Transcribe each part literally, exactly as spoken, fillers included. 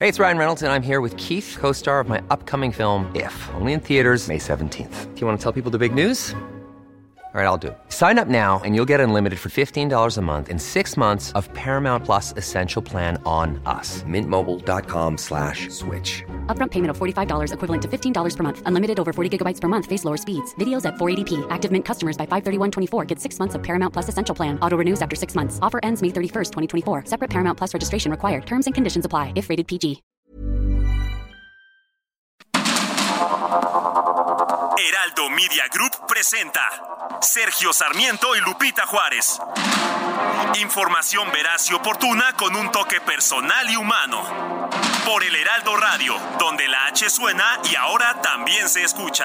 Hey, it's Ryan Reynolds, and I'm here with Keith, co-star of my upcoming film, If, only in theaters May seventeenth. Do you want to tell people the big news? All right, I'll do it. Sign up now and you'll get unlimited for fifteen dollars a month and six months of Paramount Plus Essential Plan on us. Mint Mobile dot com slash switch. Upfront payment of forty-five dollars equivalent to fifteen dollars per month. Unlimited over forty gigabytes per month. Face lower speeds. Videos at four eighty p. Active Mint customers by five thirty-one twenty-four get six months of Paramount Plus Essential Plan. Auto renews after six months. Offer ends May thirty-first, twenty twenty-four. Separate Paramount Plus registration required. Terms and conditions apply if rated P G. Heraldo Media Group presenta Sergio Sarmiento y Lupita Juárez. Información veraz y oportuna con un toque personal y humano. Por el Heraldo Radio, donde la H suena y ahora también se escucha.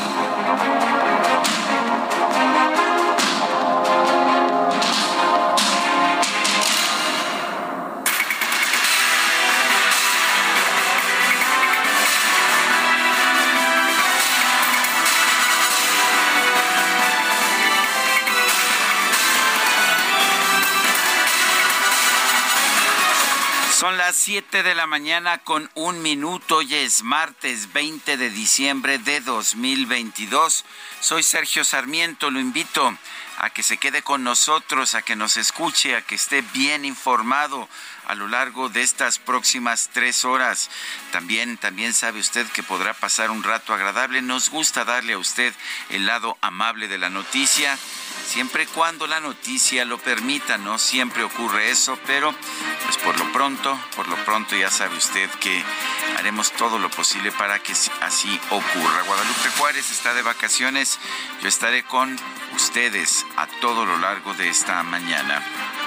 Son las siete de la mañana con un minuto. Hoy es martes veinte de diciembre de dos mil veintidós. Soy Sergio Sarmiento. Lo invito a que se quede con nosotros, a que nos escuche, a que esté bien informado a lo largo de estas próximas tres horas. También, también sabe usted que podrá pasar un rato agradable. Nos gusta darle a usted el lado amable de la noticia, siempre y cuando la noticia lo permita. No siempre ocurre eso, pero pues por lo pronto, por lo pronto ya sabe usted que haremos todo lo posible para que así ocurra. Guadalupe Juárez está de vacaciones. Yo estaré con ustedes a todo lo largo de esta mañana.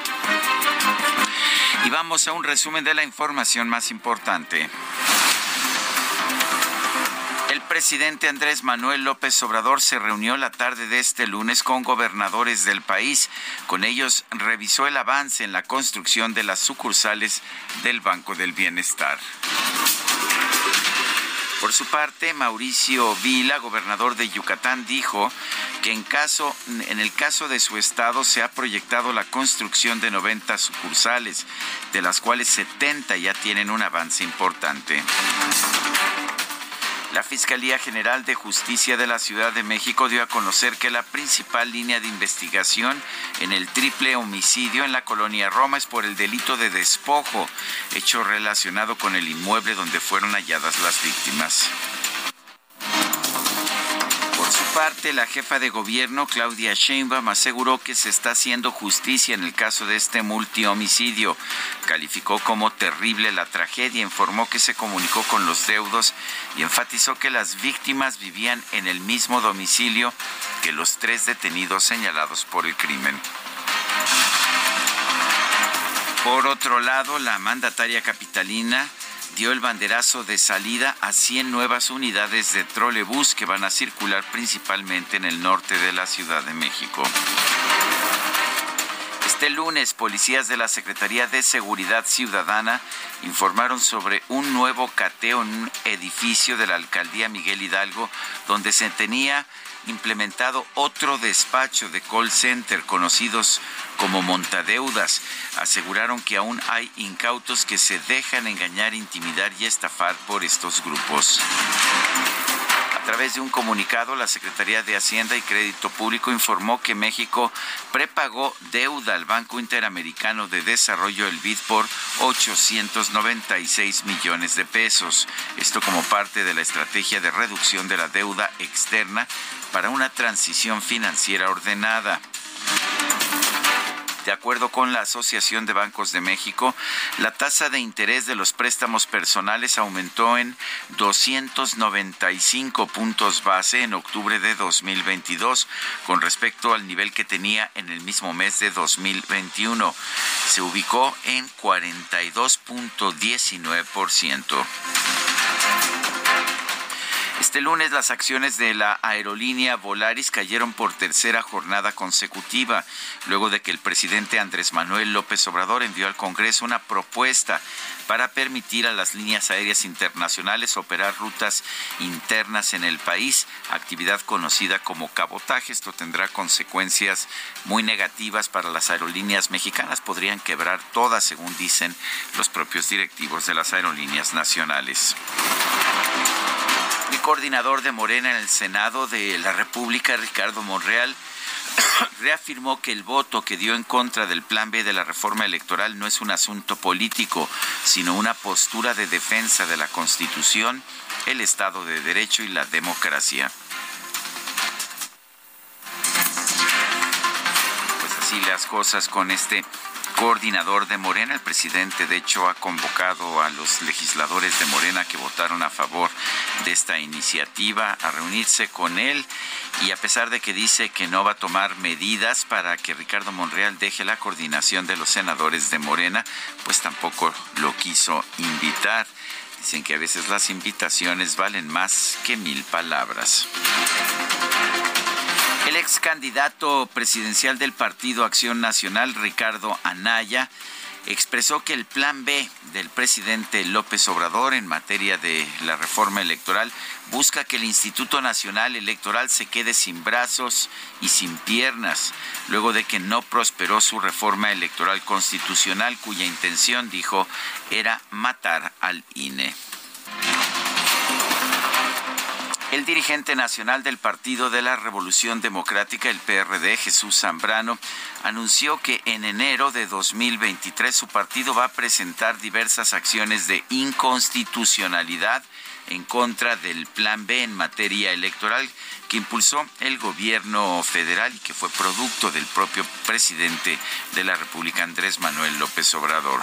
Y vamos a un resumen de la información más importante. El presidente Andrés Manuel López Obrador se reunió la tarde de este lunes con gobernadores del país. Con ellos revisó el avance en la construcción de las sucursales del Banco del Bienestar. Por su parte, Mauricio Vila, gobernador de Yucatán, dijo que en, caso, en el caso de su estado se ha proyectado la construcción de noventa sucursales, de las cuales setenta ya tienen un avance importante. La Fiscalía General de Justicia de la Ciudad de México dio a conocer que la principal línea de investigación en el triple homicidio en la colonia Roma es por el delito de despojo, hecho relacionado con el inmueble donde fueron halladas las víctimas. Por su parte, la jefa de gobierno, Claudia Sheinbaum, aseguró que se está haciendo justicia en el caso de este multihomicidio. Calificó como terrible la tragedia, informó que se comunicó con los deudos y enfatizó que las víctimas vivían en el mismo domicilio que los tres detenidos señalados por el crimen. Por otro lado, la mandataria capitalina dio el banderazo de salida a cien nuevas unidades de trolebús que van a circular principalmente en el norte de la Ciudad de México. Este lunes, policías de la Secretaría de Seguridad Ciudadana informaron sobre un nuevo cateo en un edificio de la Alcaldía Miguel Hidalgo, donde se tenía implementado otro despacho de call center conocidos como montadeudas. Aseguraron que aún hay incautos que se dejan engañar, intimidar y estafar por estos grupos. A través de un comunicado, la Secretaría de Hacienda y Crédito Público informó que México prepagó deuda al Banco Interamericano de Desarrollo, el B I D, por ochocientos noventa y seis millones de pesos. Esto como parte de la estrategia de reducción de la deuda externa para una transición financiera ordenada. De acuerdo con la Asociación de Bancos de México, la tasa de interés de los préstamos personales aumentó en doscientos noventa y cinco puntos base en octubre de dos mil veintidós, con respecto al nivel que tenía en el mismo mes de dos mil veintiuno. Se ubicó en cuarenta y dos punto diecinueve por ciento. Este lunes las acciones de la aerolínea Volaris cayeron por tercera jornada consecutiva, luego de que el presidente Andrés Manuel López Obrador envió al Congreso una propuesta para permitir a las líneas aéreas internacionales operar rutas internas en el país, actividad conocida como cabotaje. Esto tendrá consecuencias muy negativas para las aerolíneas mexicanas, podrían quebrar todas, según dicen los propios directivos de las aerolíneas nacionales. El coordinador de Morena en el Senado de la República, Ricardo Monreal, reafirmó que el voto que dio en contra del Plan B de la reforma electoral no es un asunto político, sino una postura de defensa de la Constitución, el Estado de Derecho y la democracia. Pues así las cosas con este coordinador de Morena. El presidente, de hecho, ha convocado a los legisladores de Morena que votaron a favor de esta iniciativa a reunirse con él, y a pesar de que dice que no va a tomar medidas para que Ricardo Monreal deje la coordinación de los senadores de Morena, pues tampoco lo quiso invitar. Dicen que a veces las invitaciones valen más que mil palabras. El ex candidato presidencial del Partido Acción Nacional, Ricardo Anaya, expresó que el plan B del presidente López Obrador en materia de la reforma electoral busca que el Instituto Nacional Electoral se quede sin brazos y sin piernas, luego de que no prosperó su reforma electoral constitucional, cuya intención, dijo, era matar al I N E. El dirigente nacional del Partido de la Revolución Democrática, el P R D, Jesús Zambrano, anunció que en enero de dos mil veintitrés su partido va a presentar diversas acciones de inconstitucionalidad en contra del Plan B en materia electoral que impulsó el gobierno federal y que fue producto del propio presidente de la República, Andrés Manuel López Obrador.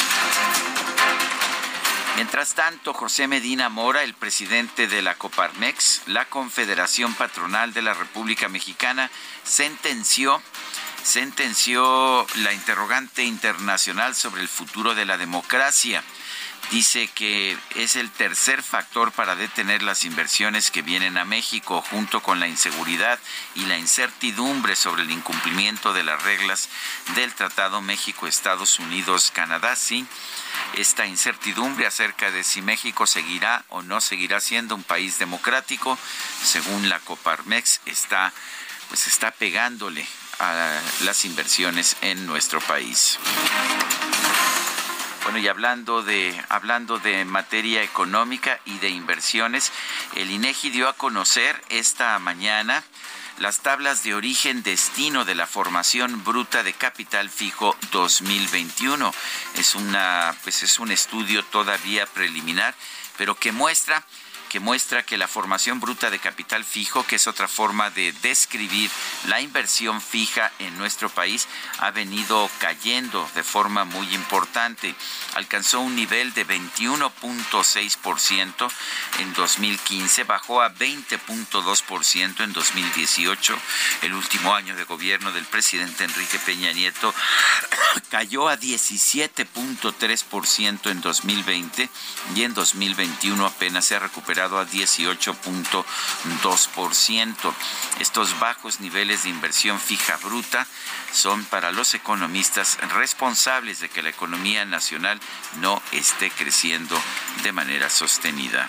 Mientras tanto, José Medina Mora, el presidente de la Coparmex, la Confederación Patronal de la República Mexicana, sentenció, sentenció la interrogante internacional sobre el futuro de la democracia. Dice que es el tercer factor para detener las inversiones que vienen a México, junto con la inseguridad y la incertidumbre sobre el incumplimiento de las reglas del Tratado México-Estados Unidos-Canadá. Sí, esta incertidumbre acerca de si México seguirá o no seguirá siendo un país democrático, según la Coparmex, está, pues está pegándole a las inversiones en nuestro país. Bueno, y hablando de hablando de materia económica y de inversiones, el INEGI dio a conocer esta mañana las tablas de origen-destino de la formación bruta de capital fijo dos mil veintiuno. Es una, pues es un estudio todavía preliminar, pero que muestra que muestra que la formación bruta de capital fijo, que es otra forma de describir la inversión fija en nuestro país, ha venido cayendo de forma muy importante. Alcanzó un nivel de veintiuno punto seis por ciento en dos mil quince, bajó a veinte punto dos por ciento en dos mil dieciocho. El último año de gobierno del presidente Enrique Peña Nieto cayó a diecisiete punto tres por ciento en dos mil veinte y en dos mil veintiuno apenas se ha recuperado a dieciocho punto dos por ciento. Estos bajos niveles de inversión fija bruta son para los economistas responsables de que la economía nacional no esté creciendo de manera sostenida.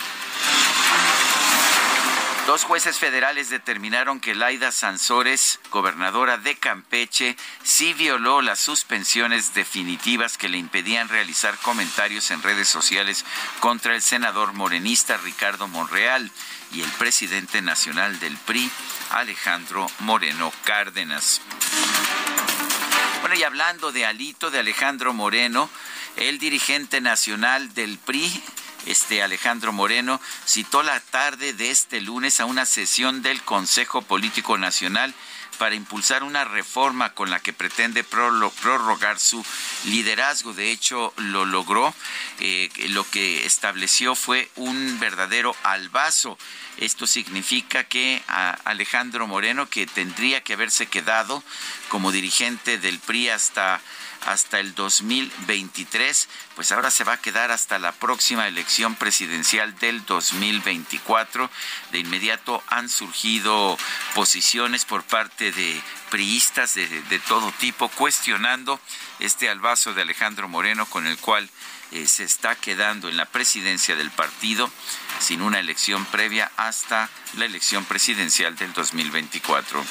Dos jueces federales determinaron que Laida Sansores, gobernadora de Campeche, sí violó las suspensiones definitivas que le impedían realizar comentarios en redes sociales contra el senador morenista Ricardo Monreal y el presidente nacional del P R I, Alejandro Moreno Cárdenas. Bueno, y hablando de Alito, de Alejandro Moreno, el dirigente nacional del P R I, Este Alejandro Moreno, citó la tarde de este lunes a una sesión del Consejo Político Nacional para impulsar una reforma con la que pretende prorrogar su liderazgo. De hecho, lo logró. Eh, lo que estableció fue un verdadero albazo. Esto significa que a Alejandro Moreno, que tendría que haberse quedado como dirigente del P R I hasta hasta el dos mil veintitrés, pues ahora se va a quedar hasta la próxima elección presidencial del dos mil veinticuatro. De inmediato han surgido posiciones por parte de priistas de, de todo tipo cuestionando este albazo de Alejandro Moreno con el cual eh, se está quedando en la presidencia del partido sin una elección previa hasta la elección presidencial del dos mil veinticuatro.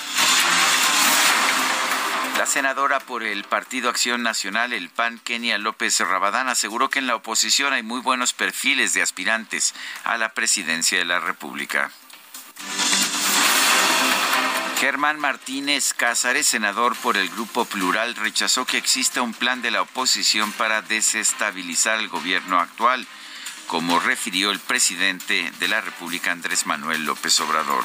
La senadora por el Partido Acción Nacional, el P A N, Kenia López Rabadán, aseguró que en la oposición hay muy buenos perfiles de aspirantes a la presidencia de la República. Germán Martínez Cázares, senador por el Grupo Plural, rechazó que exista un plan de la oposición para desestabilizar el gobierno actual, como refirió el presidente de la República, Andrés Manuel López Obrador.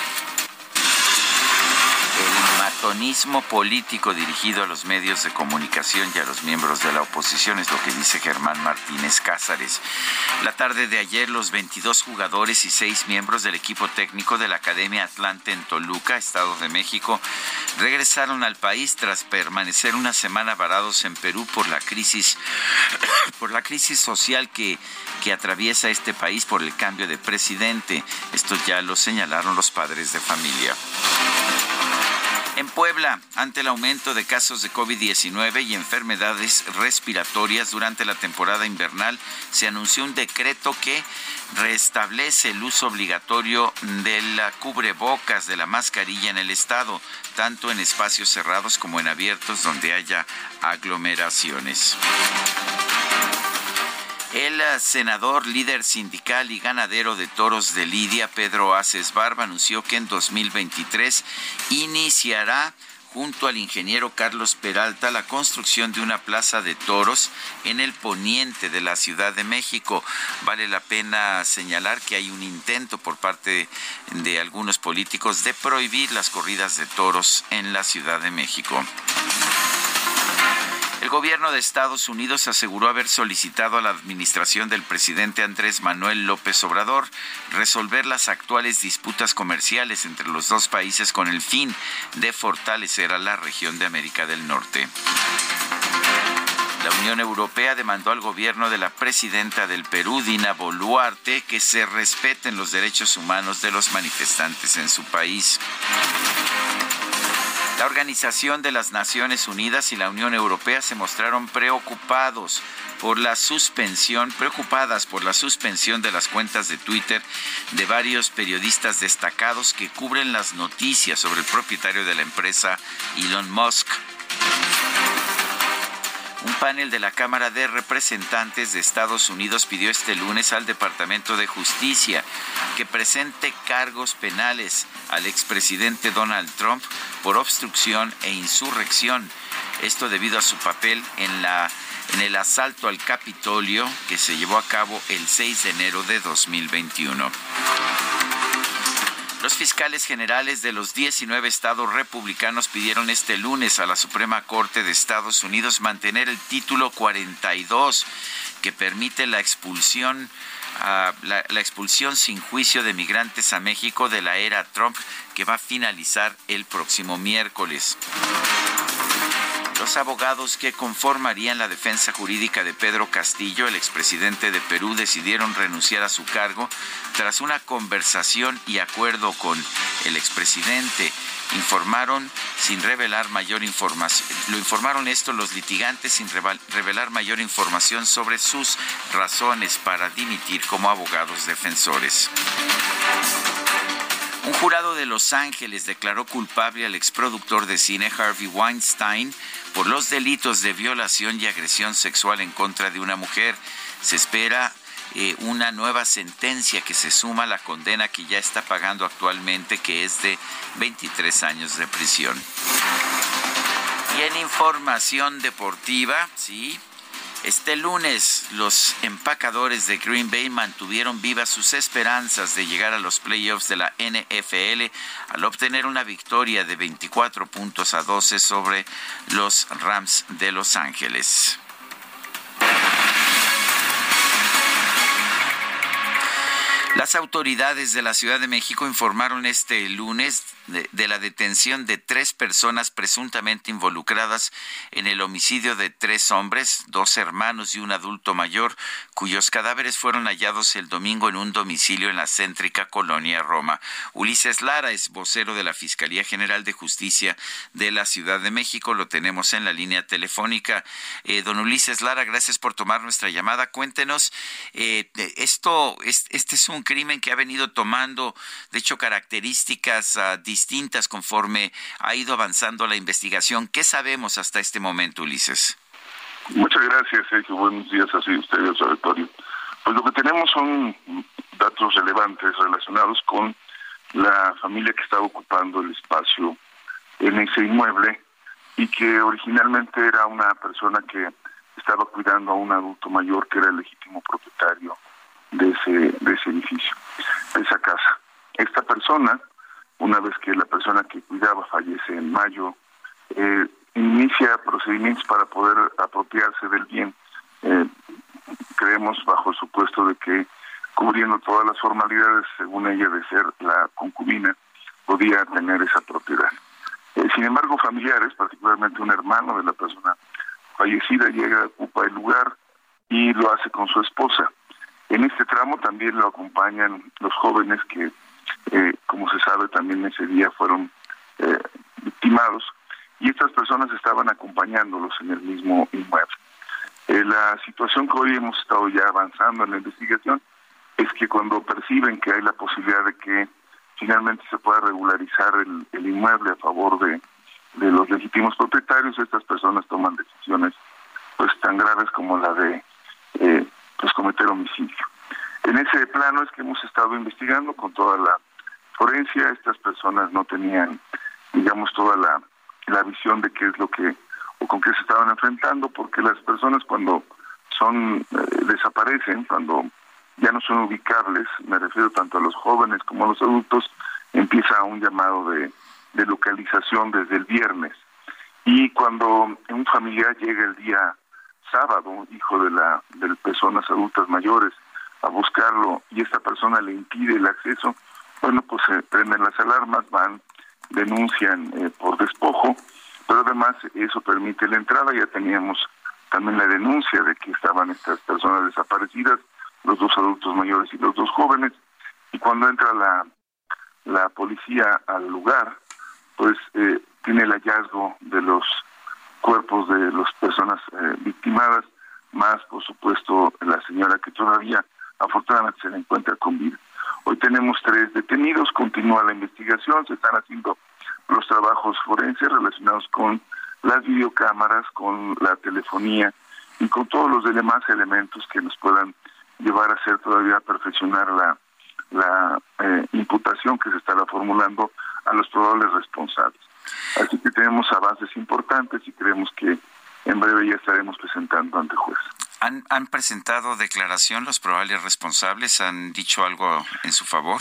El matonismo político dirigido a los medios de comunicación y a los miembros de la oposición es lo que dice Germán Martínez Cázares. La tarde de ayer, los veintidós jugadores y seis miembros del equipo técnico de la Academia Atlante en Toluca, Estado de México, regresaron al país tras permanecer una semana varados en Perú por la crisis, por la crisis social que, que atraviesa este país por el cambio de presidente. Esto ya lo señalaron los padres de familia. En Puebla, ante el aumento de casos de covid diecinueve y enfermedades respiratorias durante la temporada invernal, se anunció un decreto que restablece el uso obligatorio de la cubrebocas, de la mascarilla en el estado, tanto en espacios cerrados como en abiertos donde haya aglomeraciones. El senador, líder sindical y ganadero de toros de Lidia, Pedro Aces Barba, anunció que en dos mil veintitrés iniciará, junto al ingeniero Carlos Peralta, la construcción de una plaza de toros en el poniente de la Ciudad de México. Vale la pena señalar que hay un intento por parte de algunos políticos de prohibir las corridas de toros en la Ciudad de México. El gobierno de Estados Unidos aseguró haber solicitado a la administración del presidente Andrés Manuel López Obrador resolver las actuales disputas comerciales entre los dos países con el fin de fortalecer a la región de América del Norte. La Unión Europea demandó al gobierno de la presidenta del Perú, Dina Boluarte, que se respeten los derechos humanos de los manifestantes en su país. La Organización de las Naciones Unidas y la Unión Europea se mostraron preocupados por la suspensión, preocupadas por la suspensión de las cuentas de Twitter de varios periodistas destacados que cubren las noticias sobre el propietario de la empresa, Elon Musk. Un panel de la Cámara de Representantes de Estados Unidos pidió este lunes al Departamento de Justicia que presente cargos penales al expresidente Donald Trump por obstrucción e insurrección. Esto debido a su papel en la en el asalto al Capitolio que se llevó a cabo el seis de enero de dos mil veintiuno. Los fiscales generales de los diecinueve estados republicanos pidieron este lunes a la Suprema Corte de Estados Unidos mantener el título cuarenta y dos, que permite la expulsión, uh, la, la expulsión sin juicio de migrantes a México de la era Trump, que va a finalizar el próximo miércoles. Los abogados que conformarían la defensa jurídica de Pedro Castillo, el expresidente de Perú, decidieron renunciar a su cargo tras una conversación y acuerdo con el expresidente. Informaron sin revelar mayor información. Lo informaron esto los litigantes sin revelar mayor información sobre sus razones para dimitir como abogados defensores. Un jurado de Los Ángeles declaró culpable al exproductor de cine Harvey Weinstein por los delitos de violación y agresión sexual en contra de una mujer. Se espera eh, una nueva sentencia que se suma a la condena que ya está pagando actualmente, que es de veintitrés años de prisión. Y en información deportiva, sí. Este lunes, los empacadores de Green Bay mantuvieron vivas sus esperanzas de llegar a los playoffs de la N F L al obtener una victoria de veinticuatro puntos a doce sobre los Rams de Los Ángeles. Las autoridades de la Ciudad de México informaron este lunes de, de la detención de tres personas presuntamente involucradas en el homicidio de tres hombres, dos hermanos y un adulto mayor, cuyos cadáveres fueron hallados el domingo en un domicilio en la céntrica colonia Roma. Ulises Lara es vocero de la Fiscalía General de Justicia de la Ciudad de México. Lo tenemos en la línea telefónica. Eh, don Ulises Lara, gracias por tomar nuestra llamada. Cuéntenos, eh, esto, este es un crimen que ha venido tomando, de hecho, características uh, distintas conforme ha ido avanzando la investigación. ¿Qué sabemos hasta este momento, Ulises? Muchas gracias, Sergio. Buenos días a usted y a su auditorio. Pues lo que tenemos son datos relevantes relacionados con la familia que estaba ocupando el espacio en ese inmueble y que originalmente era una persona que estaba cuidando a un adulto mayor que era el legítimo propietario de ese de ese edificio, de esa casa. Esta persona, una vez que la persona que cuidaba fallece en mayo, eh, inicia procedimientos para poder apropiarse del bien. Eh, creemos bajo el supuesto de que, cubriendo todas las formalidades, según ella, de ser la concubina, podía tener esa propiedad. Eh, sin embargo, familiares, particularmente un hermano de la persona fallecida, llega, ocupa el lugar y lo hace con su esposa. En este tramo también lo acompañan los jóvenes que, eh, como se sabe, también ese día fueron eh, victimados, y estas personas estaban acompañándolos en el mismo inmueble. Eh, la situación que hoy hemos estado ya avanzando en la investigación es que cuando perciben que hay la posibilidad de que finalmente se pueda regularizar el, el inmueble a favor de, de los legítimos propietarios, estas personas toman decisiones pues tan graves como la de eh, pues cometer homicidio. En ese plano es que hemos estado investigando con toda la forencia. Estas personas no tenían, digamos, toda la, la visión de qué es lo que o con qué se estaban enfrentando, porque las personas cuando son eh, desaparecen, cuando ya no son ubicables, me refiero tanto a los jóvenes como a los adultos, empieza un llamado de, de localización desde el viernes. Y cuando un familiar llega el día sábado, hijo de la de personas adultas mayores, a buscarlo y esta persona le impide el acceso, bueno, pues se eh, prenden las alarmas, van, denuncian eh, por despojo, pero además eso permite la entrada. Ya teníamos también la denuncia de que estaban estas personas desaparecidas, los dos adultos mayores y los dos jóvenes, y cuando entra la, la policía al lugar, pues eh, tiene el hallazgo de los cuerpos de las personas eh, victimadas, más por supuesto la señora que todavía afortunadamente se le encuentra con vida. Hoy tenemos tres detenidos, continúa la investigación, se están haciendo los trabajos forenses relacionados con las videocámaras, con la telefonía y con todos los demás elementos que nos puedan llevar a hacer todavía a perfeccionar la, la eh, imputación que se estará formulando a los probables responsables. Así que tenemos avances importantes y creemos que en breve ya estaremos presentando ante juez. ¿Han, ¿Han presentado declaración los probables responsables? ¿Han dicho algo en su favor?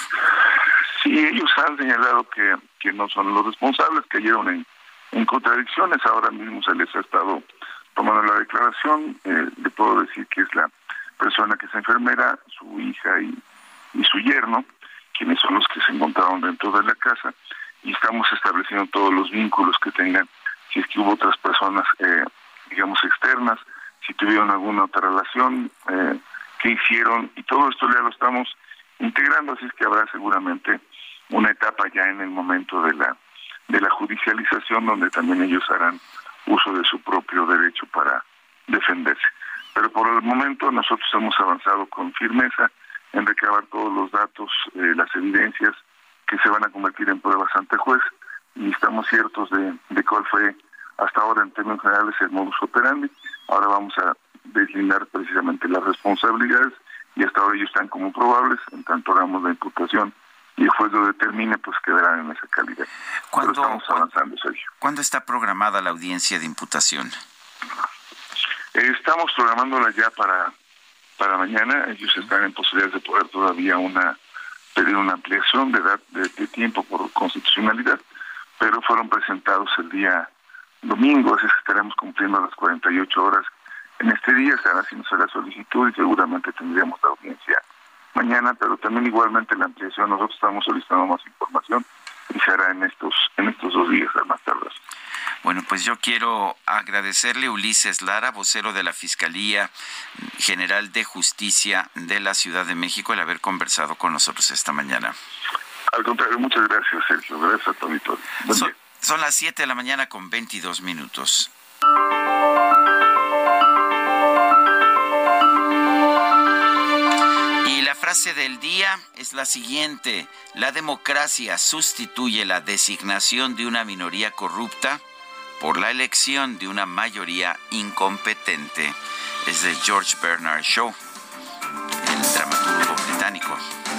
Sí, ellos han señalado que, que no son los responsables, que cayeron en, en contradicciones. Ahora mismo se les ha estado tomando la declaración. Eh, le puedo decir que es la persona que es enfermera, su hija y, y su yerno, quienes son los que se encontraron dentro de la casa, y estamos estableciendo todos los vínculos que tengan, si es que hubo otras personas, eh, digamos, externas, si tuvieron alguna otra relación, eh, qué hicieron, y todo esto ya lo estamos integrando, así es que habrá seguramente una etapa ya en el momento de la de la judicialización, donde también ellos harán uso de su propio derecho para defenderse. Pero por el momento nosotros hemos avanzado con firmeza en recabar todos los datos, eh, las evidencias que se van a convertir en pruebas ante juez, y estamos ciertos de, de cuál fue hasta ahora en términos generales el modus operandi. Ahora vamos a deslindar precisamente las responsabilidades, y hasta ahora ellos están como probables, en tanto hagamos la imputación y el juez lo determine, pues quedarán en esa calidad. Pero estamos avanzando, Sergio. ¿Cuándo está programada la audiencia de imputación? Eh, estamos programándola ya para para mañana. Ellos están en posibilidades de poder todavía una pedir una ampliación de edad de, de tiempo por constitucionalidad, pero fueron presentados el día domingo, así que estaremos cumpliendo las cuarenta y ocho horas en este día, estarán haciéndose la solicitud y seguramente tendríamos la audiencia mañana, pero también igualmente la ampliación. Nosotros estamos solicitando más información y se hará en estos, en estos dos días a más tardar. Bueno, pues yo quiero agradecerle a Ulises Lara, vocero de la Fiscalía General de Justicia de la Ciudad de México, el haber conversado con nosotros esta mañana. Al contrario, muchas gracias, Sergio. Gracias a tu auditorio. Son, son las siete de la mañana con veintidós minutos. Y la frase del día es la siguiente: la democracia sustituye la designación de una minoría corrupta por la elección de una mayoría incompetente. Es de George Bernard Shaw, el dramaturgo británico.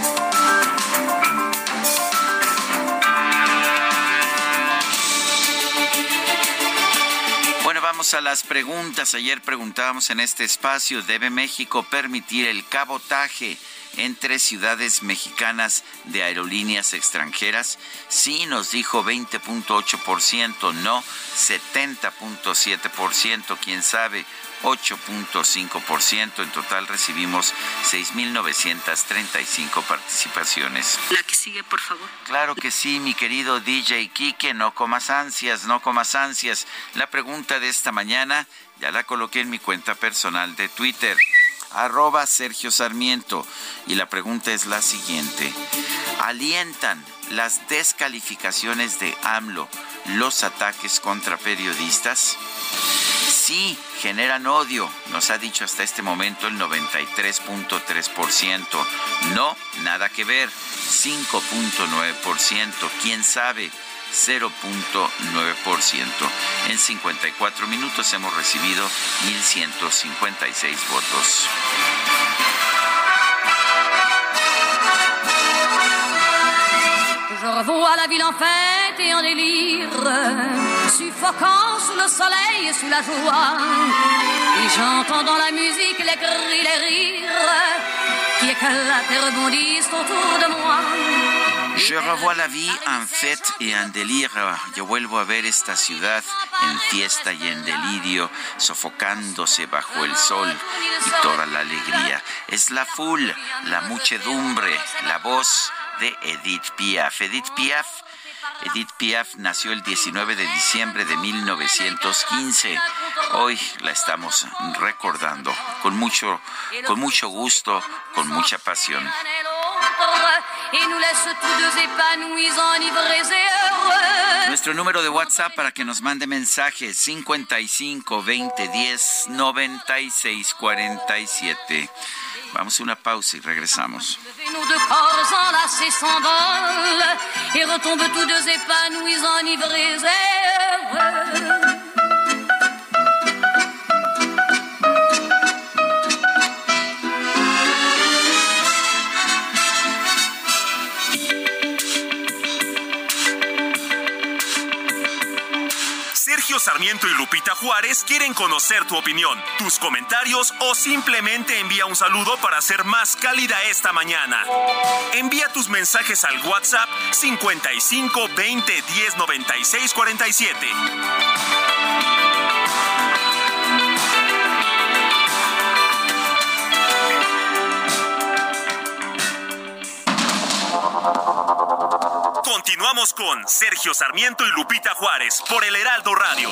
Bueno, vamos a las preguntas. Ayer preguntábamos en este espacio: ¿debe México permitir el cabotaje entre ciudades mexicanas de aerolíneas extranjeras? Sí, nos dijo veinte punto ocho por ciento, no setenta punto siete por ciento, quién sabe ocho punto cinco por ciento. En total recibimos seis mil novecientas treinta y cinco participaciones. La que sigue, por favor. Claro que sí, mi querido D J Quique, no comas ansias, no comas ansias. La pregunta de esta mañana ya la coloqué en mi cuenta personal de Twitter, arroba Sergio Sarmiento, y la pregunta es la siguiente: ¿alientan las descalificaciones de AMLO los ataques contra periodistas? Sí, generan odio, nos ha dicho hasta este momento el noventa y tres punto tres por ciento. No, nada que ver, cinco punto nueve por ciento. ¿Quién sabe? cero punto nueve por ciento. En cincuenta y cuatro minutos hemos recibido mil ciento cincuenta y seis votos. Je revois la ville en fête et en délire, suffocant sous le soleil et sous la joie. Et j'entends dans la musique les cris, les rires qui éclatent et rebondissent autour de moi. Je revois la vie en fête et en délire. Yo vuelvo a ver esta ciudad en fiesta y en delirio, sofocándose bajo el sol y toda la alegría. Es la foule, la muchedumbre, la voz de Edith Piaf. Edith Piaf, Edith Piaf nació el diecinueve de diciembre de mil novecientos quince. Hoy la estamos recordando con mucho, con mucho gusto, con mucha pasión. Nuestro número de WhatsApp para que nos mande mensajes: cincuenta y cinco, veinte, diez, noventa y seis, cuarenta y siete. Vamos a una pausa y regresamos. Sergio Sarmiento y Lupita Juárez quieren conocer tu opinión, tus comentarios o simplemente envía un saludo para hacer más cálida esta mañana. Envía tus mensajes al WhatsApp cincuenta y cinco, veinte, diez, noventa y seis, cuarenta y siete. Continuamos con Sergio Sarmiento y Lupita Juárez por el Heraldo Radio.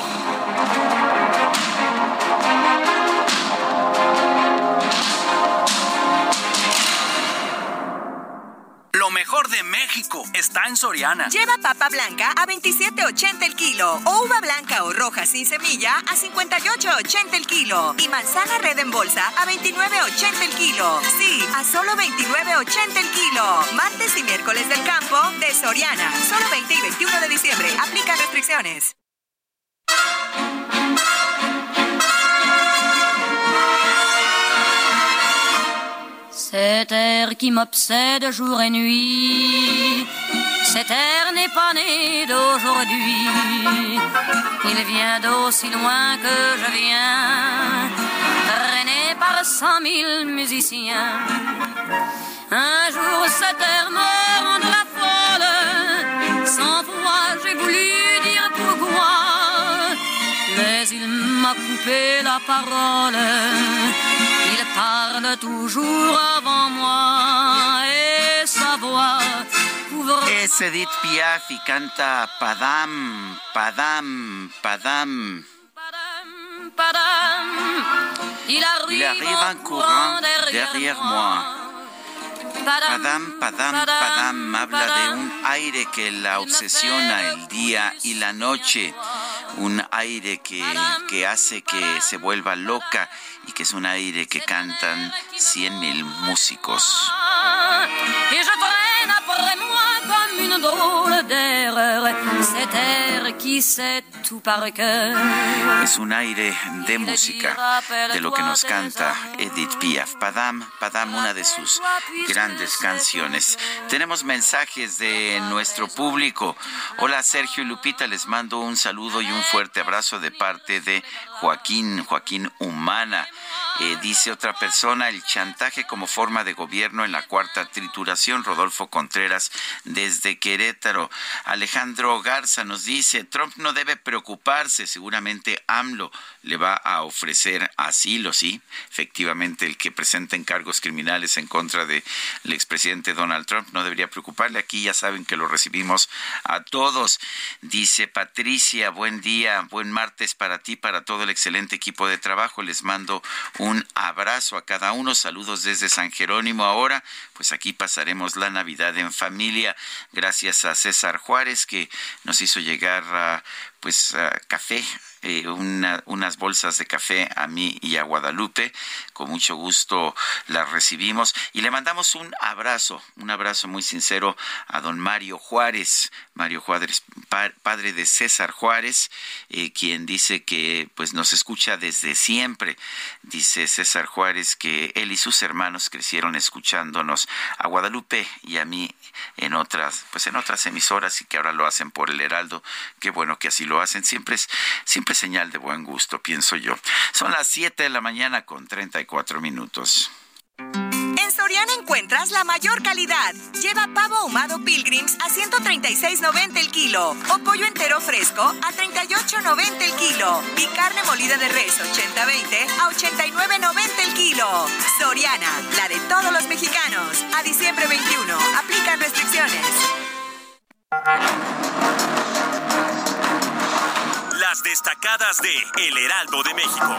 Lo mejor de México está en Soriana. Lleva papa blanca a veintisiete ochenta el kilo o uva blanca o roja sin semilla a cincuenta y ocho ochenta el kilo y manzana red en bolsa a veintinueve ochenta el kilo. Sí, a solo veintinueve ochenta el kilo. Martes y miércoles del campo de Soriana. Solo veinte y veintiuno de diciembre. Aplica restricciones. Cet air qui m'obsède jour et nuit, cet air n'est pas né d'aujourd'hui. Il vient d'aussi loin que je viens, traîné par cent mille musiciens. Un jour cet air me rendra folle, cent fois j'ai voulu dire pourquoi, mais il m'a coupé la parole. Il parle toujours avant moi. Es Edith Piaf y canta Padam, Padam, Padam. Il arrive en courant derrière moi. Padam, Padam, Padam habla de un aire que la obsesiona el día y la noche, un aire que, que hace que se vuelva loca y que es un aire que cantan cien mil músicos. Et je traîne après moi comme une drôle d'erreur, cet air qui sait tout par cœur. Es un aire de música, de lo que nos canta Edith Piaf. Padam, Padam, una de sus grandes canciones. Tenemos mensajes de nuestro público. Hola Sergio y Lupita, les mando un saludo y un fuerte abrazo de parte de Joaquín, Joaquín Humana. Eh, dice otra persona, el chantaje como forma de gobierno en la cuarta trituración, Rodolfo Contreras desde Querétaro. Alejandro Garza nos dice, Trump no debe preocuparse, seguramente AMLO le va a ofrecer asilo, sí, efectivamente el que presenta encargos criminales en contra del expresidente Donald Trump no debería preocuparle, aquí ya saben que lo recibimos a todos. Dice Patricia, buen día, buen martes para ti, para todo el excelente equipo de trabajo, les mando un abrazo a cada uno, saludos desde San Jerónimo. Ahora, pues aquí pasaremos la Navidad en familia, gracias a César Juárez que nos hizo llegar uh, pues uh, café, eh, una, unas bolsas de café a mí y a Guadalupe. Con mucho gusto las recibimos y le mandamos un abrazo, un abrazo muy sincero a don Mario Juárez, Mario Juárez, pa- padre de César Juárez, eh, quien dice que pues nos escucha desde siempre. Dice César Juárez que él y sus hermanos crecieron escuchándonos a Guadalupe y a mí en otras, pues en otras emisoras y que ahora lo hacen por el Heraldo. Qué bueno que así lo hacen. Siempre es, siempre es señal de buen gusto, pienso yo. Son las siete de la mañana con treinta y cuatro minutos. En Soriana encuentras la mayor calidad. Lleva pavo ahumado Pilgrims a ciento treinta y seis noventa el kilo o pollo entero fresco a treinta y ocho noventa el kilo y carne molida de res ochenta veinte a ochenta y nueve noventa el kilo. Soriana, la de todos los mexicanos. A diciembre veintiuno, aplican restricciones. Las destacadas de El Heraldo de México.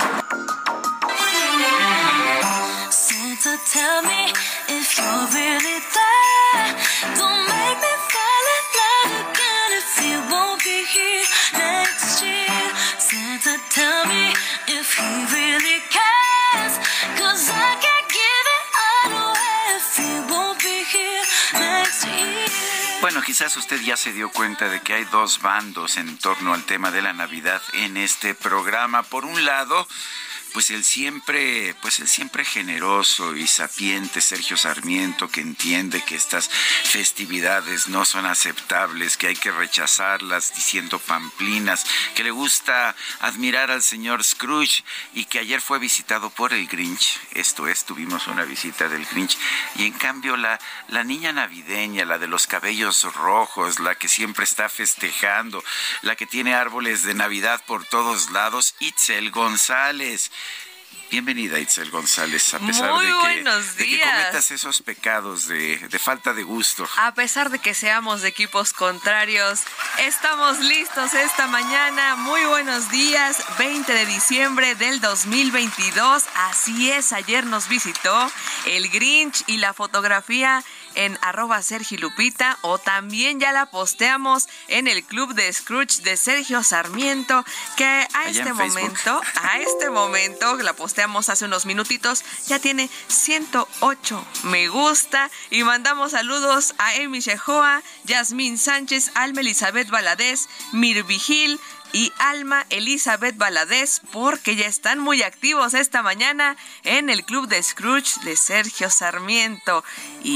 Santa, tell me if you're really there. Don't make me fall in love again if you won't be here next year. Santa, tell me if he really cares, 'cause I can't give it all away if he won't be here next year. Bueno, quizás usted ya se dio cuenta de que hay dos bandos en torno al tema de la Navidad en este programa. Por un lado, pues el siempre, pues el siempre generoso y sapiente Sergio Sarmiento, que entiende que estas festividades no son aceptables, que hay que rechazarlas diciendo pamplinas, que le gusta admirar al señor Scrooge y que ayer fue visitado por el Grinch. Esto es, tuvimos una visita del Grinch y en cambio la, la niña navideña, la de los cabellos rojos, la que siempre está festejando, la que tiene árboles de Navidad por todos lados, Itzel González. Bienvenida, Itzel González, a pesar Muy de, que, buenos de que días. cometas esos pecados de, de falta de gusto. A pesar de que seamos de equipos contrarios, estamos listos esta mañana. Muy buenos días, veinte de diciembre del dos mil veintidós. Así es, ayer nos visitó el Grinch y la fotografía en arroba Sergio Lupita, o también ya la posteamos en el Club de Scrooge de Sergio Sarmiento, que a Allá este en Facebook. momento, a este momento, la posteamos hace unos minutitos, ya tiene ciento ocho me gusta, y mandamos saludos a Amy Shehoa, Yasmín Sánchez, Alma Elizabeth Valadez, Mir Vigil y Alma Elizabeth Valadez, porque ya están muy activos esta mañana en el Club de Scrooge de Sergio Sarmiento.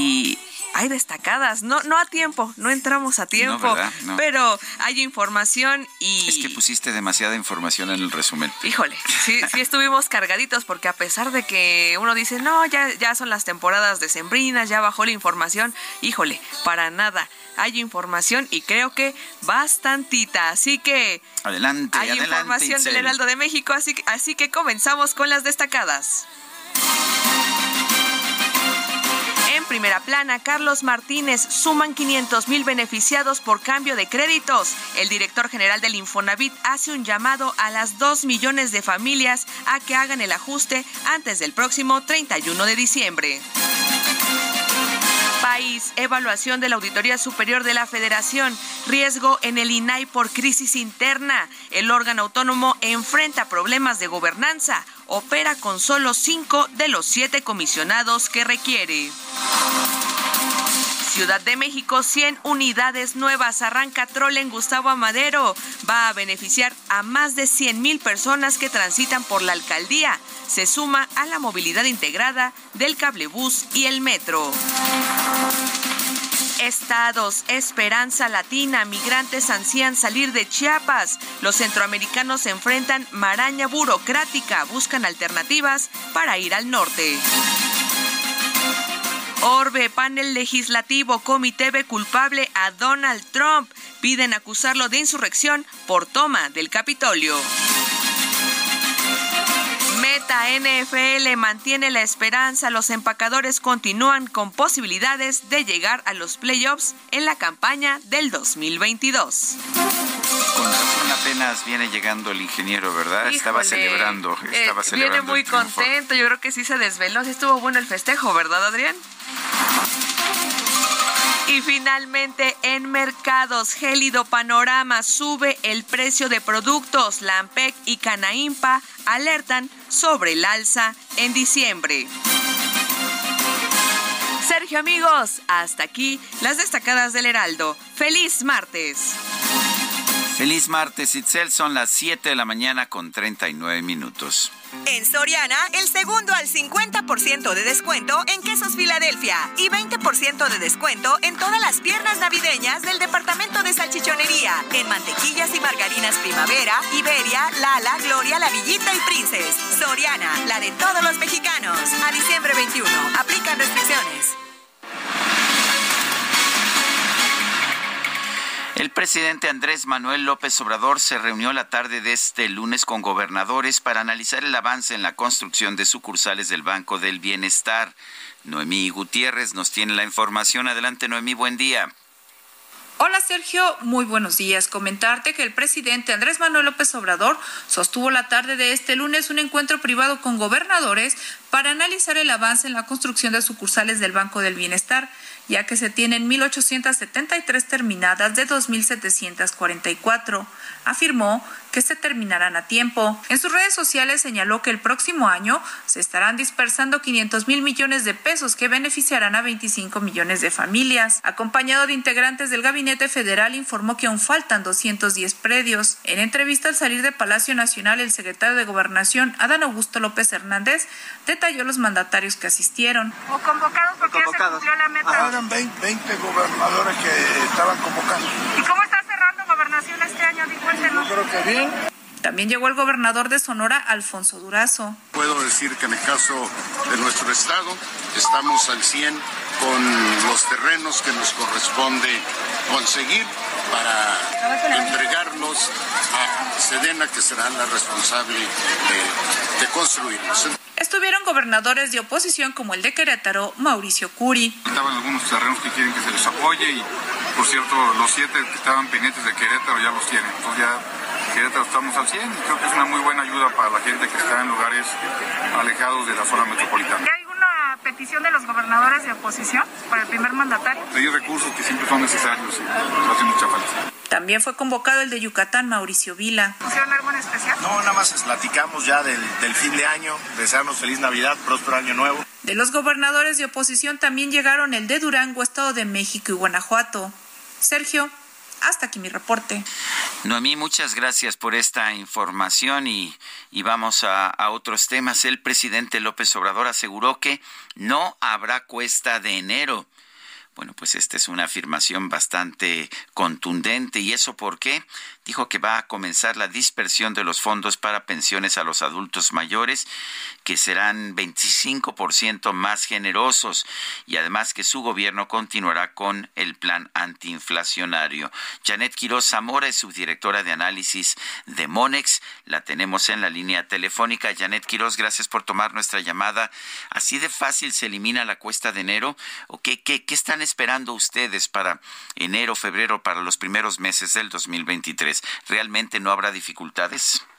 Y hay destacadas, no no a tiempo, no entramos a tiempo, No, ¿verdad? No. pero hay información y... Es que pusiste demasiada información en el resumen. Híjole, sí, sí estuvimos cargaditos, porque a pesar de que uno dice, no, ya, ya son las temporadas decembrinas, ya bajó la información, híjole, para nada, hay información y creo que bastantita, así que... Adelante, hay adelante, información Itzel. del Heraldo de México, así, que- así que comenzamos con las destacadas. En primera plana, Carlos Martínez, suman quinientos mil beneficiados por cambio de créditos. El director general del Infonavit hace un llamado a las dos millones de familias a que hagan el ajuste antes del próximo treinta y uno de diciembre. País, evaluación de la Auditoría Superior de la Federación, riesgo en el I N A I por crisis interna. El órgano autónomo enfrenta problemas de gobernanza, opera con solo cinco de los siete comisionados que requiere. Ciudad de México, cien unidades nuevas, arranca trole en Gustavo Amadero. Va a beneficiar a más de cien mil personas que transitan por la alcaldía. Se suma a la movilidad integrada del cablebús y el metro. Estados, Esperanza Latina, migrantes ansían salir de Chiapas. Los centroamericanos se enfrentan maraña burocrática, buscan alternativas para ir al norte. Orbe, panel legislativo, comité ve culpable a Donald Trump. Piden acusarlo de insurrección por toma del Capitolio. Meta N F L mantiene la esperanza. Los empacadores continúan con posibilidades de llegar a los playoffs en la campaña del dos mil veintidós. Con razón apenas viene llegando el ingeniero, ¿verdad? Híjole, estaba celebrando, estaba eh, celebrando. Viene muy contento, yo creo que sí se desveló, sí estuvo bueno el festejo, ¿verdad, Adrián? Y finalmente, en mercados, gélido panorama, sube el precio de productos. La AMPEC y Canaimpa alertan sobre el alza en diciembre. Sergio, amigos, hasta aquí las destacadas del Heraldo. ¡Feliz martes! Feliz martes, Itzel, son las siete de la mañana con treinta y nueve minutos. En Soriana, el segundo al cincuenta por ciento de descuento en quesos Filadelfia y veinte por ciento de descuento en todas las piernas navideñas del departamento de salchichonería, en mantequillas y margarinas Primavera, Iberia, Lala, Gloria, La Villita y Princess. Soriana, la de todos los mexicanos. A diciembre veintiuno, aplican restricciones. El presidente Andrés Manuel López Obrador se reunió la tarde de este lunes con gobernadores para analizar el avance en la construcción de sucursales del Banco del Bienestar. Noemí Gutiérrez nos tiene la información. Adelante, Noemí, buen día. Hola Sergio, muy buenos días. Comentarte que el presidente Andrés Manuel López Obrador sostuvo la tarde de este lunes un encuentro privado con gobernadores para analizar el avance en la construcción de sucursales del Banco del Bienestar, ya que se tienen mil ochocientas setenta y tres terminadas de dos mil setecientas cuarenta y cuatro. Afirmó que se terminarán a tiempo. En sus redes sociales señaló que el próximo año se estarán dispersando quinientos mil millones de pesos que beneficiarán a veinticinco millones de familias. Acompañado de integrantes del Gabinete Federal, informó que aún faltan doscientos diez predios. En entrevista al salir de Palacio Nacional, el secretario de Gobernación, Adán Augusto López Hernández, detalló los mandatarios que asistieron. O convocados porque convocados. Ya se cumplió la meta. Ah, eran veinte gobernadores que estaban convocados. ¿Y cómo está cerrando gobernación este año? Yo creo que bien. También llegó el gobernador de Sonora, Alfonso Durazo. Puedo decir que en el caso de nuestro estado estamos al cien con los terrenos que nos corresponde conseguir para entregarlos a Sedena, que será la responsable de, de construirlos. Estuvieron gobernadores de oposición como el de Querétaro, Mauricio Curi. Estaban algunos terrenos que quieren que se les apoye y, por cierto, los siete que estaban pendientes de Querétaro ya los tienen. Entonces ya Querétaro estamos al cien y creo que es una muy buena ayuda para la gente que está en lugares alejados de la zona metropolitana. ¿Hay alguna petición de los gobernadores de oposición para el primer mandatario? Pedir recursos que siempre son necesarios y nos hace mucha falta. También fue convocado el de Yucatán, Mauricio Vila. ¿Pusieron algo en especial? No, nada más platicamos ya del, del fin de año, desearnos feliz Navidad, próspero año nuevo. De los gobernadores de oposición también llegaron el de Durango, Estado de México y Guanajuato. Sergio, hasta aquí mi reporte. Noemí, muchas gracias por esta información y, y vamos a, a otros temas. El presidente López Obrador aseguró que no habrá cuesta de enero, Bueno, pues esta es una afirmación bastante contundente. ¿Y eso por qué? Dijo que va a comenzar la dispersión de los fondos para pensiones a los adultos mayores, que serán veinticinco por ciento más generosos, y además que su gobierno continuará con el plan antiinflacionario. Janet Quiroz Zamora es subdirectora de análisis de Monex. La tenemos en la línea telefónica. Janet Quiroz, gracias por tomar nuestra llamada. ¿Así de fácil se elimina la cuesta de enero? ¿O qué, qué, qué están esperando ustedes para enero, febrero, para los primeros meses del dos mil veintitrés? ¿Realmente no habrá dificultades?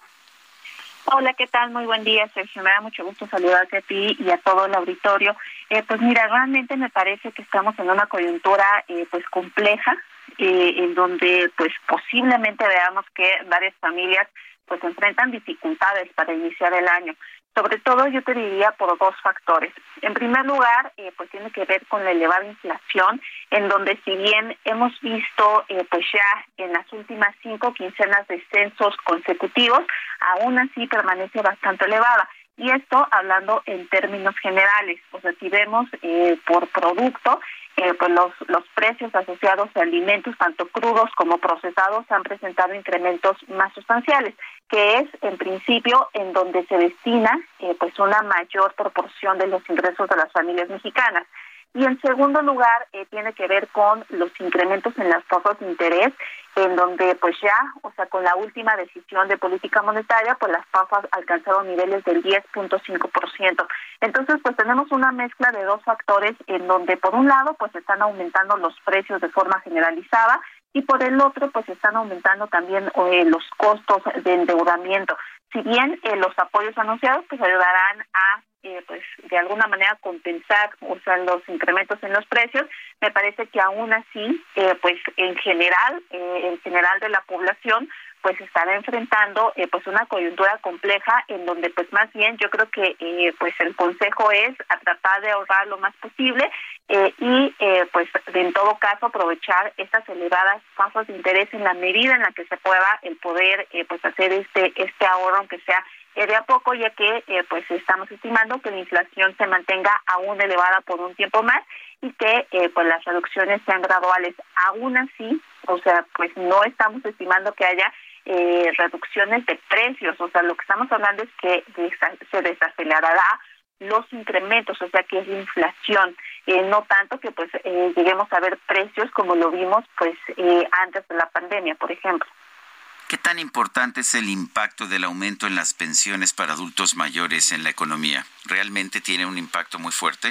Hola, ¿qué tal? Muy buen día, Sergio. Me da mucho gusto saludarte a ti y a todo el auditorio. Eh, pues mira, realmente me parece que estamos en una coyuntura eh, pues compleja, eh, en donde pues posiblemente veamos que varias familias pues enfrentan dificultades para iniciar el año. Sobre todo yo te diría por dos factores. En primer lugar, eh, pues tiene que ver con la elevada inflación, en donde si bien hemos visto eh, pues ya en las últimas cinco quincenas descensos consecutivos, aún así permanece bastante elevada. Y esto hablando en términos generales, o sea, si vemos eh, por producto, eh, pues los, los precios asociados a alimentos, tanto crudos como procesados, han presentado incrementos más sustanciales, que es en principio en donde se destina eh, pues una mayor proporción de los ingresos de las familias mexicanas. Y en segundo lugar, eh, tiene que ver con los incrementos en las tasas de interés, en donde pues ya, o sea, con la última decisión de política monetaria, pues las tasas alcanzaron niveles del diez punto cinco por ciento. Entonces, pues tenemos una mezcla de dos factores en donde, por un lado, pues están aumentando los precios de forma generalizada, y por el otro, pues están aumentando también eh, los costos de endeudamiento. Si bien eh, los apoyos anunciados pues ayudarán a eh, pues de alguna manera compensar, o sea, los incrementos en los precios, me parece que aún así, eh, pues en general, eh, en general de la población, pues estará enfrentando eh, pues una coyuntura compleja, en donde pues más bien yo creo que eh, pues el consejo es a tratar de ahorrar lo más posible eh, y eh, pues en todo caso aprovechar estas elevadas tasas de interés en la medida en la que se pueda el poder eh, pues hacer este este ahorro, aunque sea eh, de a poco, ya que eh, pues estamos estimando que la inflación se mantenga aún elevada por un tiempo más y que eh, pues las reducciones sean graduales. Aún así, o sea, pues no estamos estimando que haya Eh, reducciones de precios, o sea, lo que estamos hablando es que se desacelerará los incrementos, o sea, que es la inflación, eh, no tanto que pues eh, lleguemos a ver precios como lo vimos pues eh, antes de la pandemia, por ejemplo. ¿Qué tan importante es el impacto del aumento en las pensiones para adultos mayores en la economía? ¿Realmente tiene un impacto muy fuerte?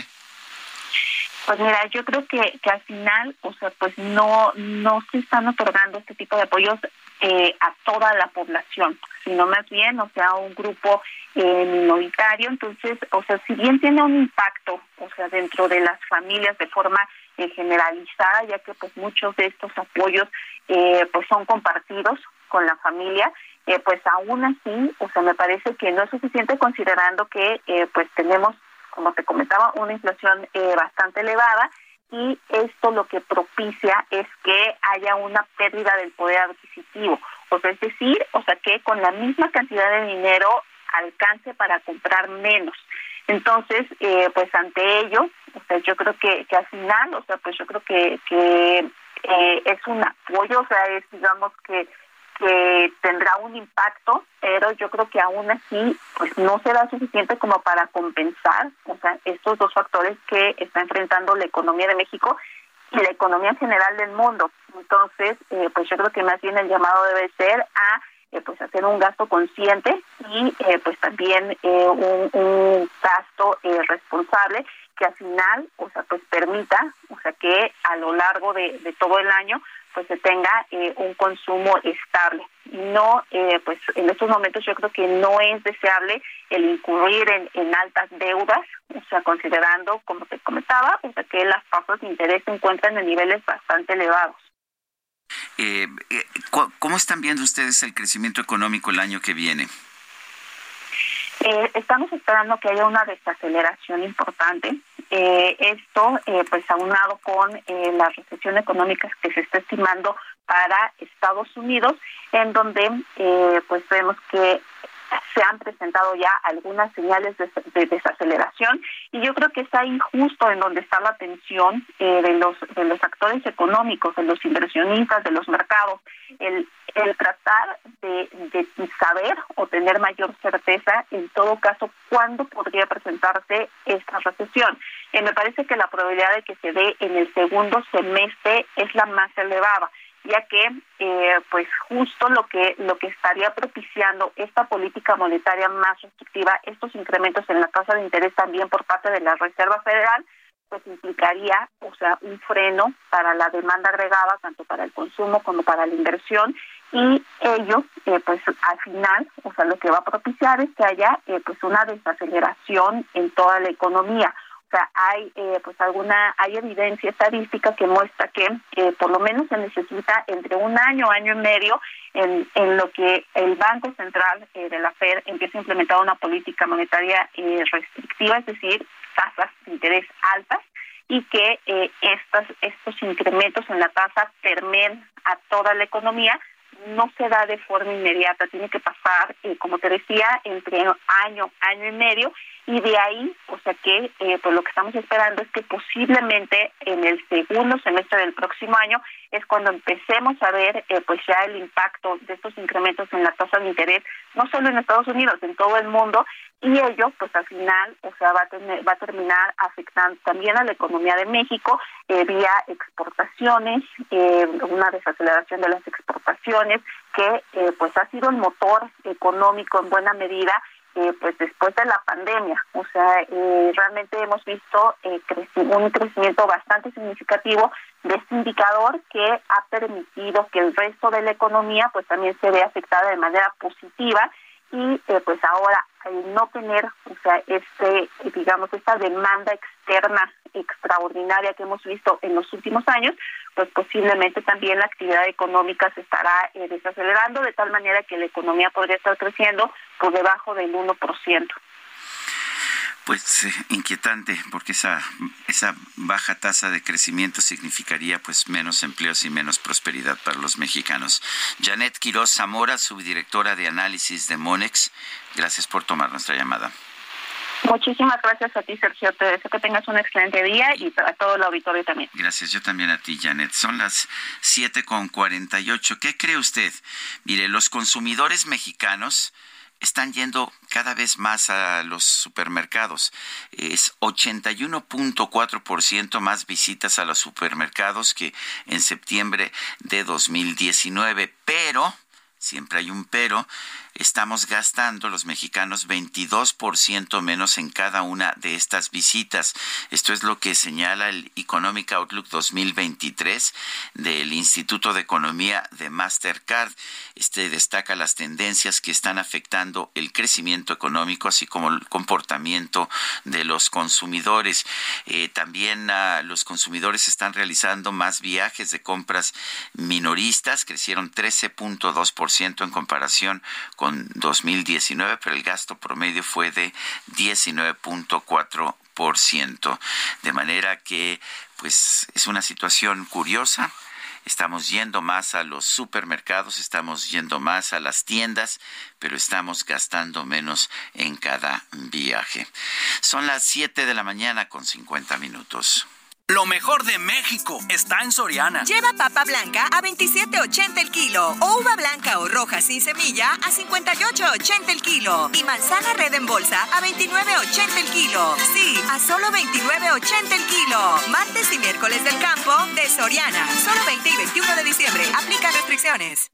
Pues mira, yo creo que, que al final, o sea, pues no no se están otorgando este tipo de apoyos eh, a toda la población, sino más bien, o sea, a un grupo eh, minoritario. Entonces, o sea, si bien tiene un impacto, o sea, dentro de las familias de forma eh, generalizada, ya que pues muchos de estos apoyos eh, pues son compartidos con la familia, eh, pues aún así, o sea, me parece que no es suficiente, considerando que eh, pues tenemos, como te comentaba, una inflación eh, bastante elevada, y esto lo que propicia es que haya una pérdida del poder adquisitivo. O sea, es decir, o sea, que con la misma cantidad de dinero alcance para comprar menos. Entonces, eh, pues ante ello, o sea, yo creo que, que al final, o sea, pues yo creo que, que eh, es un apoyo, o sea, es, digamos que que tendrá un impacto, pero yo creo que aún así pues no será suficiente como para compensar, o sea, estos dos factores que está enfrentando la economía de México y la economía en general del mundo. Entonces, eh, pues yo creo que más bien el llamado debe ser a eh, pues hacer un gasto consciente y eh, pues también eh, un, un gasto eh, responsable, que al final, o sea, pues permita, o sea, que a lo largo de, de todo el año pues se tenga eh, un consumo estable. No, eh, pues en estos momentos yo creo que no es deseable el incurrir en, en altas deudas, o sea, considerando, como te comentaba, o sea, que las tasas de interés se encuentran en niveles bastante elevados. Eh, eh, ¿Cómo están viendo ustedes el crecimiento económico el año que viene? Eh, estamos esperando que haya una desaceleración importante. Eh, esto, eh, pues aunado con eh, la recesión económica que se está estimando para Estados Unidos, en donde eh, pues vemos que se han presentado ya algunas señales de, de desaceleración, y yo creo que está ahí justo en donde está la atención eh, de los de los actores económicos, de los inversionistas, de los mercados, el, el tratar de, de saber o tener mayor certeza, en todo caso, cuándo podría presentarse esta recesión. Eh, me parece que la probabilidad de que se dé en el segundo semestre es la más elevada, ya que eh, pues justo lo que lo que estaría propiciando esta política monetaria más restrictiva, estos incrementos en la tasa de interés también por parte de la Reserva Federal, pues implicaría, o sea, un freno para la demanda agregada, tanto para el consumo como para la inversión, y ello, eh, pues al final, o sea, lo que va a propiciar es que haya eh, pues una desaceleración en toda la economía. O sea, hay eh, pues alguna hay evidencia estadística que muestra que eh, por lo menos se necesita entre un año, año y medio en, en lo que el Banco Central eh, de la Fed empieza a implementar una política monetaria eh, restrictiva, es decir, tasas de interés altas, y que eh, estas estos incrementos en la tasa permeen a toda la economía. No se da de forma inmediata, tiene que pasar, eh, como te decía, entre año, año y medio, y de ahí, o sea que, eh, pues lo que estamos esperando es que posiblemente en el segundo semestre del próximo año es cuando empecemos a ver, eh, pues ya el impacto de estos incrementos en la tasa de interés, no solo en Estados Unidos, en todo el mundo, y ello, pues al final, o sea, va a tener, va a terminar afectando también a la economía de México eh, vía exportaciones, eh, una desaceleración de las exportaciones, que eh, pues ha sido el motor económico en buena medida, eh, pues después de la pandemia. O sea, eh, realmente hemos visto eh, creci- un crecimiento bastante significativo de este indicador que ha permitido que el resto de la economía pues también se vea afectada de manera positiva, y eh, pues ahora al no tener, o sea, este, digamos, esta demanda externa extraordinaria que hemos visto en los últimos años, pues posiblemente también la actividad económica se estará eh, desacelerando, de tal manera que la economía podría estar creciendo por debajo del uno por ciento. Pues eh, inquietante, porque esa esa baja tasa de crecimiento significaría pues menos empleos y menos prosperidad para los mexicanos. Janet Quiroz Zamora, subdirectora de análisis de Monex, gracias por tomar nuestra llamada. Muchísimas gracias a ti, Sergio. Te deseo que tengas un excelente día, y a todo el auditorio también. Gracias, yo también a ti, Janet. Son las siete con cuarenta y ocho. ¿Qué cree usted? Mire, los consumidores mexicanos están yendo cada vez más a los supermercados. Es ochenta y uno punto cuatro por ciento más visitas a los supermercados que en septiembre de dos mil diecinueve. Pero, siempre hay un pero, estamos gastando los mexicanos veintidós por ciento menos en cada una de estas visitas. Esto es lo que señala el Economic Outlook dos mil veintitrés del Instituto de Economía de Mastercard. Este destaca las tendencias que están afectando el crecimiento económico, así como el comportamiento de los consumidores. Eh, también uh, los consumidores están realizando más viajes de compras minoristas, crecieron trece punto dos por ciento en comparación con dos mil diecinueve, pero el gasto promedio fue de diecinueve punto cuatro por ciento. De manera que, pues, es una situación curiosa. Estamos yendo más a los supermercados, estamos yendo más a las tiendas, pero estamos gastando menos en cada viaje. Son las siete de la mañana con cincuenta minutos. Lo mejor de México está en Soriana. Lleva papa blanca a veintisiete ochenta el kilo, o uva blanca o roja sin semilla a cincuenta y ocho ochenta el kilo, y manzana red en bolsa a veintinueve ochenta el kilo. Sí, a solo veintinueve ochenta el kilo. Martes y miércoles del campo de Soriana. Solo veinte y veintiuno de diciembre. Aplica restricciones.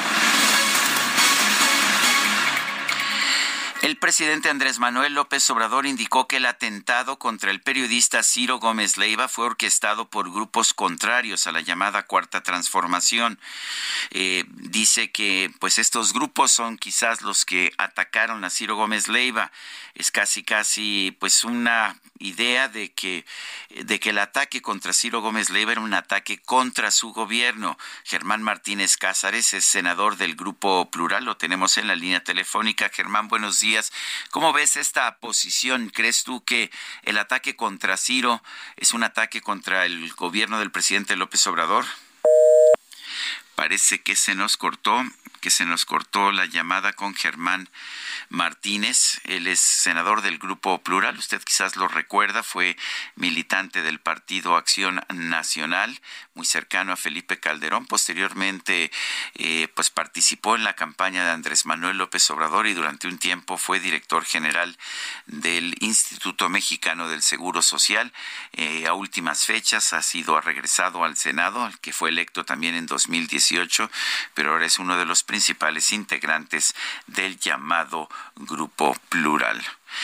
El presidente Andrés Manuel López Obrador indicó que el atentado contra el periodista Ciro Gómez Leiva fue orquestado por grupos contrarios a la llamada Cuarta Transformación. Eh, dice que pues estos grupos son quizás los que atacaron a Ciro Gómez Leiva. Es casi casi pues una idea de que de que el ataque contra Ciro Gómez Leiva era un ataque contra su gobierno. Germán Martínez Cázares es senador del Grupo Plural, lo tenemos en la línea telefónica. Germán, buenos días. ¿Cómo ves esta posición? ¿Crees tú que el ataque contra Ciro es un ataque contra el gobierno del presidente López Obrador? Parece que se nos cortó. que se nos cortó la llamada con Germán Martínez. Él es senador del Grupo Plural. Usted quizás lo recuerda, fue militante del Partido Acción Nacional, muy cercano a Felipe Calderón. Posteriormente, eh, pues participó en la campaña de Andrés Manuel López Obrador y durante un tiempo fue director general del Instituto Mexicano del Seguro Social. Eh, a últimas fechas ha sido ha regresado al Senado, al que fue electo también en dos mil dieciocho, pero ahora es uno de los principales integrantes del llamado Grupo Plural.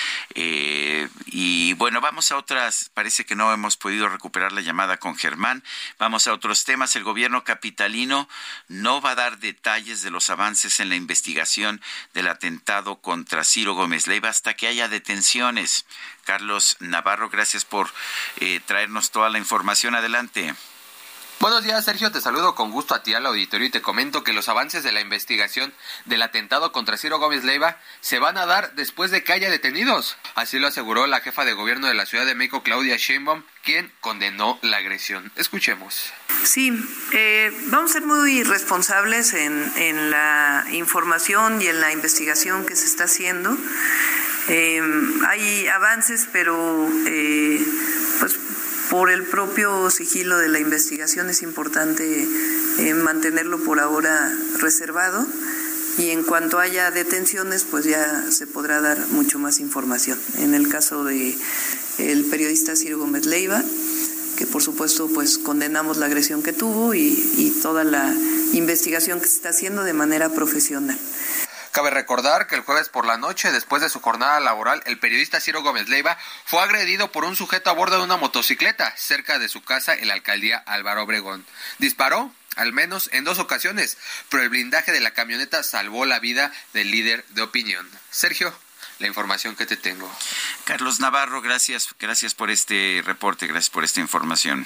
Eh, y bueno, vamos a otras, parece que no hemos podido recuperar la llamada con Germán. Vamos a otros temas. El gobierno capitalino no va a dar detalles de los avances en la investigación del atentado contra Ciro Gómez Leiva hasta que haya detenciones. Carlos Navarro, gracias por eh, traernos toda la información. Adelante. Buenos días, Sergio, te saludo con gusto a ti al auditorio y te comento que los avances de la investigación del atentado contra Ciro Gómez Leiva se van a dar después de que haya detenidos. Así lo aseguró la jefa de gobierno de la Ciudad de México, Claudia Sheinbaum, quien condenó la agresión. Escuchemos. Sí, eh, vamos a ser muy responsables en, en la información y en la investigación que se está haciendo. Eh, hay avances, pero eh, pues por el propio sigilo de la investigación es importante eh, mantenerlo por ahora reservado, y en cuanto haya detenciones pues ya se podrá dar mucho más información. En el caso de el periodista Ciro Gómez Leiva, que por supuesto pues condenamos la agresión que tuvo y, y toda la investigación que se está haciendo de manera profesional. Cabe recordar que el jueves por la noche, después de su jornada laboral, el periodista Ciro Gómez Leiva fue agredido por un sujeto a bordo de una motocicleta cerca de su casa en la alcaldía Álvaro Obregón. Disparó al menos en dos ocasiones, pero el blindaje de la camioneta salvó la vida del líder de opinión. Sergio, la información que te tengo. Carlos Navarro, gracias, gracias por este reporte, gracias por esta información.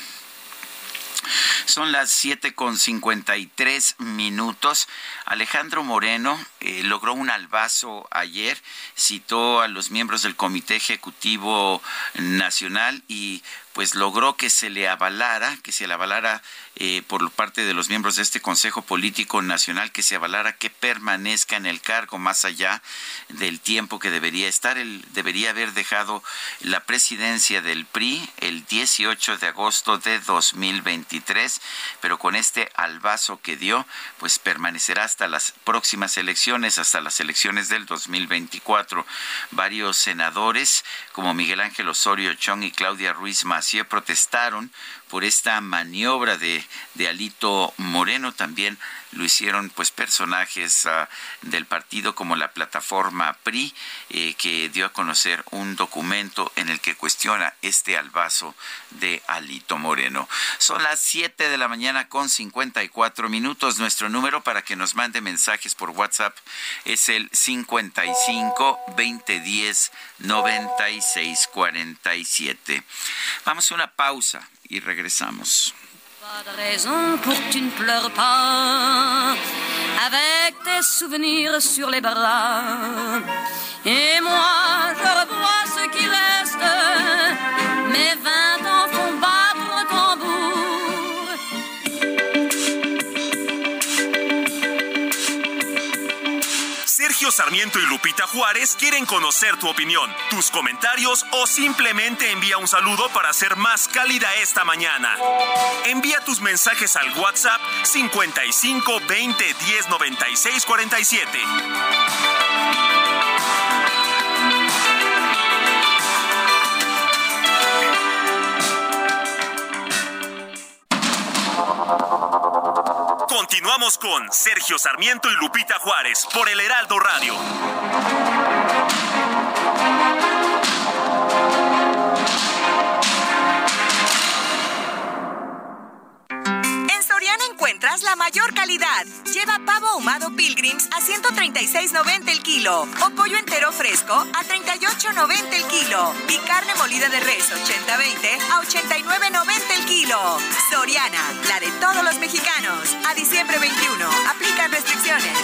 Son las siete con cincuenta y tres minutos. Alejandro Moreno eh, logró un albazo ayer, citó a los miembros del Comité Ejecutivo Nacional y pues logró que se le avalara, que se le avalara eh, por parte de los miembros de este Consejo Político Nacional, que se avalara que permanezca en el cargo más allá del tiempo que debería estar. Él debería haber dejado la presidencia del P R I el dieciocho de agosto de dos mil veintitrés, pero con este albazo que dio, pues permanecerá hasta las próximas elecciones, hasta las elecciones del dos mil veinticuatro. Varios senadores, como Miguel Ángel Osorio Chong y Claudia Ruiz Massieu, protestaron por esta maniobra de, de Alito Moreno. También lo hicieron pues personajes uh, del partido como la plataforma P R I, eh, que dio a conocer un documento en el que cuestiona este albazo de Alito Moreno. Son las siete de la mañana con cincuenta y cuatro minutos. Nuestro número para que nos mande mensajes por WhatsApp es el cincuenta y cinco, veinte diez, noventa y seis cuarenta y siete. Vamos a una pausa y regresamos. Pas de raison pour que tu ne pleures pas, avec tes souvenirs sur les bras. Et moi, je revois ce qui reste, mes vingt ans font battre tambour. Sergio Sarmiento y Lupita Juárez quieren conocer tu opinión, tus comentarios o simplemente envía un saludo para hacer más cálida esta mañana. Envía tus mensajes al WhatsApp cincuenta y cinco, veinte, diez, noventa y seis, cuarenta y siete. Continuamos con Sergio Sarmiento y Lupita Juárez por el Heraldo Radio. En Soriana encuentras la mayor calidad. Lleva pavo ahumado Pilgrims a ciento treinta y seis noventa el kilo o pollo entero fresco a treinta y ocho noventa el kilo y carne molida de res ochenta veinte a ochenta y nueve noventa el kilo. Soriana, la de todos los mexicanos. A diciembre veintiuno, aplican restricciones.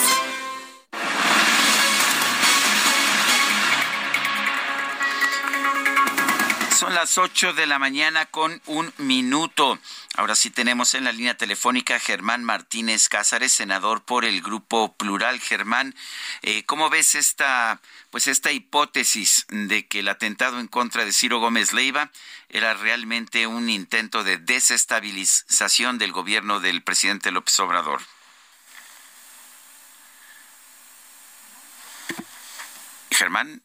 Son las ocho de la mañana con un minuto. Ahora sí tenemos en la línea telefónica a Germán Martínez Cázares, senador por el Grupo Plural. Germán, eh, ¿cómo ves esta, pues esta hipótesis de que el atentado en contra de Ciro Gómez Leiva era realmente un intento de desestabilización del gobierno del presidente López Obrador? Germán.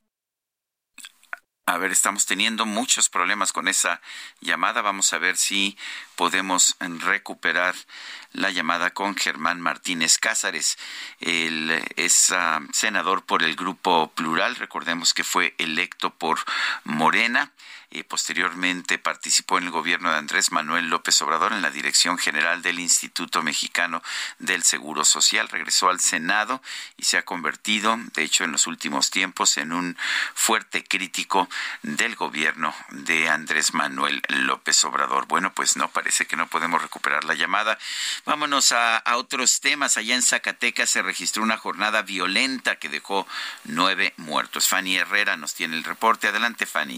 A ver, estamos teniendo muchos problemas con esa llamada. Vamos a ver si podemos recuperar la llamada con Germán Martínez Cázares. Él es uh, senador por el Grupo Plural. Recordemos que fue electo por Morena. Eh, posteriormente participó en el gobierno de Andrés Manuel López Obrador en la dirección general del Instituto Mexicano del Seguro Social. Regresó al Senado y se ha convertido, de hecho, en los últimos tiempos, en un fuerte crítico del gobierno de Andrés Manuel López Obrador. Bueno, pues no, parece que no podemos recuperar la llamada. Vámonos a, a otros temas. Allá en Zacatecas se registró una jornada violenta que dejó nueve muertos. Fanny Herrera nos tiene el reporte. Adelante, Fanny.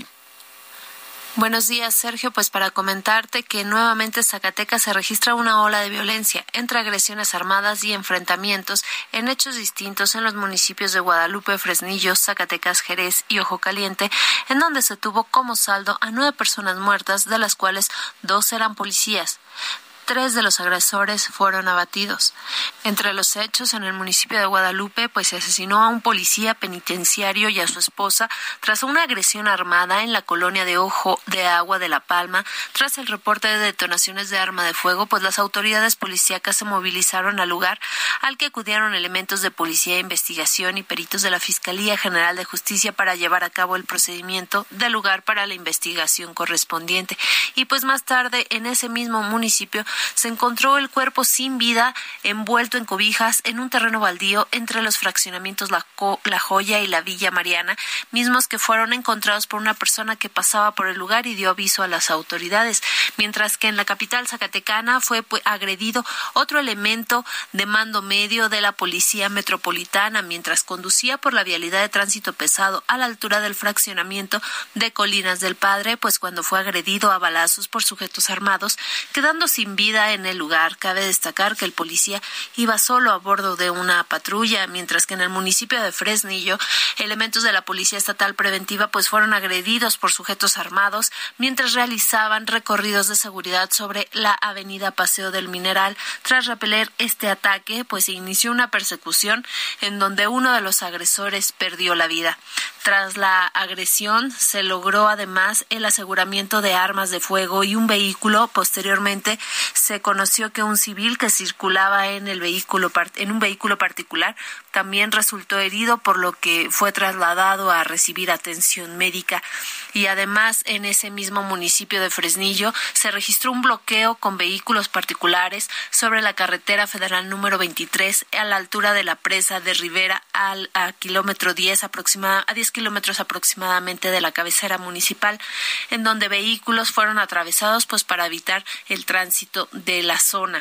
Buenos días, Sergio. Pues para comentarte que nuevamente en Zacatecas se registra una ola de violencia entre agresiones armadas y enfrentamientos en hechos distintos en los municipios de Guadalupe, Fresnillo, Zacatecas, Jerez y Ojo Caliente, en donde se tuvo como saldo a nueve personas muertas, de las cuales dos eran policías. Tres de los agresores fueron abatidos. Entre los hechos, en el municipio de Guadalupe, pues se asesinó a un policía penitenciario y a su esposa tras una agresión armada en la colonia de Ojo de Agua de La Palma. Tras el reporte de detonaciones de arma de fuego, pues las autoridades policíacas se movilizaron al lugar, al que acudieron elementos de policía de investigación y peritos de la Fiscalía General de Justicia para llevar a cabo el procedimiento del lugar para la investigación correspondiente. Y pues más tarde, en ese mismo municipio, se encontró el cuerpo sin vida, envuelto en cobijas, en un terreno baldío entre los fraccionamientos La, Co- La Joya y la Villa Mariana, mismos que fueron encontrados por una persona que pasaba por el lugar y dio aviso a las autoridades. Mientras que en la capital zacatecana fue pues, agredido otro elemento de mando medio de la Policía Metropolitana mientras conducía por la vialidad de tránsito pesado a la altura del fraccionamiento de Colinas del Padre, pues cuando fue agredido a balazos por sujetos armados, quedando sin vida en el lugar. Cabe destacar que el policía iba solo a bordo de una patrulla, mientras que en el municipio de Fresnillo, elementos de la Policía Estatal Preventiva pues fueron agredidos por sujetos armados mientras realizaban recorridos de seguridad sobre la avenida Paseo del Mineral. Tras repeler este ataque, pues se inició una persecución en donde uno de los agresores perdió la vida. Tras la agresión, se logró además el aseguramiento de armas de fuego y un vehículo. Posteriormente, se conoció que un civil que circulaba en el vehículo en un vehículo particular también resultó herido, por lo que fue trasladado a recibir atención médica. Y además, en ese mismo municipio de Fresnillo se registró un bloqueo con vehículos particulares sobre la carretera federal número veintitrés a la altura de la presa de Rivera al a kilómetro diez aproximada a diez kilómetros aproximadamente de la cabecera municipal, en donde vehículos fueron atravesados pues para evitar el tránsito de la zona.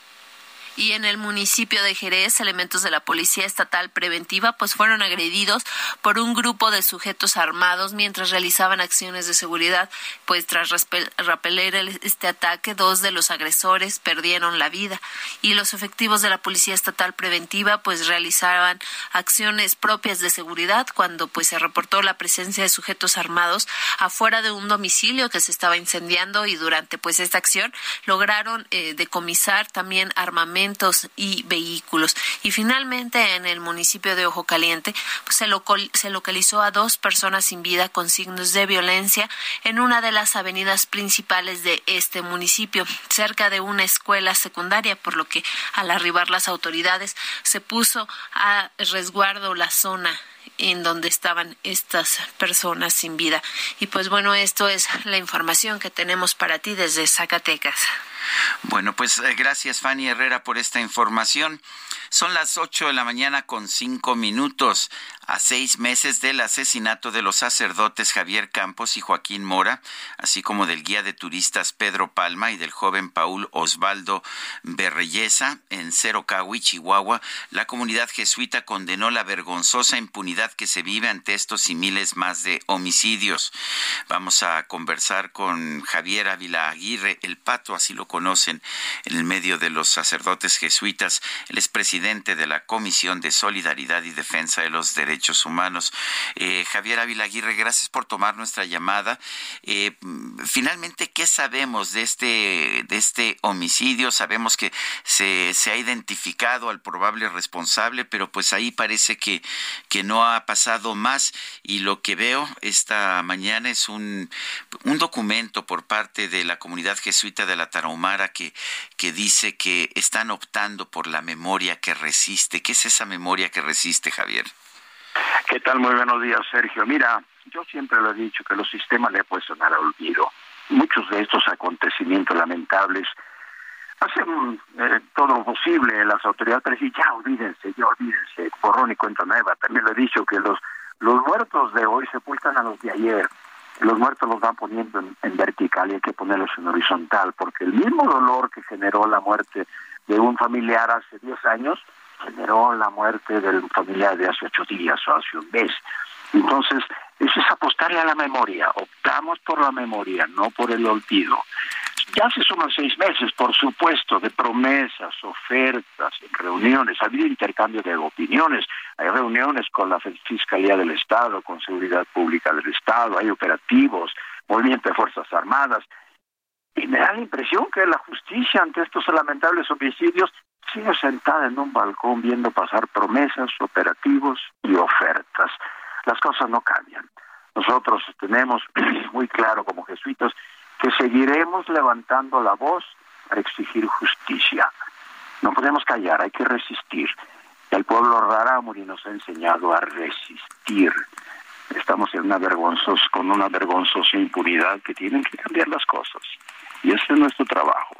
Y en el municipio de Jerez, elementos de la Policía Estatal Preventiva pues fueron agredidos por un grupo de sujetos armados mientras realizaban acciones de seguridad. Pues tras repeler este ataque, dos de los agresores perdieron la vida y los efectivos de la Policía Estatal Preventiva pues realizaban acciones propias de seguridad cuando pues se reportó la presencia de sujetos armados afuera de un domicilio que se estaba incendiando, y durante pues esta acción lograron eh, decomisar también armamento y vehículos. Y finalmente, en el municipio de Ojo Caliente pues, se, local, se localizó a dos personas sin vida con signos de violencia en una de las avenidas principales de este municipio, cerca de una escuela secundaria, por lo que al arribar las autoridades se puso a resguardo la zona en donde estaban estas personas sin vida. Y pues bueno, esto es la información que tenemos para ti desde Zacatecas. Bueno, pues eh, gracias Fanny Herrera por esta información. Son las ocho de la mañana con cinco minutos. A seis meses del asesinato de los sacerdotes Javier Campos y Joaquín Mora, así como del guía de turistas Pedro Palma y del joven Paul Osvaldo Berreyesa en Cerocahui, Chihuahua, la comunidad jesuita condenó la vergonzosa impunidad que se vive ante estos y miles más de homicidios. Vamos a conversar con Javier Ávila Aguirre, el Pato, así lo conocen en el medio de los sacerdotes jesuitas. Él es presidente de la Comisión de Solidaridad y Defensa de los Derechos Humanos. Eh, Javier Ávila Aguirre, gracias por tomar nuestra llamada. Eh, finalmente, ¿qué sabemos de este, de este homicidio? Sabemos que se, se ha identificado al probable responsable, pero pues ahí parece que, que no ha pasado más, y lo que veo esta mañana es un, un documento por parte de la comunidad jesuita de la Tarahumara que, que dice que están optando por la memoria que resiste. ¿Qué es esa memoria que resiste, Javier? ¿Qué tal? Muy buenos días, Sergio. Mira, yo siempre lo he dicho que los sistemas le pueden al olvido. Muchos de estos acontecimientos lamentables hacen eh, todo lo posible las autoridades para decir, ya olvídense, ya olvídense, borrón y cuenta nueva. También lo he dicho que los, los muertos de hoy sepultan a los de ayer. Los muertos los van poniendo en, en vertical y hay que ponerlos en horizontal, porque el mismo dolor que generó la muerte de un familiar hace diez años, generó la muerte del familiar de hace ocho días o hace un mes. Entonces, eso es apostarle a la memoria. Optamos por la memoria, no por el olvido. Ya se suman seis meses, por supuesto, de promesas, ofertas, reuniones. Ha habido intercambio de opiniones. Hay reuniones con la Fiscalía del Estado, con Seguridad Pública del Estado, hay operativos, movimiento de Fuerzas Armadas. Y me da la impresión que la justicia ante estos lamentables homicidios sigue sentada en un balcón viendo pasar promesas, operativos y ofertas. Las cosas no cambian. Nosotros tenemos muy claro como jesuitas que seguiremos levantando la voz para exigir justicia. No podemos callar, hay que resistir. El pueblo rarámuri nos ha enseñado a resistir. Estamos en una vergonzosa, con una vergonzosa impunidad que tienen que cambiar las cosas. Y ese es nuestro trabajo.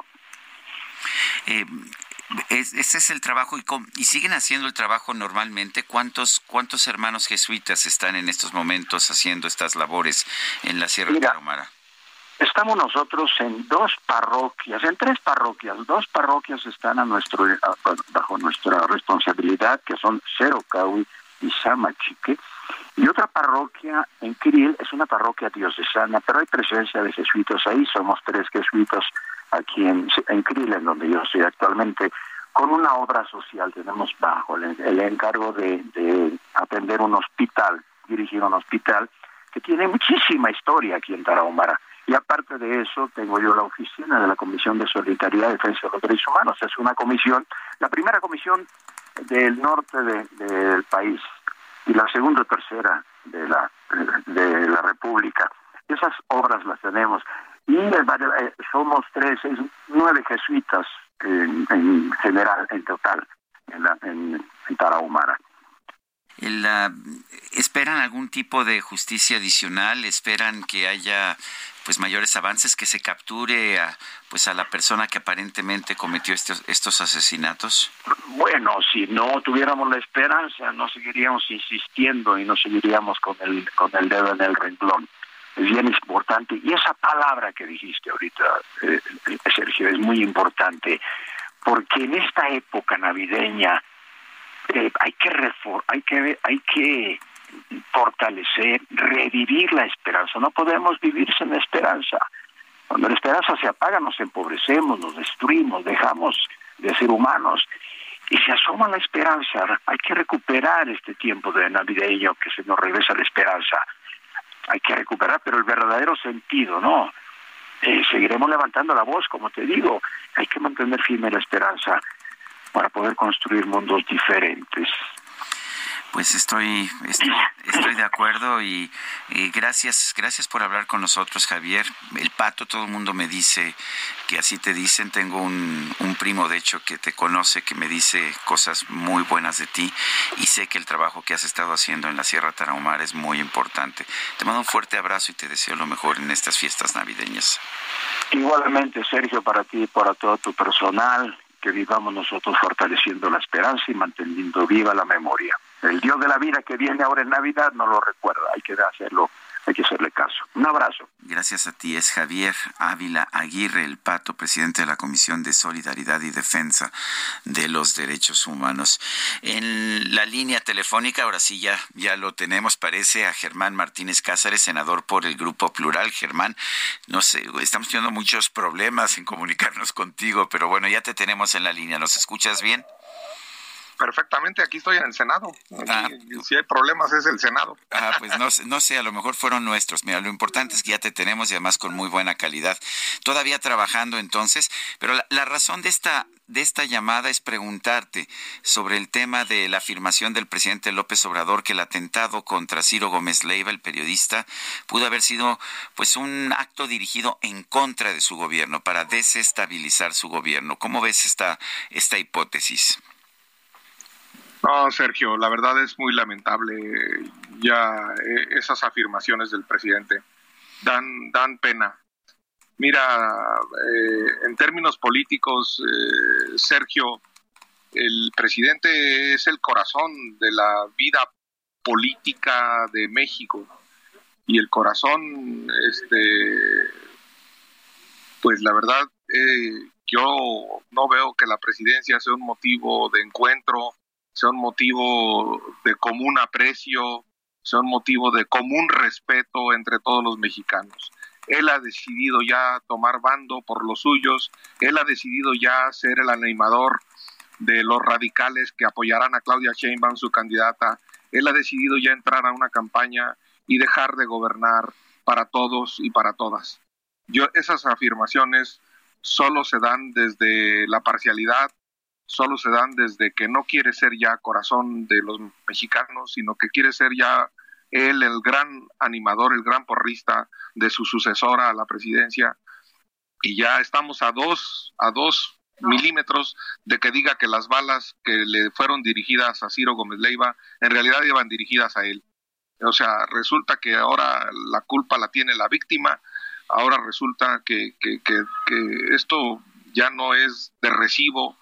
Eh, es, ese es el trabajo y, com, y siguen haciendo el trabajo normalmente. ¿Cuántos cuántos hermanos jesuitas están en estos momentos haciendo estas labores en la Sierra Mira, Tarahumara? Estamos nosotros en dos parroquias, en tres parroquias. Dos parroquias están a nuestro a, bajo nuestra responsabilidad, que son Cerocahui y Samachique. Y otra parroquia en Cril es una parroquia diocesana, pero hay presencia de jesuitas ahí. Somos tres jesuitas aquí en, en Cril, en donde yo estoy actualmente, con una obra social. Tenemos bajo el, el encargo de, de atender un hospital, dirigir un hospital, que tiene muchísima historia aquí en Tarahumara. Y aparte de eso, tengo yo la oficina de la Comisión de Solidaridad y Defensa de los Derechos Humanos. Es una comisión, la primera comisión del norte de, del país y la segunda o tercera de la, de la República. Esas obras las tenemos. Y eh, somos tres, seis, nueve jesuitas en, en general, en total, en, la, en, en Tarahumara. El, uh, ¿Esperan algún tipo de justicia adicional? ¿Esperan que haya pues mayores avances, que se capture a pues a la persona que aparentemente cometió estos estos asesinatos? Bueno, si no tuviéramos la esperanza, no seguiríamos insistiendo y no seguiríamos con el con el dedo en el renglón. Es bien importante, y esa palabra que dijiste ahorita, eh, Sergio, es muy importante, porque en esta época navideña eh, hay que refor- hay que hay que fortalecer, revivir la esperanza. No podemos vivir sin esperanza. Cuando la esperanza se apaga, nos empobrecemos, nos destruimos, dejamos de ser humanos. Y se asoma la esperanza. Hay que recuperar este tiempo de navideño que se nos regresa la esperanza. Hay que recuperar, pero el verdadero sentido, ¿no? Eh, seguiremos levantando la voz, como te digo. Hay que mantener firme la esperanza para poder construir mundos diferentes. Pues estoy, estoy, estoy de acuerdo y, y gracias, gracias por hablar con nosotros, Javier. El Pato, todo el mundo me dice que así te dicen. Tengo un, un primo, de hecho, que te conoce, que me dice cosas muy buenas de ti y sé que el trabajo que has estado haciendo en la Sierra Tarahumara es muy importante. Te mando un fuerte abrazo y te deseo lo mejor en estas fiestas navideñas. Igualmente, Sergio, para ti y para todo tu personal, que vivamos nosotros fortaleciendo la esperanza y manteniendo viva la memoria. El Dios de la vida que viene ahora en Navidad no lo recuerda, hay que hacerlo, hay que hacerle caso. Un abrazo. Gracias a ti. Es Javier Ávila Aguirre, el Pato, presidente de la Comisión de Solidaridad y Defensa de los Derechos Humanos. En la línea telefónica, ahora sí ya, ya lo tenemos, parece, a Germán Martínez Cázares, senador por el Grupo Plural. Germán, no sé, estamos teniendo muchos problemas en comunicarnos contigo, pero bueno, ya te tenemos en la línea. ¿Nos escuchas bien? Perfectamente, aquí estoy en el Senado. Aquí, ah, si hay problemas es el Senado. Ah, pues no, no sé, a lo mejor fueron nuestros. Mira, lo importante es que ya te tenemos y además con muy buena calidad. Todavía trabajando entonces, pero la, la razón de esta de esta llamada es preguntarte sobre el tema de la afirmación del presidente López Obrador que el atentado contra Ciro Gómez Leiva, el periodista, pudo haber sido pues un acto dirigido en contra de su gobierno, para desestabilizar su gobierno. ¿Cómo ves esta esta hipótesis? No, Sergio, la verdad es muy lamentable ya eh, esas afirmaciones del presidente. Dan, dan pena. Mira, eh, en términos políticos, eh, Sergio, el presidente es el corazón de la vida política de México. Y el corazón, este, pues la verdad, eh, yo no veo que la presidencia sea un motivo de encuentro, sea un motivo de común aprecio, sea un motivo de común respeto entre todos los mexicanos. Él ha decidido ya tomar bando por los suyos, él ha decidido ya ser el animador de los radicales que apoyarán a Claudia Sheinbaum, su candidata. Él ha decidido ya entrar a una campaña y dejar de gobernar para todos y para todas. Yo, esas afirmaciones solo se dan desde la parcialidad, solo se dan desde que no quiere ser ya corazón de los mexicanos, sino que quiere ser ya él el gran animador, el gran porrista de su sucesora a la presidencia. Y ya estamos a dos, a dos milímetros de que diga que las balas que le fueron dirigidas a Ciro Gómez Leiva en realidad iban dirigidas a él. O sea, resulta que ahora la culpa la tiene la víctima, ahora resulta que, que, que, que esto ya no es de recibo.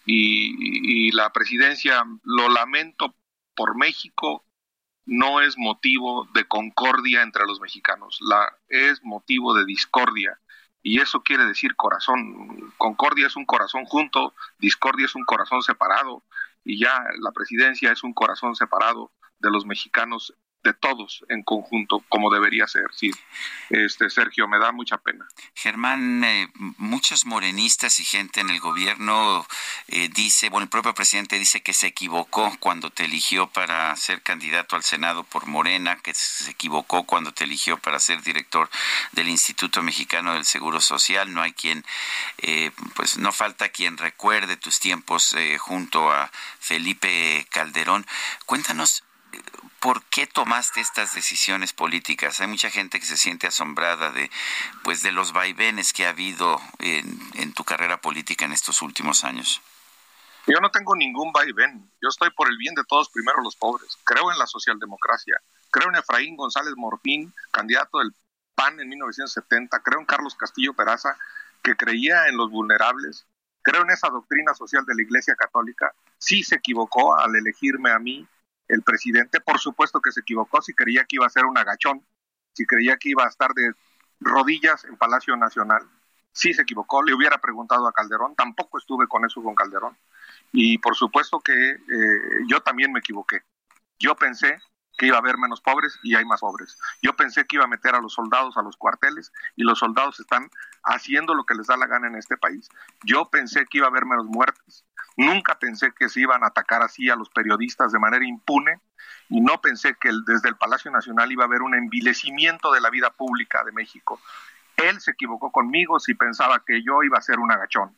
Y, y la presidencia, lo lamento por México, no es motivo de concordia entre los mexicanos, la, es motivo de discordia, y eso quiere decir corazón. Concordia es un corazón junto, discordia es un corazón separado, y ya la presidencia es un corazón separado de los mexicanos, de todos en conjunto, como debería ser. Sí, este Sergio, me da mucha pena. Germán, eh, muchos morenistas y gente en el gobierno eh, dice, bueno, el propio presidente dice que se equivocó cuando te eligió para ser candidato al Senado por Morena, que se equivocó cuando te eligió para ser director del Instituto Mexicano del Seguro Social. No hay quien, eh, pues no falta quien recuerde tus tiempos eh, junto a Felipe Calderón. Cuéntanos, ¿por qué tomaste estas decisiones políticas? Hay mucha gente que se siente asombrada de, pues, de los vaivenes que ha habido en, en tu carrera política en estos últimos años. Yo no tengo ningún vaivén. Yo estoy por el bien de todos, primero los pobres. Creo en la socialdemocracia. Creo en Efraín González Morfín, candidato del P A N en mil novecientos setenta. Creo en Carlos Castillo Peraza, que creía en los vulnerables. Creo en esa doctrina social de la Iglesia Católica. Sí se equivocó al elegirme a mí el presidente, por supuesto que se equivocó si creía que iba a ser un agachón, si creía que iba a estar de rodillas en Palacio Nacional. Sí se equivocó, le hubiera preguntado a Calderón, tampoco estuve con eso con Calderón. Y por supuesto que eh, yo también me equivoqué. Yo pensé que iba a haber menos pobres y hay más pobres. Yo pensé que iba a meter a los soldados a los cuarteles y los soldados están haciendo lo que les da la gana en este país. Yo pensé que iba a haber menos muertes. Nunca pensé que se iban a atacar así a los periodistas de manera impune, y no pensé que el, desde el Palacio Nacional iba a haber un envilecimiento de la vida pública de México. Él se equivocó conmigo si pensaba que yo iba a ser un agachón.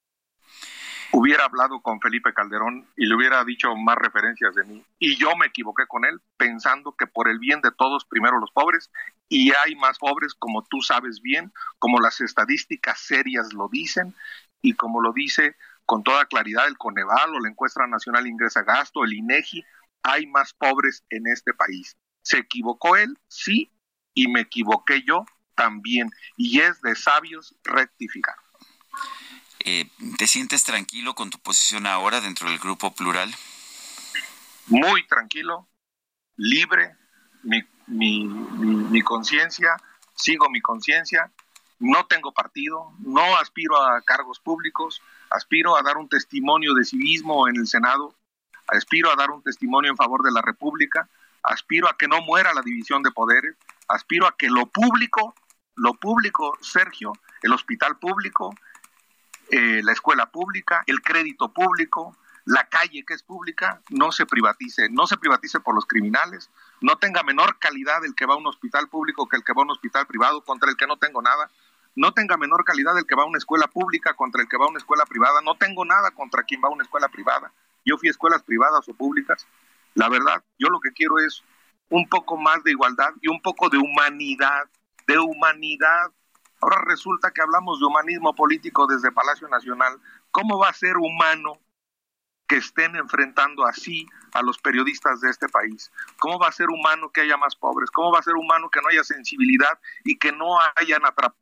Hubiera hablado con Felipe Calderón y le hubiera dicho más referencias de mí. Y yo me equivoqué con él pensando que por el bien de todos, primero los pobres, y hay más pobres, como tú sabes bien, como las estadísticas serias lo dicen, y como lo dice con toda claridad el Coneval o la Encuesta Nacional de Ingreso a Gasto, el INEGI, hay más pobres en este país. ¿Se equivocó él? Sí, y me equivoqué yo también, y es de sabios rectificar. Eh, ¿Te sientes tranquilo con tu posición ahora dentro del Grupo Plural? Muy tranquilo, libre, mi, mi, mi, mi conciencia, sigo mi conciencia, no tengo partido, no aspiro a cargos públicos, aspiro a dar un testimonio de civismo en el Senado, aspiro a dar un testimonio en favor de la República, aspiro a que no muera la división de poderes, aspiro a que lo público, lo público, Sergio, el hospital público, eh, la escuela pública, el crédito público, la calle que es pública, no se privatice, no se privatice por los criminales, no tenga menor calidad el que va a un hospital público que el que va a un hospital privado, contra el que no tengo nada, no tenga menor calidad el que va a una escuela pública contra el que va a una escuela privada, no tengo nada contra quien va a una escuela privada, yo fui a escuelas privadas o públicas, la verdad, yo lo que quiero es un poco más de igualdad y un poco de humanidad, de humanidad. Ahora resulta que hablamos de humanismo político desde Palacio Nacional. ¿Cómo va a ser humano que estén enfrentando así a los periodistas de este país? ¿Cómo va a ser humano que haya más pobres? ¿Cómo va a ser humano que no haya sensibilidad y que no hayan atrapado?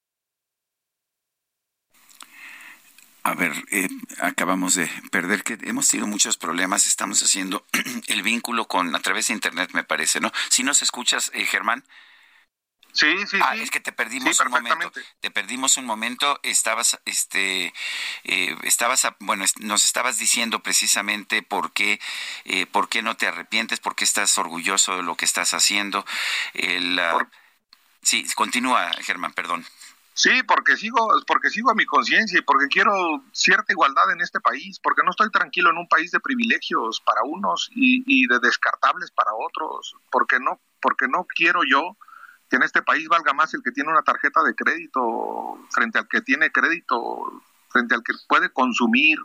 A ver, eh, acabamos de perder, que hemos tenido muchos problemas, estamos haciendo el vínculo con a través de internet, me parece, ¿no? Si nos escuchas, eh, Germán. Sí, sí, ah, sí. es que te perdimos sí, un momento. Te perdimos un momento. Estabas, este, eh, estabas, bueno, nos estabas diciendo precisamente por qué, eh, por qué no te arrepientes, por qué estás orgulloso de lo que estás haciendo. El, uh, por... Sí, continúa, Germán, perdón. Sí, porque sigo, porque sigo a mi conciencia y porque quiero cierta igualdad en este país, porque no estoy tranquilo en un país de privilegios para unos y, y de descartables para otros, porque no, porque no quiero yo que en este país valga más el que tiene una tarjeta de crédito frente al que tiene crédito, frente al que puede consumir.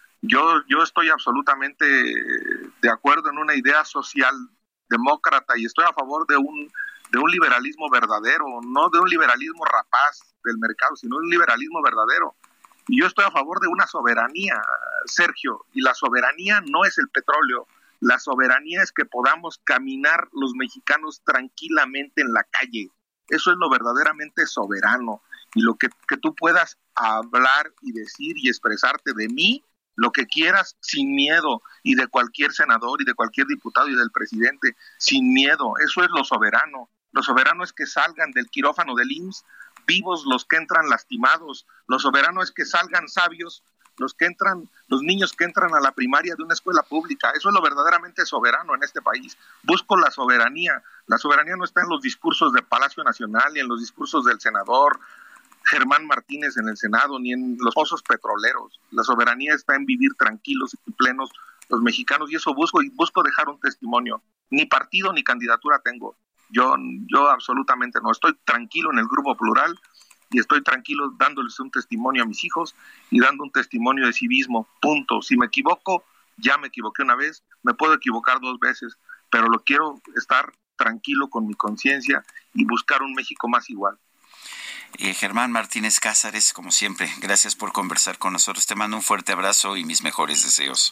Yo, yo estoy absolutamente de acuerdo en una idea social demócrata y estoy a favor de un de un liberalismo verdadero, no de un liberalismo rapaz del mercado, sino un liberalismo verdadero. Y yo estoy a favor de una soberanía, Sergio, y la soberanía no es el petróleo, la soberanía es que podamos caminar los mexicanos tranquilamente en la calle. Eso es lo verdaderamente soberano. Y lo que, que tú puedas hablar y decir y expresarte de mí, lo que quieras, sin miedo, y de cualquier senador y de cualquier diputado y del presidente, sin miedo. Eso es lo soberano. Lo soberano es que salgan del quirófano del I M S S vivos los que entran lastimados. Lo soberano es que salgan sabios los que entran, los niños que entran a la primaria de una escuela pública. Eso es lo verdaderamente soberano en este país. Busco la soberanía. La soberanía no está en los discursos del Palacio Nacional, ni en los discursos del senador Germán Martínez en el Senado, ni en los pozos petroleros. La soberanía está en vivir tranquilos y plenos los mexicanos, y eso busco, y busco dejar un testimonio. Ni partido ni candidatura tengo. Yo, yo absolutamente no. Estoy tranquilo en el Grupo Plural y estoy tranquilo dándoles un testimonio a mis hijos y dando un testimonio de civismo, punto. Si me equivoco, ya me equivoqué una vez, me puedo equivocar dos veces, pero lo quiero estar tranquilo con mi conciencia y buscar un México más igual. Eh, Germán Martínez Cázares, como siempre, gracias por conversar con nosotros. Te mando un fuerte abrazo y mis mejores deseos.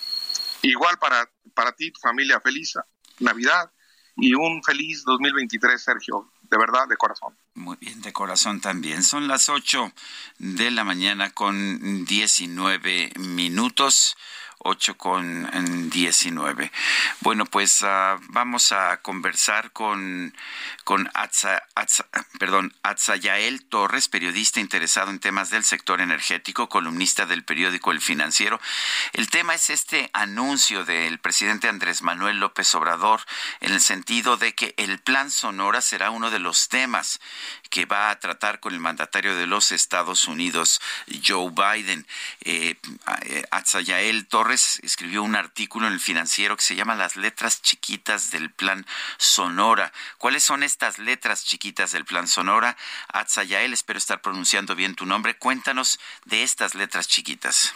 Igual para, para ti, tu familia, feliz Navidad y un feliz dos mil veintitrés, Sergio, de verdad, de corazón. Muy bien, de corazón también. Son las ocho de la mañana con diecinueve minutos. ocho con diecinueve. Bueno, pues uh, vamos a conversar con, con Atza, Atza, perdón, Atzayael Torres, periodista interesado en temas del sector energético, columnista del periódico El Financiero. El tema es este anuncio del presidente Andrés Manuel López Obrador en el sentido de que el Plan Sonora será uno de los temas que va a tratar con el mandatario de los Estados Unidos, Joe Biden. Eh, Atzayael Torres escribió un artículo en El Financiero que se llama Las letras chiquitas del Plan Sonora. ¿Cuáles son estas letras chiquitas del Plan Sonora? Atzayael, espero estar pronunciando bien tu nombre. Cuéntanos de estas letras chiquitas.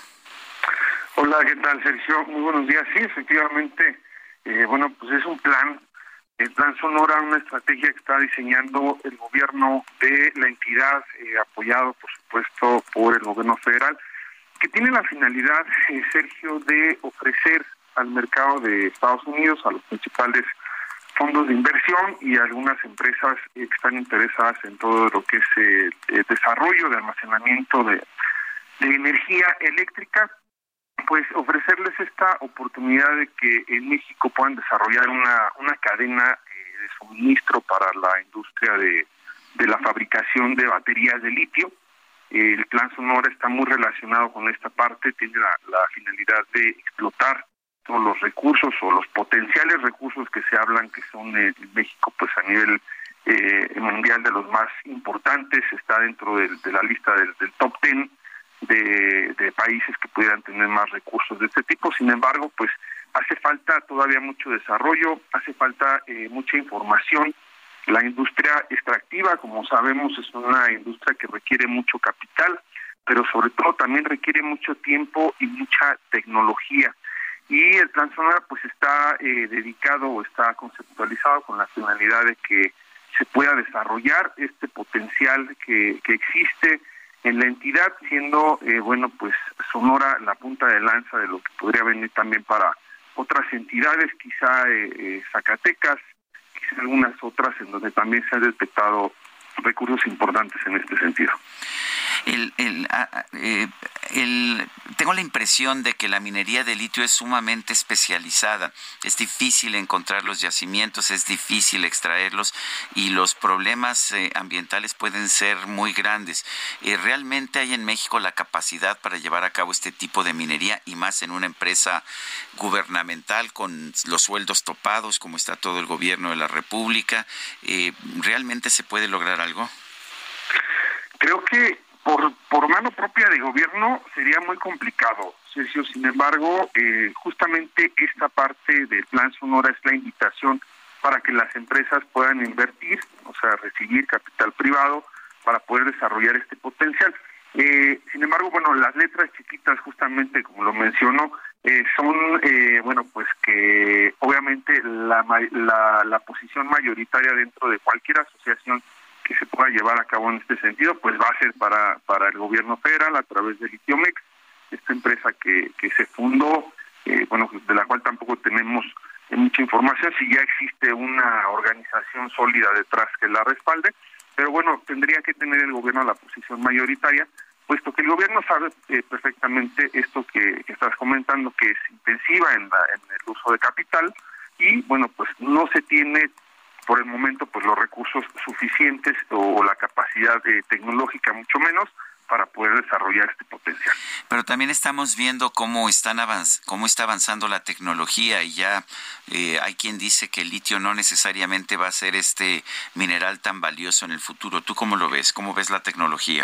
Hola, ¿qué tal, Sergio? Muy buenos días. Sí, efectivamente, eh, bueno, pues es un plan. El Plan Sonora, una estrategia que está diseñando el gobierno de la entidad, eh, apoyado, por supuesto, por el gobierno federal, que tiene la finalidad, eh, Sergio, de ofrecer al mercado de Estados Unidos, a los principales fondos de inversión y algunas empresas eh, que están interesadas en todo lo que es eh, el desarrollo de almacenamiento de, de energía eléctrica, pues ofrecerles esta oportunidad de que en México puedan desarrollar una, una cadena eh, de suministro para la industria de, de la fabricación de baterías de litio. Eh, el Plan Sonora está muy relacionado con esta parte, tiene la, la finalidad de explotar todos los recursos o los potenciales recursos que se hablan que son en México, pues a nivel eh, mundial de los más importantes, está dentro de, de la lista del, del top ten de, de países que pudieran tener más recursos de este tipo. Sin embargo, pues hace falta todavía mucho desarrollo, hace falta eh, mucha información. La industria extractiva, como sabemos, es una industria que requiere mucho capital, pero sobre todo también requiere mucho tiempo y mucha tecnología. Y el Plan Sonora pues está eh, dedicado o está conceptualizado con la finalidad de que se pueda desarrollar este potencial que, que existe en la entidad, siendo, eh, bueno, pues Sonora la punta de lanza de lo que podría venir también para otras entidades, quizá eh, eh, Zacatecas, quizá algunas otras en donde también se han detectado recursos importantes en este sentido. El, el, eh, el, tengo la impresión de que la minería de litio es sumamente especializada. Es difícil encontrar los yacimientos, es difícil extraerlos y los problemas eh, ambientales pueden ser muy grandes. Eh, ¿Realmente hay en México la capacidad para llevar a cabo este tipo de minería y más en una empresa gubernamental con los sueldos topados como está todo el gobierno de la República? Eh, ¿Realmente se puede lograr algo? Creo que Por, por mano propia de gobierno sería muy complicado, Sergio. Sin embargo, eh, justamente esta parte del Plan Sonora es la invitación para que las empresas puedan invertir, o sea, recibir capital privado para poder desarrollar este potencial. Eh, sin embargo, bueno, las letras chiquitas, justamente como lo menciono, eh, son, eh, bueno, pues que obviamente la, la, la posición mayoritaria dentro de cualquier asociación que se pueda llevar a cabo en este sentido, pues va a ser para para el gobierno federal a través de Litiomex, esta empresa que, que se fundó, eh, bueno, de la cual tampoco tenemos eh, mucha información, si ya existe una organización sólida detrás que la respalde, pero bueno, tendría que tener el gobierno la posición mayoritaria, puesto que el gobierno sabe eh, perfectamente esto que, que estás comentando, que es intensiva en, la, en el uso de capital, y bueno, pues no se tiene por el momento pues los recursos suficientes o la capacidad eh, tecnológica mucho menos para poder desarrollar este potencial. Pero también estamos viendo cómo están avanz- cómo está avanzando la tecnología y ya eh, hay quien dice que el litio no necesariamente va a ser este mineral tan valioso en el futuro. ¿Tú cómo lo ves? ¿Cómo ves la tecnología?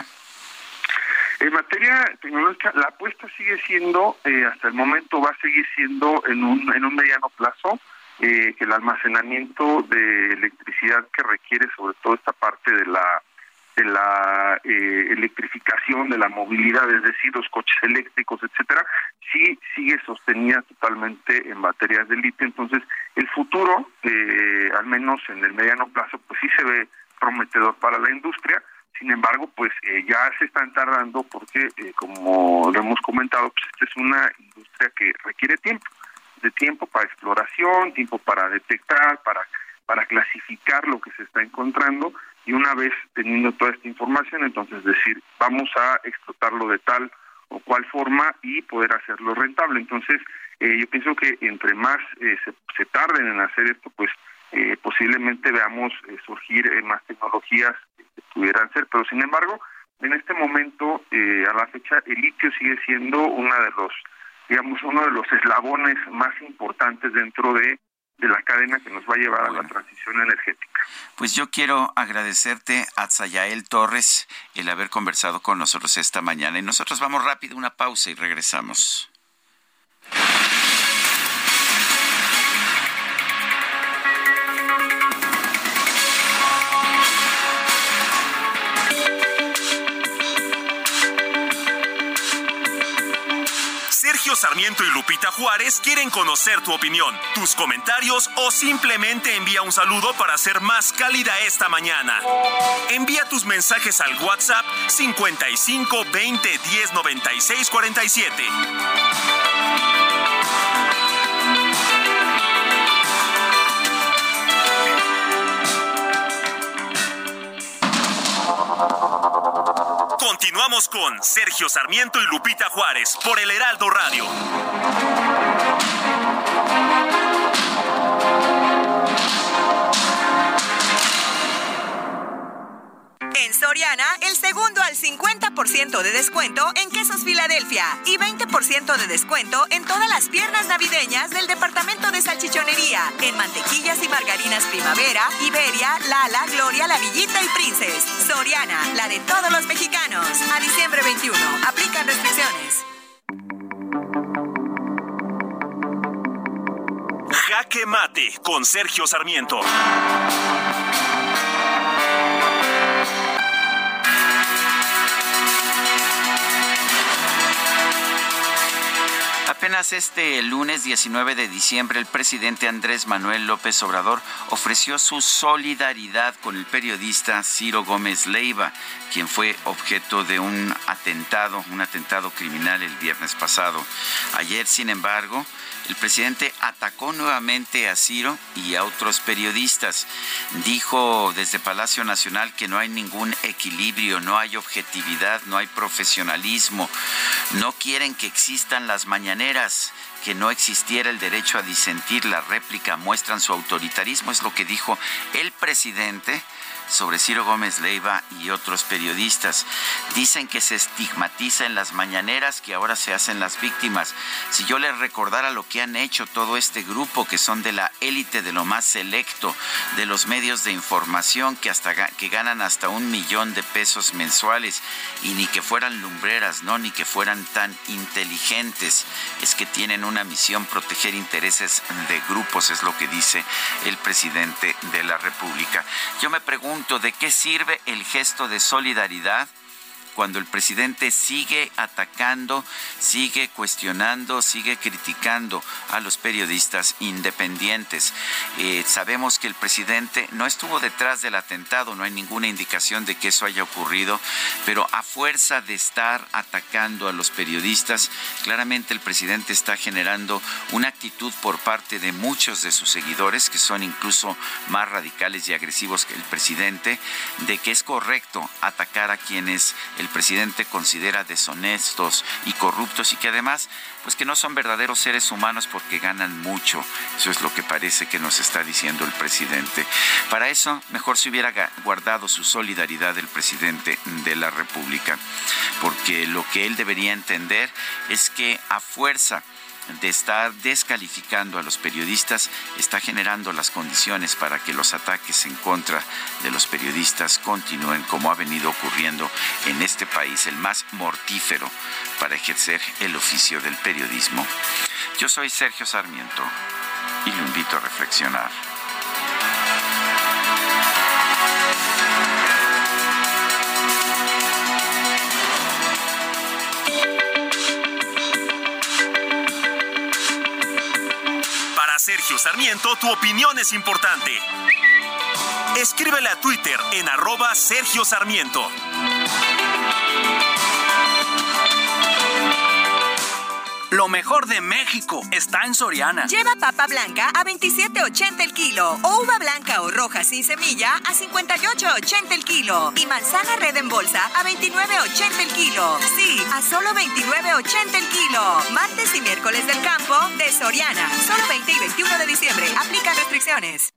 En materia tecnológica, la apuesta sigue siendo, eh, hasta el momento va a seguir siendo en un en un mediano plazo, Eh, que el almacenamiento de electricidad que requiere sobre todo esta parte de la de la eh, electrificación de la movilidad, es decir, los coches eléctricos, etcétera, sí sigue sostenida totalmente en baterías de litio. Entonces, el futuro, eh, al menos en el mediano plazo, pues sí se ve prometedor para la industria. Sin embargo, pues eh, ya se están tardando porque, eh, como lo hemos comentado, pues esta es una industria que requiere tiempo. de tiempo para exploración, tiempo para detectar, para para clasificar lo que se está encontrando, y una vez teniendo toda esta información, entonces decir, vamos a explotarlo de tal o cual forma y poder hacerlo rentable. Entonces, eh, yo pienso que entre más eh, se, se tarden en hacer esto, pues eh, posiblemente veamos eh, surgir eh, más tecnologías que pudieran ser, pero sin embargo, en este momento, eh, a la fecha, el litio sigue siendo una de los digamos, uno de los eslabones más importantes dentro de, de la cadena que nos va a llevar bueno. a la transición energética. Pues yo quiero agradecerte a Atzayael Torres el haber conversado con nosotros esta mañana. Y nosotros vamos rápido, una pausa y regresamos. Sergio Sarmiento y Lupita Juárez quieren conocer tu opinión, tus comentarios o simplemente envía un saludo para ser más cálida esta mañana. Envía tus mensajes al WhatsApp cincuenta y cinco veinte diez noventa y seis cuarenta y siete. Continuamos con Sergio Sarmiento y Lupita Juárez por el Heraldo Radio. En Soriana, el segundo al cincuenta por ciento de descuento en quesos Filadelfia y veinte por ciento de descuento en todas las piernas navideñas del departamento de salchichonería, en mantequillas y margarinas Primavera, Iberia, Lala, Gloria, La Villita y Princess. Soriana, la de todos los mexicanos. A diciembre veintiuno, aplican restricciones. Jaque Mate con Sergio Sarmiento. Apenas este lunes diecinueve de diciembre, el presidente Andrés Manuel López Obrador ofreció su solidaridad con el periodista Ciro Gómez Leiva, quien fue objeto de un atentado, un atentado criminal el viernes pasado. Ayer, sin embargo, el presidente atacó nuevamente a Ciro y a otros periodistas. Dijo desde Palacio Nacional que no hay ningún equilibrio, no hay objetividad, no hay profesionalismo. No quieren que existan las mañaneras, que no existiera el derecho a disentir, la réplica, muestran su autoritarismo, es lo que dijo el presidente sobre Ciro Gómez Leiva y otros periodistas. Dicen que se estigmatiza en las mañaneras, que ahora se hacen las víctimas. Si yo les recordara lo que han hecho todo este grupo, que son de la élite, de lo más selecto, de los medios de información, que hasta que ganan hasta un millón de pesos mensuales, y ni que fueran lumbreras, no, ni que fueran tan inteligentes, es que tienen una misión: proteger intereses de grupos, es lo que dice el presidente de la República. Yo me pregunto, ¿de qué sirve el gesto de solidaridad cuando el presidente sigue atacando, sigue cuestionando, sigue criticando a los periodistas independientes? Eh, sabemos que el presidente no estuvo detrás del atentado, no hay ninguna indicación de que eso haya ocurrido, pero a fuerza de estar atacando a los periodistas, claramente el presidente está generando una actitud por parte de muchos de sus seguidores, que son incluso más radicales y agresivos que el presidente, de que es correcto atacar a quienes el presidente considera deshonestos y corruptos, y que además, pues que no son verdaderos seres humanos porque ganan mucho. Eso es lo que parece que nos está diciendo el presidente. Para eso, mejor se hubiera guardado su solidaridad el presidente de la República, porque lo que él debería entender es que a fuerza de estar descalificando a los periodistas, está generando las condiciones para que los ataques en contra de los periodistas continúen, como ha venido ocurriendo en este país, el más mortífero para ejercer el oficio del periodismo. Yo soy Sergio Sarmiento y lo invito a reflexionar. Sergio Sarmiento, tu opinión es importante. Escríbele a Twitter en arroba Sergio Sarmiento. Lo mejor de México está en Soriana. Lleva papa blanca a veintisiete ochenta el kilo o uva blanca o roja sin semilla a cincuenta y ocho ochenta el kilo y manzana red en bolsa a veintinueve ochenta el kilo. Sí, a solo veintinueve ochenta el kilo. Martes y miércoles del campo de Soriana. Solo veinte y veintiuno de diciembre. Aplica restricciones.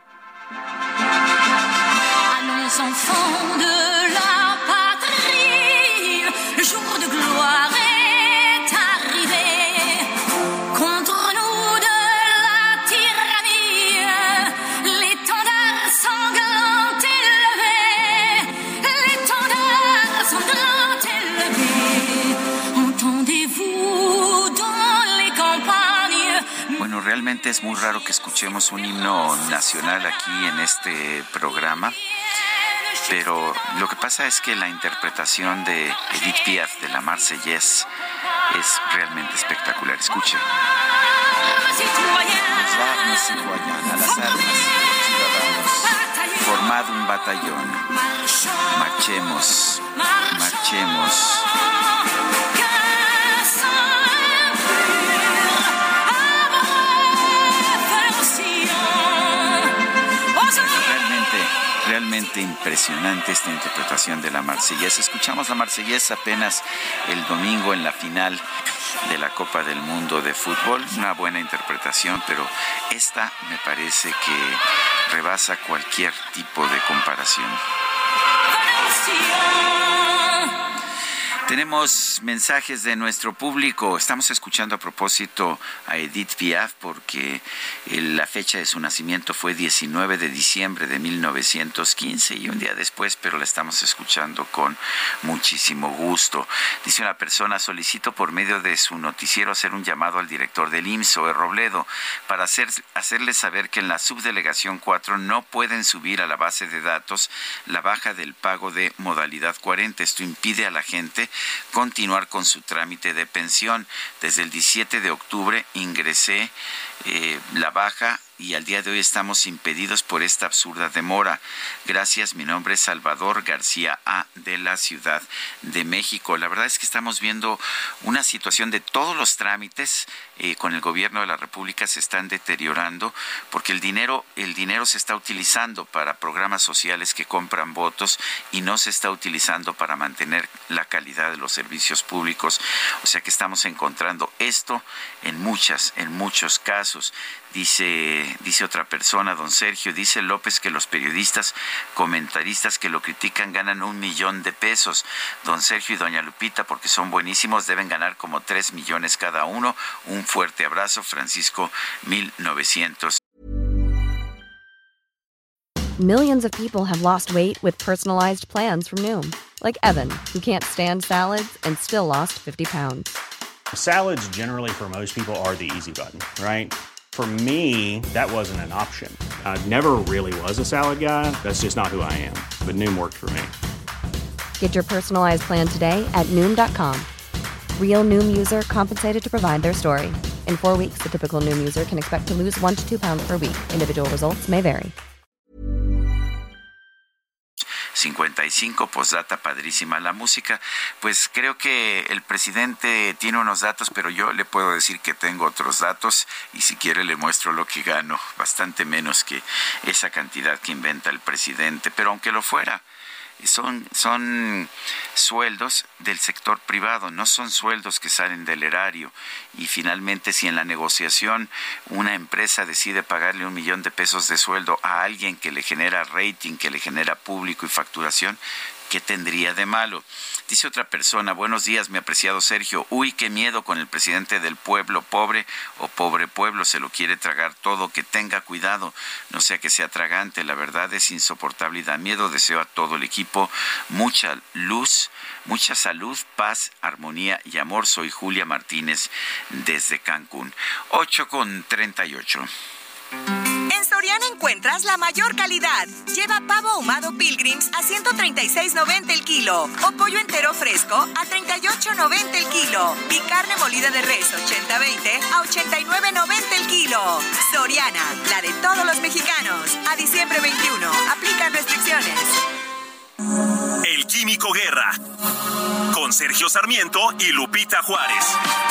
A los enfants de la patrie, le jour de gloire est arrivé. Contre nous de la tyrannie, l'étendard sanglant élevé, l'étendard sanglant élevé. Entendez-vous dans les campagnes? Bueno, realmente es muy raro que escuchemos un himno nacional aquí en este programa, pero lo que pasa es que la interpretación de Edith Piaf de la Marseillaise es realmente espectacular. Escuchen. Las armas, citoyen, a las armas, ciudadanos, formad un batallón, marchemos, marchemos. Realmente realmente impresionante esta interpretación de la Marsellesa. Escuchamos la Marsellesa apenas el domingo en la final de la Copa del Mundo de Fútbol. Una buena interpretación, pero esta me parece que rebasa cualquier tipo de comparación. Tenemos mensajes de nuestro público. Estamos escuchando a propósito a Edith Piaf porque la fecha de su nacimiento fue diecinueve de diciembre de mil novecientos quince y un día después, pero la estamos escuchando con muchísimo gusto. Dice una persona: solicito por medio de su noticiero hacer un llamado al director del I M S S, Zoe Robledo, para hacer, hacerle saber que en la subdelegación cuatro no pueden subir a la base de datos la baja del pago de modalidad cuarenta. Esto impide a la gente continuar con su trámite de pensión. Desde el diecisiete de octubre ingresé eh, la baja y al día de hoy estamos impedidos por esta absurda demora. Gracias, mi nombre es Salvador García A. de la Ciudad de México. La verdad es que estamos viendo una situación de todos los trámites eh, con el gobierno de la República se están deteriorando porque el dinero, el dinero se está utilizando para programas sociales que compran votos y no se está utilizando para mantener la calidad de los servicios públicos. O sea que estamos encontrando esto en muchas, en muchos casos. Dice, dice otra persona, don Sergio, dice López que los periodistas, comentaristas que lo critican ganan un millón de pesos. Don Sergio y doña Lupita, porque son buenísimos, deben ganar como tres millones cada uno. Un fuerte abrazo, Francisco, mil novecientos. Millions of people have lost weight with personalized plans from Noom, like Evan, who can't stand salads and still lost fifty pounds. Salads generally for most people are the easy button, right? For me, that wasn't an option. I never really was a salad guy. That's just not who I am. But Noom worked for me. Get your personalized plan today at Noom dot com. Real Noom user compensated to provide their story. In four weeks, the typical Noom user can expect to lose one to two pounds per week. Individual results may vary. cincuenta y cinco, postdata, padrísima la música. Pues creo que el presidente tiene unos datos, pero yo le puedo decir que tengo otros datos y si quiere le muestro lo que gano, bastante menos que esa cantidad que inventa el presidente, pero aunque lo fuera, son, son sueldos del sector privado, no son sueldos que salen del erario. Y finalmente, si en la negociación una empresa decide pagarle un millón de pesos de sueldo a alguien que le genera rating, que le genera público y facturación, ¿qué tendría de malo? Dice otra persona: buenos días, mi apreciado Sergio. Uy, qué miedo con el presidente del pueblo, pobre o pobre pueblo, se lo quiere tragar todo, que tenga cuidado, no sea que sea tragante, la verdad es insoportable y da miedo. Deseo a todo el equipo mucha luz, mucha salud, paz, armonía y amor. Soy Julia Martínez desde Cancún. ocho con treinta y ocho. En Soriana encuentras la mayor calidad. Lleva pavo ahumado Pilgrims a ciento treinta y seis noventa el kilo o pollo entero fresco a treinta y ocho noventa el kilo y carne molida de res ochenta veinte a ochenta y nueve noventa el kilo. Soriana, la de todos los mexicanos. A diciembre veintiuno, aplican restricciones. El Químico Guerra con Sergio Sarmiento y Lupita Juárez.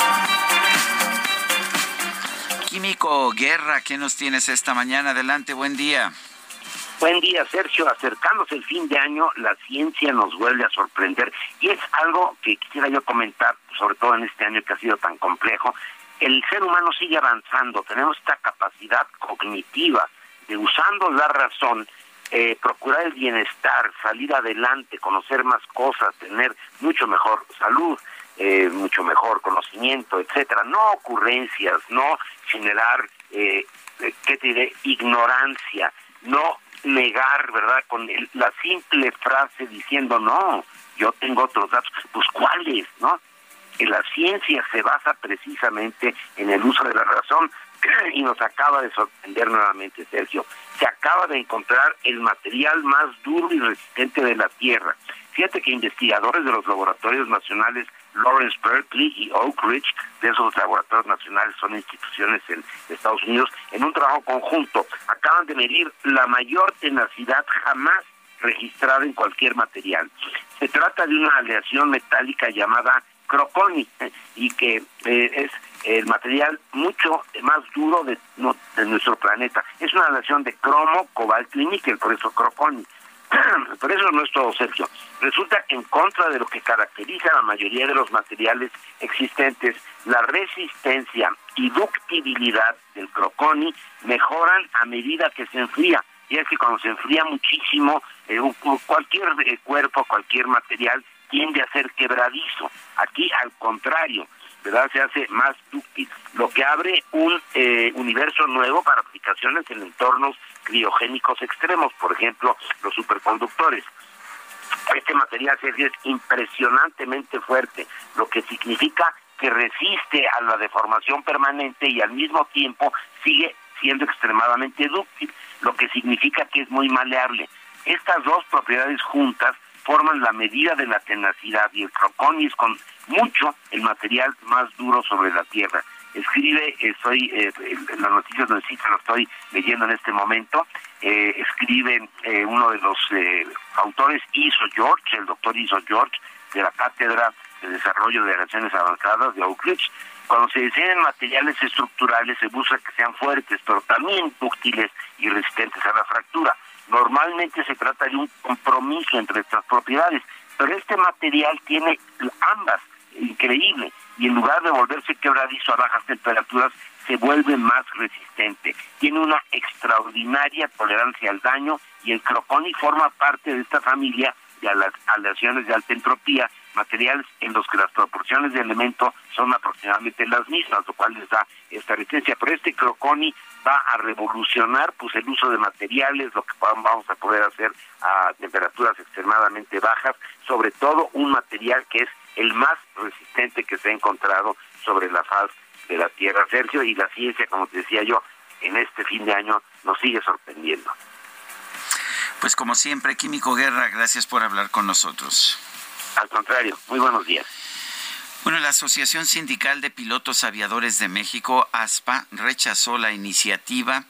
Químico Guerra, ¿qué nos tienes esta mañana? Adelante, buen día. Buen día, Sergio. Acercándose el fin de año, la ciencia nos vuelve a sorprender. Y es algo que quisiera yo comentar, sobre todo en este año que ha sido tan complejo. El ser humano sigue avanzando. Tenemos esta capacidad cognitiva de, usando la razón, eh, procurar el bienestar, salir adelante, conocer más cosas, tener mucho mejor salud. Eh, mucho mejor conocimiento, etcétera, no ocurrencias, no generar, eh, ¿qué te diré?, ignorancia, no negar, ¿verdad?, con el, la simple frase diciendo, no, yo tengo otros datos, pues ¿cuáles?, ¿no? Que la ciencia se basa precisamente en el uso de la razón y nos acaba de sorprender nuevamente, Sergio. Se acaba de encontrar el material más duro y resistente de la Tierra. Fíjate que investigadores de los laboratorios nacionales Lawrence Berkeley y Oak Ridge, de esos laboratorios nacionales, son instituciones en Estados Unidos, en un trabajo conjunto, acaban de medir la mayor tenacidad jamás registrada en cualquier material. Se trata de una aleación metálica llamada croconi, eh, y que eh, es el material mucho más duro de, no, de nuestro planeta. Es una aleación de cromo, cobalto y níquel, por eso croconi. Por eso no es todo, Sergio. Resulta que en contra de lo que caracteriza a la mayoría de los materiales existentes, la resistencia y ductibilidad del croconi mejoran a medida que se enfría. Y es que cuando se enfría muchísimo, eh, cualquier eh, cuerpo, cualquier material tiende a ser quebradizo. Aquí, al contrario, ¿verdad? Se hace más dúctil, lo que abre un eh, universo nuevo para aplicaciones en entornos criogénicos extremos, por ejemplo, los superconductores. Este material, Sergio, es impresionantemente fuerte, lo que significa que resiste a la deformación permanente y al mismo tiempo sigue siendo extremadamente dúctil, lo que significa que es muy maleable. Estas dos propiedades juntas forman la medida de la tenacidad, y el croconi es con mucho el material más duro sobre la Tierra. Escribe, estoy, eh, en las noticias donde sí lo estoy leyendo en este momento, eh, escribe eh, uno de los eh, autores, Iso George, el doctor Iso George, de la Cátedra de Desarrollo de Relaciones Avanzadas de Oak Ridge. Cuando se diseñan materiales estructurales se busca que sean fuertes, pero también dúctiles y resistentes a la fractura. Normalmente se trata de un compromiso entre estas propiedades, pero este material tiene ambas, increíble, y en lugar de volverse quebradizo a bajas temperaturas, se vuelve más resistente. Tiene una extraordinaria tolerancia al daño, y el croconi forma parte de esta familia de aleaciones de alta entropía, materiales en los que las proporciones de elementos son aproximadamente las mismas, lo cual les da esta resistencia. Pero este croconi va a revolucionar pues el uso de materiales, lo que vamos a poder hacer a temperaturas extremadamente bajas, sobre todo un material que es el más resistente que se ha encontrado sobre la faz de la Tierra, Sergio, y la ciencia, como te decía yo, en este fin de año nos sigue sorprendiendo. Pues como siempre, Químico Guerra, gracias por hablar con nosotros. Al contrario, muy buenos días. Bueno, la Asociación Sindical de Pilotos Aviadores de México, ASPA, rechazó la iniciativa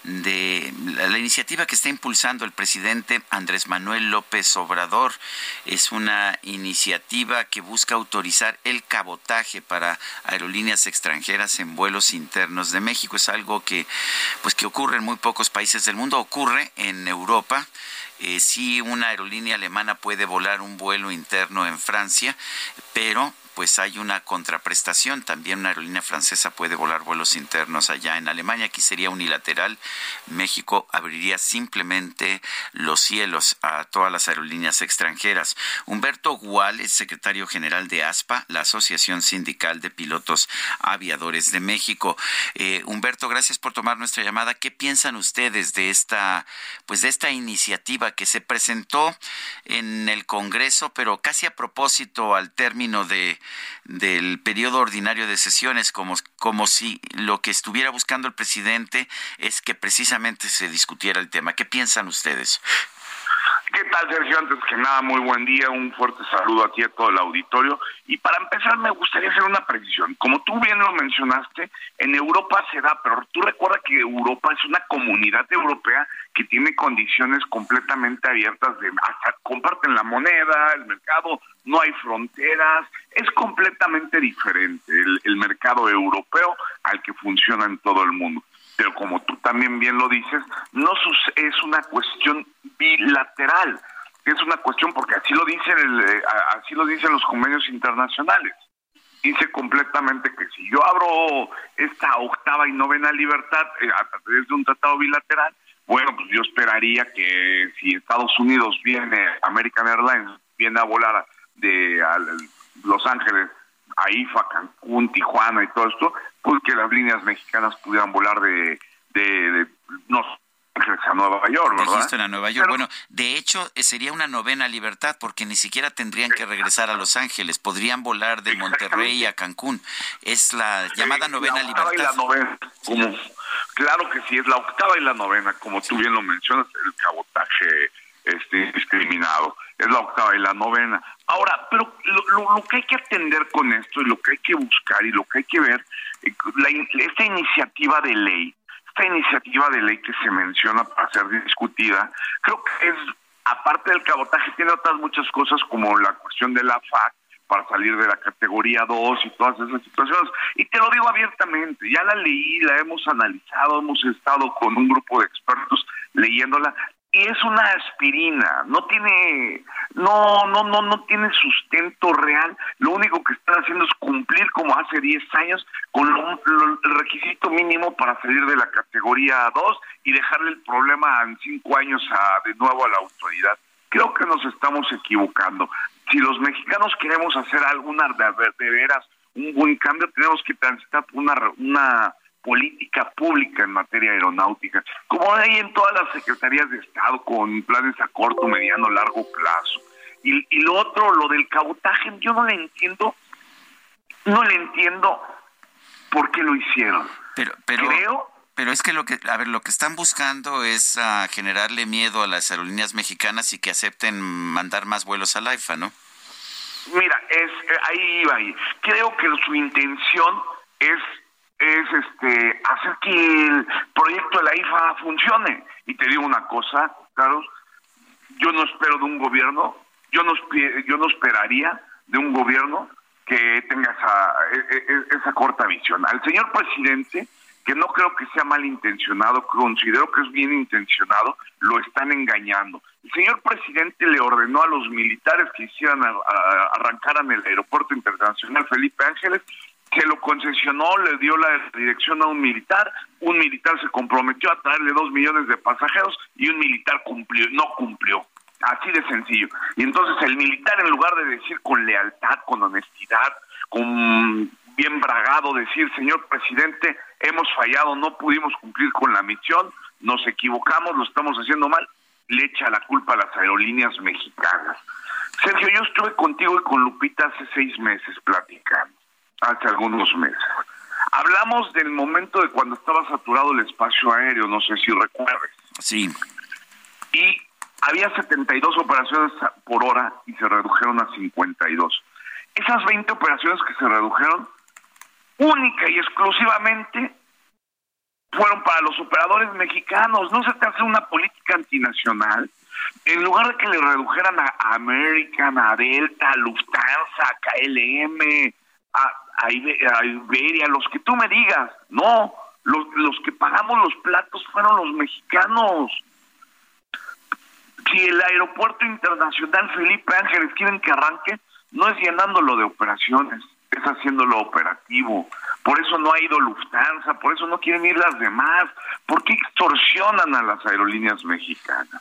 de la, la iniciativa que está impulsando el presidente Andrés Manuel López Obrador. Es una iniciativa que busca autorizar el cabotaje para aerolíneas extranjeras en vuelos internos de México. Es algo que, pues, que ocurre en muy pocos países del mundo. Ocurre en Europa. Eh, sí, una aerolínea alemana puede volar un vuelo interno en Francia, pero pues hay una contraprestación. También una aerolínea francesa puede volar vuelos internos allá en Alemania. Aquí sería unilateral. México abriría simplemente los cielos a todas las aerolíneas extranjeras. Humberto Gual, secretario general de ASPA, la Asociación Sindical de Pilotos Aviadores de México. Eh, Humberto, gracias por tomar nuestra llamada. ¿Qué piensan ustedes de esta, pues de esta iniciativa que se presentó en el Congreso, pero casi a propósito al término de del periodo ordinario de sesiones, como, como si lo que estuviera buscando el presidente es que precisamente se discutiera el tema? ¿Qué piensan ustedes? ¿Qué tal, Sergio? Antes que nada, muy buen día, un fuerte saludo a ti y a todo el auditorio. Y para empezar, me gustaría hacer una precisión. Como tú bien lo mencionaste, en Europa se da, pero tú recuerda que Europa es una comunidad europea que tiene condiciones completamente abiertas, de hasta comparten la moneda, el mercado, no hay fronteras, es completamente diferente el, el mercado europeo al que funciona en todo el mundo. Pero como tú también bien lo dices, no es una cuestión bilateral, es una cuestión porque así lo dicen el, así lo dicen los convenios internacionales. Dice completamente que si yo abro esta octava y novena libertad eh, a través de un tratado bilateral, bueno, pues yo esperaría que si Estados Unidos viene, American Airlines viene a volar de a Los Ángeles, a I F A, Cancún, Tijuana y todo esto, pues que las líneas mexicanas pudieran volar de, de, de no a Nueva York, ¿verdad? Dijiste a Nueva York. Pero, bueno, de hecho, sería una novena libertad, porque ni siquiera tendrían que regresar a Los Ángeles, podrían volar de Monterrey a Cancún. Es la llamada novena la octava libertad. Y la novena, como, claro que sí, es la octava y la novena, como tú bien lo mencionas, el cabotaje este, discriminado. Es la octava y la novena. Ahora, pero lo, lo, lo que hay que atender con esto y lo que hay que buscar y lo que hay que ver, la, esta iniciativa de ley, esta iniciativa de ley que se menciona para ser discutida, creo que es, aparte del cabotaje, tiene otras muchas cosas como la cuestión de la F A C para salir de la categoría dos y todas esas situaciones. Y te lo digo abiertamente, ya la leí, la hemos analizado, hemos estado con un grupo de expertos leyéndola. y es una aspirina, no tiene, no, no, no, no tiene sustento real. Lo único que están haciendo es cumplir como hace diez años con lo, lo, el requisito mínimo para salir de la categoría dos y dejarle el problema en cinco años a, de nuevo a la autoridad. Creo que nos estamos equivocando. Si los mexicanos queremos hacer alguna de, de veras un buen cambio, tenemos que transitar por una, una política pública en materia aeronáutica, como hay en todas las secretarías de Estado, con planes a corto, mediano, largo plazo. Y, y lo otro, lo del cabotaje, yo no le entiendo, no le entiendo por qué lo hicieron. Pero, pero, Creo... pero es que lo que, a ver, lo que están buscando es uh, generarle miedo a las aerolíneas mexicanas y que acepten mandar más vuelos al AIFA, ¿no? Mira, es eh, ahí iba ahí. Creo que su intención es es este hacer que el proyecto de la I F A funcione. Y te digo una cosa, Carlos, yo no espero de un gobierno, yo no yo no esperaría de un gobierno que tenga esa, esa corta visión. Al señor presidente, que no creo que sea malintencionado, considero que es bien intencionado, lo están engañando. El señor presidente le ordenó a los militares que hicieran a, a, arrancaran el aeropuerto internacional Felipe Ángeles, que lo concesionó, le dio la dirección a un militar, un militar se comprometió a traerle dos millones de pasajeros y un militar cumplió, no cumplió. Así de sencillo. Y entonces el militar, en lugar de decir con lealtad, con honestidad, con bien bragado, decir, señor presidente, hemos fallado, no pudimos cumplir con la misión, nos equivocamos, lo estamos haciendo mal, le echa la culpa a las aerolíneas mexicanas. Sergio, yo estuve contigo y con Lupita hace seis meses platicando, hace algunos meses. Hablamos del momento de cuando estaba saturado el espacio aéreo, no sé si recuerdes. Sí. Y había setenta y dos operaciones por hora y se redujeron a cincuenta y dos. Esas veinte operaciones que se redujeron, única y exclusivamente, fueron para los operadores mexicanos. ¿No se te hace una política antinacional? En lugar de que le redujeran a, a American, a Delta, a Lufthansa, a K L M, a, a, a Iberia, los que tú me digas, no, los, los que pagamos los platos fueron los mexicanos. Si el aeropuerto internacional Felipe Ángeles quieren que arranque, no es llenándolo de operaciones, es haciéndolo operativo. Por eso no ha ido Lufthansa, por eso no quieren ir las demás. ¿Por qué extorsionan a las aerolíneas mexicanas?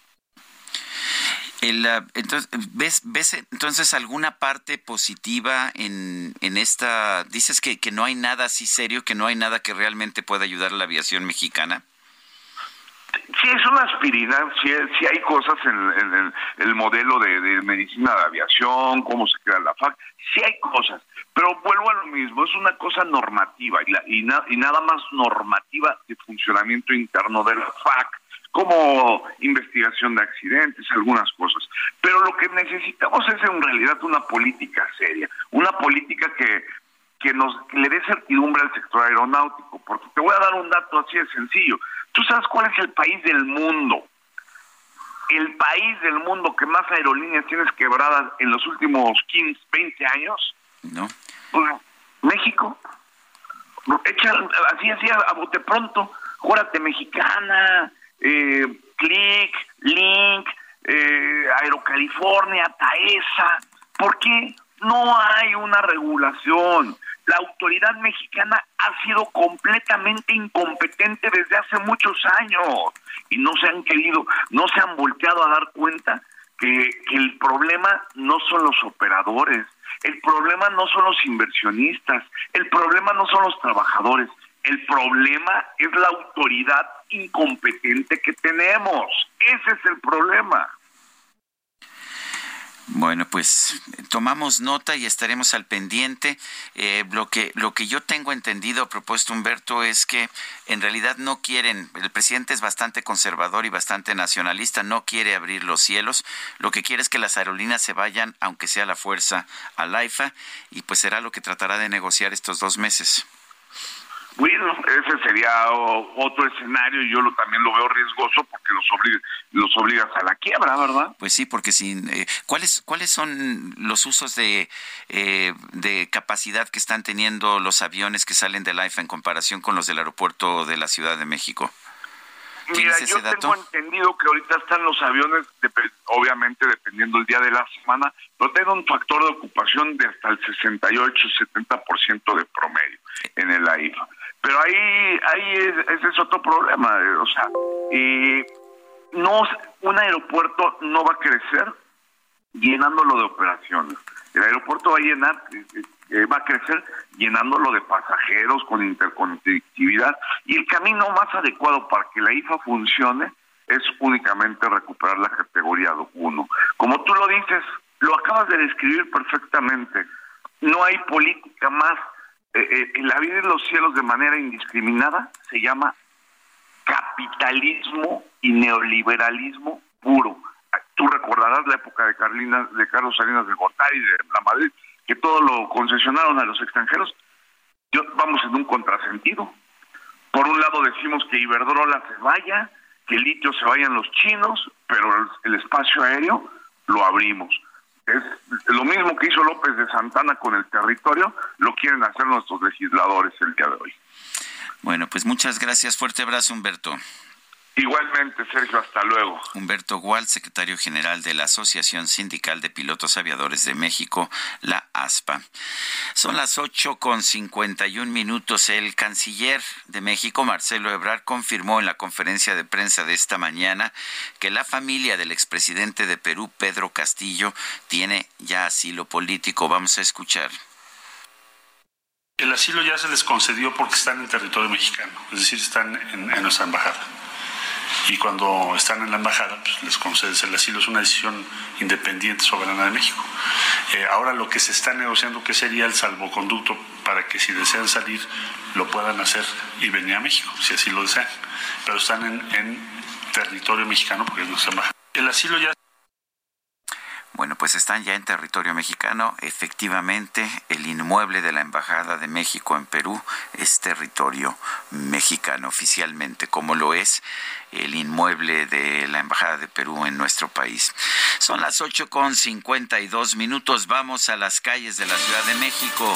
El, uh, entonces, ¿ves, ves entonces alguna parte positiva en, en esta? Dices que, que no hay nada así serio, que no hay nada que realmente pueda ayudar a la aviación mexicana. Sí, es una aspirina, sí, sí hay cosas en, en, en el modelo de, de medicina de aviación, cómo se crea la F A C, sí hay cosas, pero vuelvo a lo mismo, es una cosa normativa y, la, y, na, y nada más normativa de funcionamiento interno de la F A C, como investigación de accidentes, algunas cosas. Pero lo que necesitamos es en realidad una política seria, una política que, que nos que le dé certidumbre al sector aeronáutico, porque te voy a dar un dato así de sencillo. ¿Tú sabes cuál es el país del mundo? El país del mundo que más aerolíneas tienes quebradas en los últimos quince, veinte años. No. Pues, México. Echa así, así, a bote pronto. Júrate Mexicana, eh, Click, Link, eh, Aerocalifornia, Taesa. ¿Por qué? No hay una regulación. La autoridad mexicana ha sido completamente incompetente desde hace muchos años y no se han querido, no se han volteado a dar cuenta que, que el problema no son los operadores, el problema no son los inversionistas, el problema no son los trabajadores, el problema es la autoridad incompetente que tenemos. Ese es el problema. Bueno, pues tomamos nota y estaremos al pendiente. Eh, lo que lo que yo tengo entendido, propuesto Humberto, es que en realidad no quieren, el presidente es bastante conservador y bastante nacionalista, no quiere abrir los cielos, lo que quiere es que las aerolíneas se vayan, aunque sea a la fuerza, al AIFA, y pues será lo que tratará de negociar estos dos meses. Bueno, ese sería otro escenario y yo lo, también lo veo riesgoso porque los, oblig, los obligas a la quiebra, ¿verdad? Pues sí, porque sin, eh, ¿cuáles cuáles son los usos de, eh, de capacidad que están teniendo los aviones que salen del AIFA en comparación con los del aeropuerto de la Ciudad de México? Mira, yo ese dato? tengo entendido que ahorita están los aviones, obviamente dependiendo el día de la semana, pero tienen un factor de ocupación de hasta el sesenta y ocho, setenta por ciento de promedio en el A I F A. Pero ahí, ahí es, ese es otro problema, o sea, eh, no, un aeropuerto no va a crecer llenándolo de operaciones. El aeropuerto va a llenar, eh, va a crecer llenándolo de pasajeros con interconectividad, y el camino más adecuado para que la I F A funcione es únicamente recuperar la categoría uno. Como tú lo dices, lo acabas de describir perfectamente. No hay política más. Eh, eh, el abrir los cielos de manera indiscriminada se llama capitalismo y neoliberalismo puro. Tú recordarás la época de, Carlina, de Carlos Salinas de Gortari, de la Madrid, que todo lo concesionaron a los extranjeros. Yo, vamos en un contrasentido. Por un lado decimos que Iberdrola se vaya, que el litio se vayan los chinos, pero el, el espacio aéreo lo abrimos. Es lo mismo que hizo López de Santana con el territorio, lo quieren hacer nuestros legisladores el día de hoy. Bueno, pues muchas gracias. Fuerte abrazo, Humberto. Igualmente, Sergio, hasta luego. Humberto Gual, secretario general de la Asociación Sindical de Pilotos Aviadores de México, la ASPA. Son las ocho con cincuenta y un minutos. El canciller de México, Marcelo Ebrard, confirmó en la conferencia de prensa de esta mañana que la familia del expresidente de Perú, Pedro Castillo, tiene ya asilo político. Vamos a escuchar. El asilo ya se les concedió porque están en territorio mexicano, es decir, están en, en nuestra embajada. Y cuando están en la embajada, pues les concedes el asilo. Es una decisión independiente, soberana de México. Eh, ahora lo que se está negociando, que sería el salvoconducto para que si desean salir, lo puedan hacer y venir a México, si así lo desean. Pero están en, en territorio mexicano porque es nuestra embajada. El asilo ya... Bueno, pues están ya en territorio mexicano. Efectivamente, el inmueble de la Embajada de México en Perú es territorio mexicano oficialmente, como lo es el inmueble de la Embajada de Perú en nuestro país. Son las ocho con cincuenta y dos minutos. Vamos a las calles de la Ciudad de México.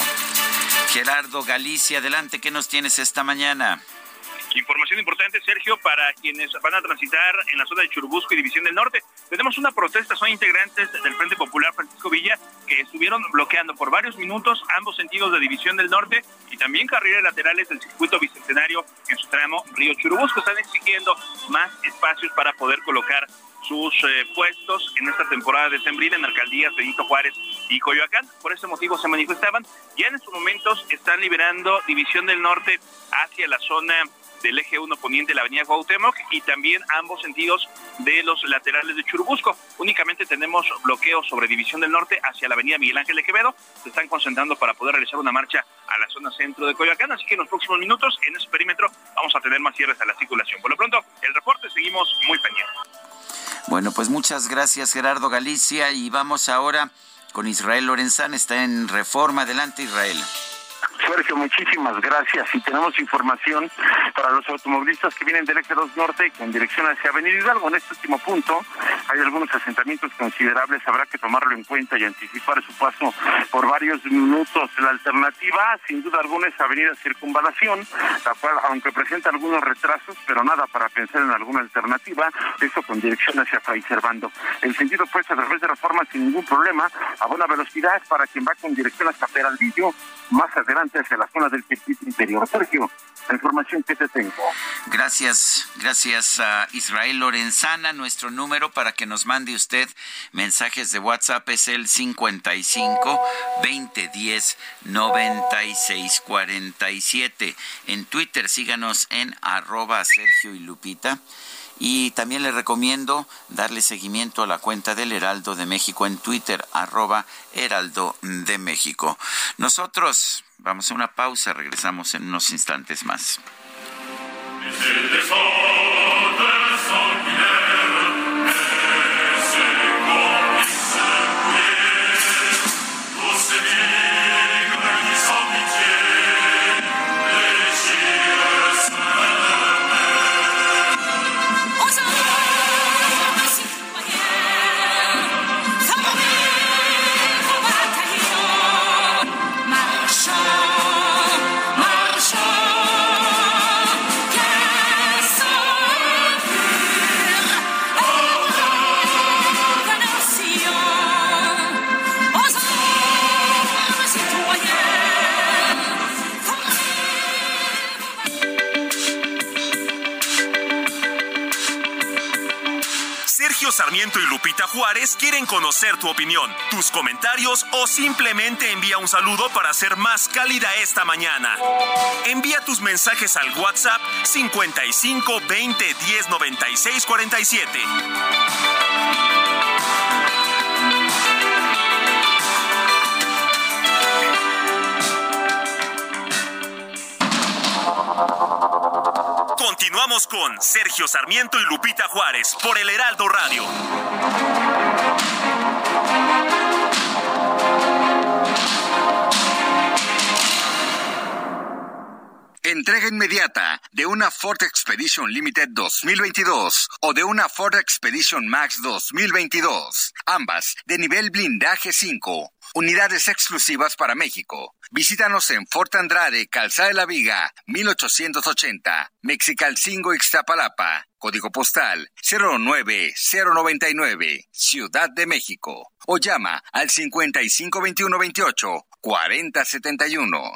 Gerardo Galicia, adelante, ¿qué nos tienes esta mañana? Información importante, Sergio, para quienes van a transitar en la zona de Churubusco y División del Norte. Tenemos una protesta, son integrantes del Frente Popular Francisco Villa, que estuvieron bloqueando por varios minutos ambos sentidos de División del Norte y también carriles laterales del circuito bicentenario en su tramo Río Churubusco. Están exigiendo más espacios para poder colocar sus eh, puestos en esta temporada decembrina en alcaldías Benito Juárez y Coyoacán. Por ese motivo se manifestaban. Ya en estos momentos están liberando División del Norte hacia la zona del eje uno poniente de la avenida Cuauhtémoc y también ambos sentidos de los laterales de Churubusco. Únicamente tenemos bloqueos sobre División del Norte hacia la avenida Miguel Ángel de Quevedo. Se están concentrando para poder realizar una marcha a la zona centro de Coyoacán, así que en los próximos minutos en ese perímetro vamos a tener más cierres a la circulación. Por lo pronto, el reporte, seguimos muy pendientes. Bueno, pues muchas gracias, Gerardo Galicia, y vamos ahora con Israel Lorenzán. Está en Reforma. Adelante, Israel. Sergio, muchísimas gracias. Y tenemos información para los automovilistas que vienen del eje dos norte con dirección hacia Avenida Hidalgo. En este último punto hay algunos asentamientos considerables, habrá que tomarlo en cuenta y anticipar su paso por varios minutos. La alternativa, sin duda alguna, es Avenida Circunvalación, la cual, aunque presenta algunos retrasos, pero nada para pensar en alguna alternativa, eso con dirección hacia Fray Servando. El sentido pues a través de Reforma sin ningún problema, a buena velocidad para quien va con dirección hasta Peralvillo, más adelante hacia la zona del circuito interior. Sergio, la información que te tengo. Gracias, gracias a Israel Lorenzana. Nuestro número para que nos mande usted mensajes de WhatsApp es el cincuenta y cinco, veinte diez, noventa y seis cuarenta y siete. En Twitter síganos en arroba Sergio y Lupita. Y también le recomiendo darle seguimiento a la cuenta del Heraldo de México en Twitter, arroba Heraldo de México. Nosotros vamos a una pausa, regresamos en unos instantes más. Sergio Sarmiento y Lupita Juárez quieren conocer tu opinión, tus comentarios o simplemente envía un saludo para hacer más cálida esta mañana. Envía tus mensajes al WhatsApp cincuenta y cinco veinte diez noventa y seis cuarenta y siete. Continuamos con Sergio Sarmiento y Lupita Juárez por el Heraldo Radio. Entrega inmediata de una Ford Expedition Limited dos mil veintidós o de una Ford Expedition Max dos mil veintidós, ambas de nivel blindaje cinco. Unidades exclusivas para México. Visítanos en Fort Andrade, Calzada de la Viga, mil ochocientos ochenta, Mexicalcingo, Ixtapalapa, código postal cero nueve cero noventa y nueve, Ciudad de México. O llama al cincuenta y cinco veintiuno veintiocho cuarenta setenta y uno.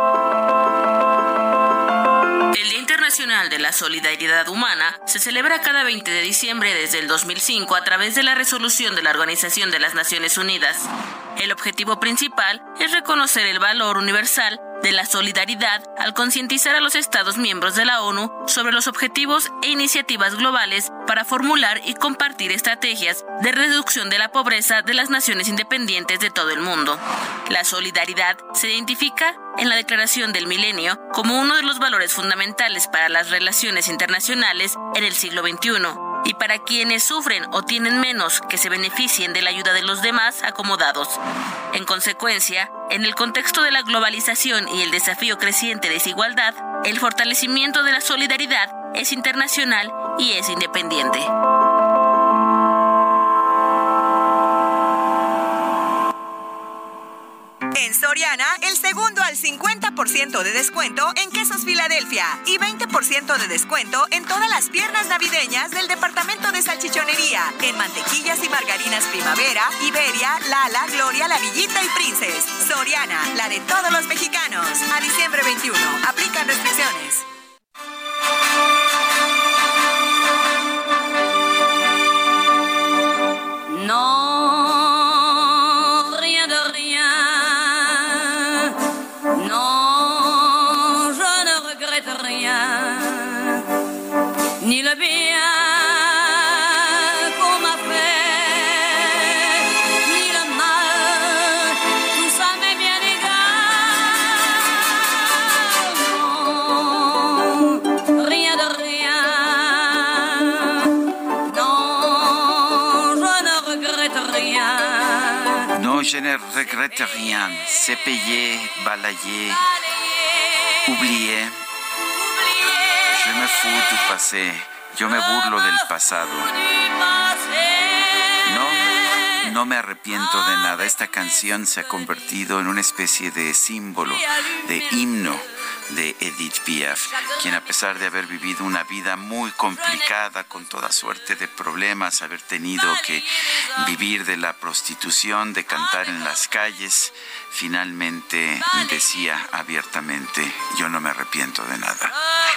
El Día Internacional de la Solidaridad Humana se celebra cada veinte de diciembre desde el dos mil cinco a través de la resolución de la Organización de las Naciones Unidas. El objetivo principal es reconocer el valor universal de la solidaridad al concientizar a los Estados miembros de la ONU sobre los objetivos e iniciativas globales para formular y compartir estrategias de reducción de la pobreza de las naciones independientes de todo el mundo. La solidaridad se identifica en la Declaración del Milenio como uno de los valores fundamentales para las relaciones internacionales en el siglo veintiuno. Y para quienes sufren o tienen menos que se beneficien de la ayuda de los demás acomodados. En consecuencia, en el contexto de la globalización y el desafío creciente de desigualdad, el fortalecimiento de la solidaridad es internacional y es independiente. En Soriana, el segundo al cincuenta por ciento de descuento en quesos Filadelfia y veinte por ciento de descuento en todas las piernas navideñas del departamento de salchichonería, en mantequillas y margarinas Primavera, Iberia, Lala, Gloria, La Villita y Princess. Soriana, la de todos los mexicanos. A diciembre veintiuno. Aplican restricciones. No. Ni le bien qu'on m'a fait, ni le mal, tout ça m'est bien égal. Non, rien de rien. Non, je ne regrette rien. Non, je ne regrette rien. C'est payé, balayé, oublié. Je me fous du passé, yo me burlo del pasado. No, no me arrepiento de nada. Esta canción se ha convertido en una especie de símbolo, de himno de Edith Piaf, quien a pesar de haber vivido una vida muy complicada, con toda suerte de problemas, haber tenido que vivir de la prostitución, de cantar en las calles, finalmente decía abiertamente: yo no me arrepiento de nada.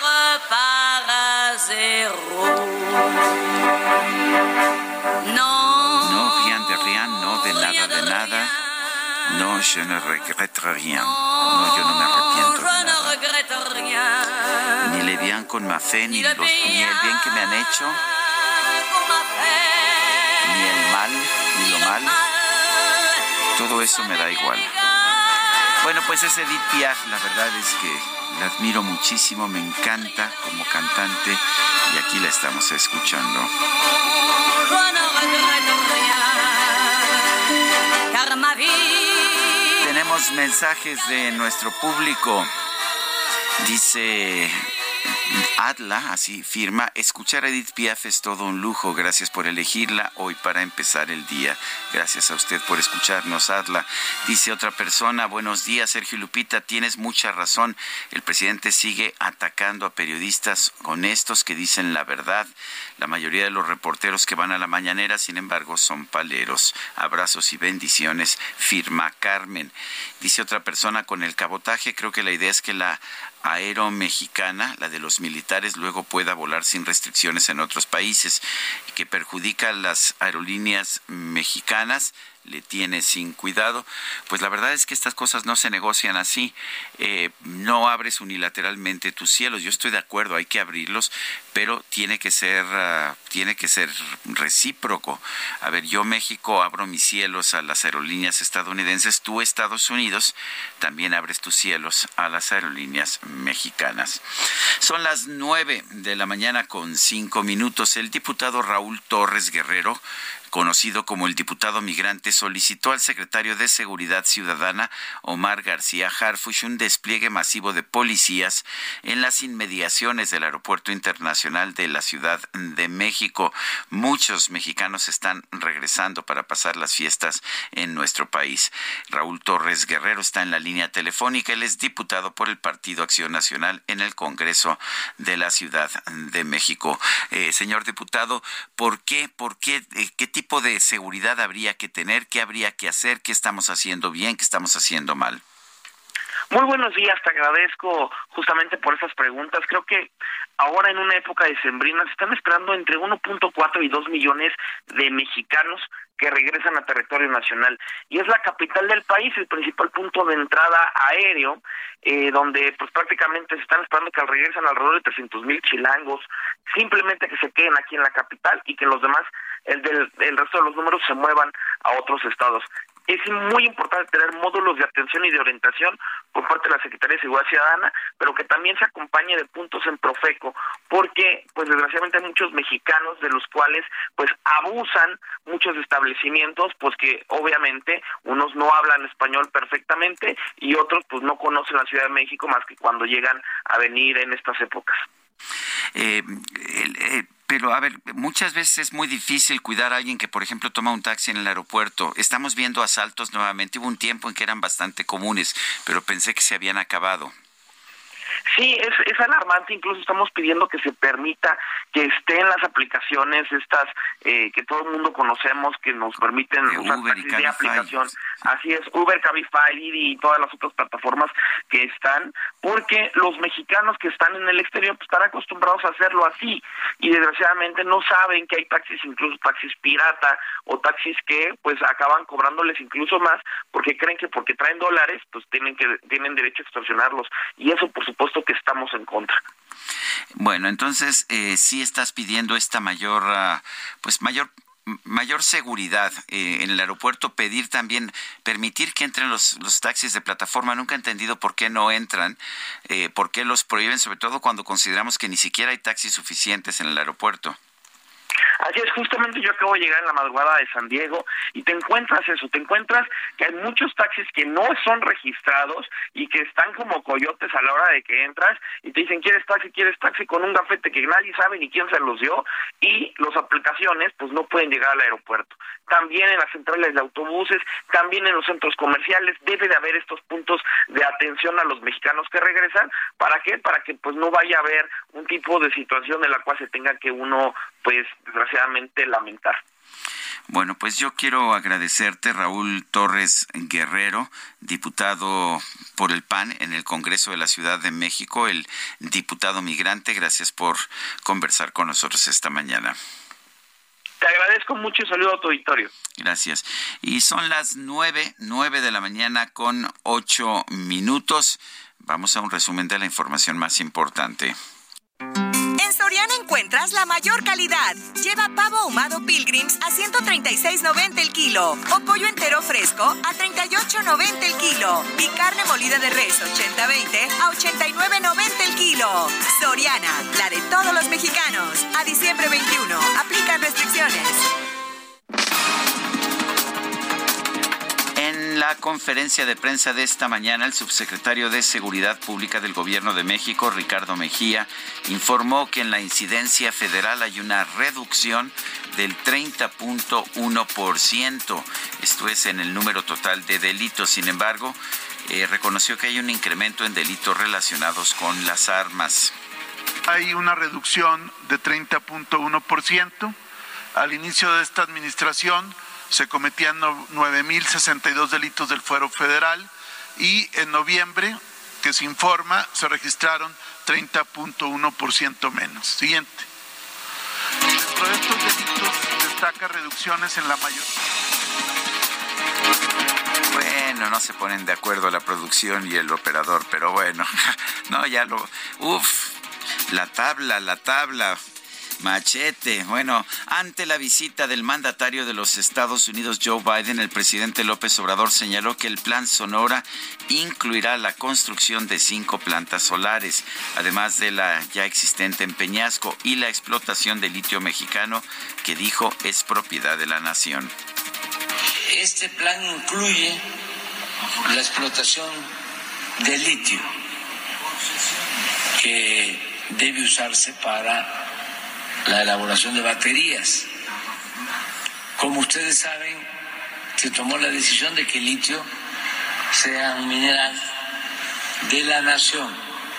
No, rien de rien, no, de nada de nada. No, je ne regrette rien. No, yo no me arrepiento de nada. Ni le bien con ma fe, ni, los, ni el bien que me han hecho, ni el mal, ni lo mal. Todo eso me da igual. Bueno, pues es Edith Piaf. La verdad es que la admiro muchísimo, me encanta como cantante y aquí la estamos escuchando. Tenemos mensajes de nuestro público. Dice Adla, así firma: escuchar a Edith Piaf es todo un lujo. Gracias por elegirla hoy para empezar el día. Gracias a usted por escucharnos, Adla. Dice otra persona: buenos días, Sergio y Lupita, tienes mucha razón. El presidente sigue atacando a periodistas honestos que dicen la verdad. La mayoría de los reporteros que van a la mañanera, sin embargo, son paleros. Abrazos y bendiciones, firma Carmen. Dice otra persona: con el cabotaje, creo que la idea es que la aeromexicana, la de los militares, luego pueda volar sin restricciones en otros países y que perjudica a las aerolíneas mexicanas, le tiene sin cuidado. Pues la verdad es que estas cosas no se negocian así. Eh, no abres unilateralmente tus cielos. Yo estoy de acuerdo, hay que abrirlos, pero tiene que ser uh, tiene que ser recíproco. A ver, yo México abro mis cielos a las aerolíneas estadounidenses, tú Estados Unidos también abres tus cielos a las aerolíneas mexicanas. Son las nueve de la mañana con cinco minutos. El diputado Raúl Torres Guerrero, conocido como el diputado migrante, solicitó al secretario de Seguridad Ciudadana, Omar García Harfuch, un despliegue masivo de policías en las inmediaciones del Aeropuerto Internacional de la Ciudad de México. Muchos mexicanos están regresando para pasar las fiestas en nuestro país. Raúl Torres Guerrero está en la línea telefónica. Él es diputado por el Partido Acción Nacional en el Congreso de la Ciudad de México. Eh, señor diputado, ¿por qué, por qué, eh, qué tipo de seguridad habría que tener? ¿Qué habría que hacer? ¿Qué estamos haciendo bien? ¿Qué estamos haciendo mal? Muy buenos días, te agradezco justamente por esas preguntas. Creo que ahora en una época decembrina se están esperando entre uno punto cuatro y dos millones de mexicanos que regresan a territorio nacional. Y es la capital del país, el principal punto de entrada aéreo, eh, donde pues prácticamente se están esperando que al regresan alrededor de trescientos mil chilangos, simplemente que se queden aquí en la capital y que los demás, el del el resto de los números, se muevan a otros estados. Es muy importante tener módulos de atención y de orientación por parte de la Secretaría de Seguridad Ciudadana, pero que también se acompañe de puntos en Profeco, porque pues desgraciadamente hay muchos mexicanos de los cuales pues abusan muchos establecimientos, pues que obviamente unos no hablan español perfectamente y otros pues no conocen la Ciudad de México más que cuando llegan a venir en estas épocas. Eh, el, eh, pero, a ver, muchas veces es muy difícil cuidar a alguien que, por ejemplo, toma un taxi en el aeropuerto. Estamos viendo asaltos nuevamente. Hubo un tiempo en que eran bastante comunes, pero pensé que se habían acabado. Sí, es, es alarmante. Incluso estamos pidiendo que se permita que estén las aplicaciones estas eh, que todo el mundo conocemos, que nos permiten usar taxis de aplicación. Así es, Uber, Cabify, Didi y todas las otras plataformas que están, porque los mexicanos que están en el exterior pues, están acostumbrados a hacerlo así y desgraciadamente no saben que hay taxis, incluso taxis pirata o taxis que pues acaban cobrándoles incluso más porque creen que porque traen dólares pues tienen que tienen derecho a extorsionarlos, y eso por supuesto que estamos en contra. Bueno, entonces eh, sí estás pidiendo esta mayor, uh, pues mayor mayor seguridad eh, en el aeropuerto, pedir también, permitir que entren los, los taxis de plataforma. Nunca he entendido por qué no entran, eh, por qué los prohíben, sobre todo cuando consideramos que ni siquiera hay taxis suficientes en el aeropuerto. Así es, justamente yo acabo de llegar en la madrugada de San Diego y te encuentras eso, te encuentras que hay muchos taxis que no son registrados y que están como coyotes a la hora de que entras y te dicen ¿quieres taxi? ¿Quieres taxi? Con un gafete que nadie sabe ni quién se los dio, y las aplicaciones pues no pueden llegar al aeropuerto. También en las centrales de autobuses, también en los centros comerciales debe de haber estos puntos de atención a los mexicanos que regresan. ¿Para qué? Para que pues no vaya a haber un tipo de situación en la cual se tenga que uno pues desgraciadamente lamentar. Bueno, pues yo quiero agradecerte, Raúl Torres Guerrero, diputado por el P A N en el Congreso de la Ciudad de México, el diputado migrante. Gracias por conversar con nosotros esta mañana. Te agradezco mucho y saludo a tu auditorio. Gracias. Y son las nueve, nueve de la mañana con ocho minutos. Vamos a un resumen de la información más importante. En Soriana encuentras la mayor calidad. Lleva pavo ahumado Pilgrims a ciento treinta y seis noventa el kilo o pollo entero fresco a treinta y ocho noventa el kilo y carne molida de res ochenta veinte a ochenta y nueve noventa el kilo. Soriana, la de todos los mexicanos. A diciembre veintiuno, aplican restricciones. En la conferencia de prensa de esta mañana, el subsecretario de Seguridad Pública del Gobierno de México, Ricardo Mejía, informó que en la incidencia federal hay una reducción del treinta punto uno por ciento. Esto es en el número total de delitos. Sin embargo, eh, reconoció que hay un incremento en delitos relacionados con las armas. Hay una reducción de treinta punto uno por ciento. Al inicio de esta administración se cometían nueve mil sesenta y dos delitos del fuero federal y en noviembre que se informa, se registraron treinta punto uno por ciento menos. Siguiente. Dentro de estos delitos destaca reducciones en la mayoría. Bueno, no se ponen de acuerdo la producción y el operador, pero bueno, no, ya lo... Uf, la tabla, la tabla... Machete. Bueno, ante la visita del mandatario de los Estados Unidos, Joe Biden, el presidente López Obrador señaló que el Plan Sonora incluirá la construcción de cinco plantas solares, además de la ya existente en Peñasco, y la explotación de litio mexicano, que dijo es propiedad de la nación. Este plan incluye la explotación de litio, que debe usarse para la elaboración de baterías. Como ustedes saben, se tomó la decisión de que el litio sea un mineral de la nación.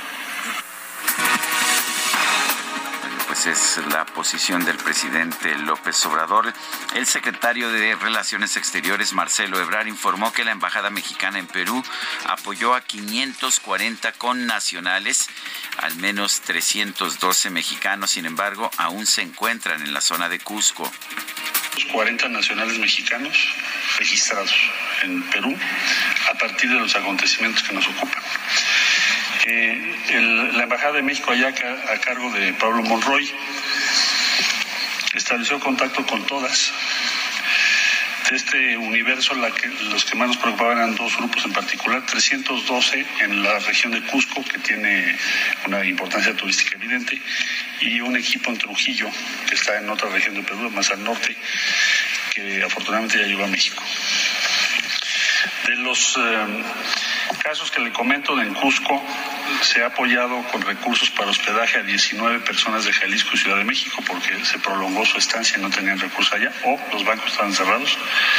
Bueno, pues es la posición del presidente López Obrador. El secretario de Relaciones Exteriores, Marcelo Ebrard, informó que la embajada mexicana en Perú apoyó a quinientos cuarenta connacionales. Al menos trescientos doce mexicanos, sin embargo, aún se encuentran en la zona de Cusco. cuarenta nacionales mexicanos registrados en Perú a partir de los acontecimientos que nos ocupan. Eh, el, la Embajada de México allá a, a cargo de Pablo Monroy estableció contacto con todas. De este universo, la que, los que más nos preocupaban eran dos grupos en particular, trescientos doce en la región de Cusco, que tiene una importancia turística evidente, y un equipo en Trujillo, que está en otra región de Perú, más al norte, que afortunadamente ya llegó a México. De los eh, casos que le comento de en Cusco, se ha apoyado con recursos para hospedaje a diecinueve personas de Jalisco y Ciudad de México porque se prolongó su estancia y no tenían recursos allá o los bancos estaban cerrados.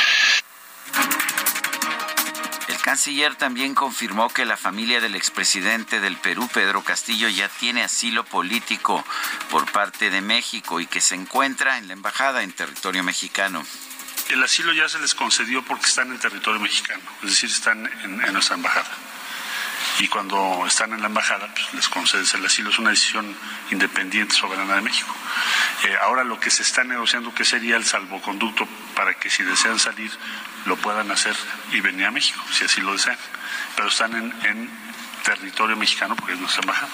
El canciller también confirmó que la familia del expresidente del Perú, Pedro Castillo, ya tiene asilo político por parte de México y que se encuentra en la embajada en territorio mexicano. El asilo ya se les concedió porque están en territorio mexicano, es decir, están en, en nuestra embajada. Y cuando están en la embajada, pues les concedes el asilo. Es una decisión independiente, soberana de México. Eh, ahora lo que se está negociando, que sería el salvoconducto para que si desean salir, lo puedan hacer y venir a México, si así lo desean. Pero están en, en territorio mexicano porque es nuestra embajada.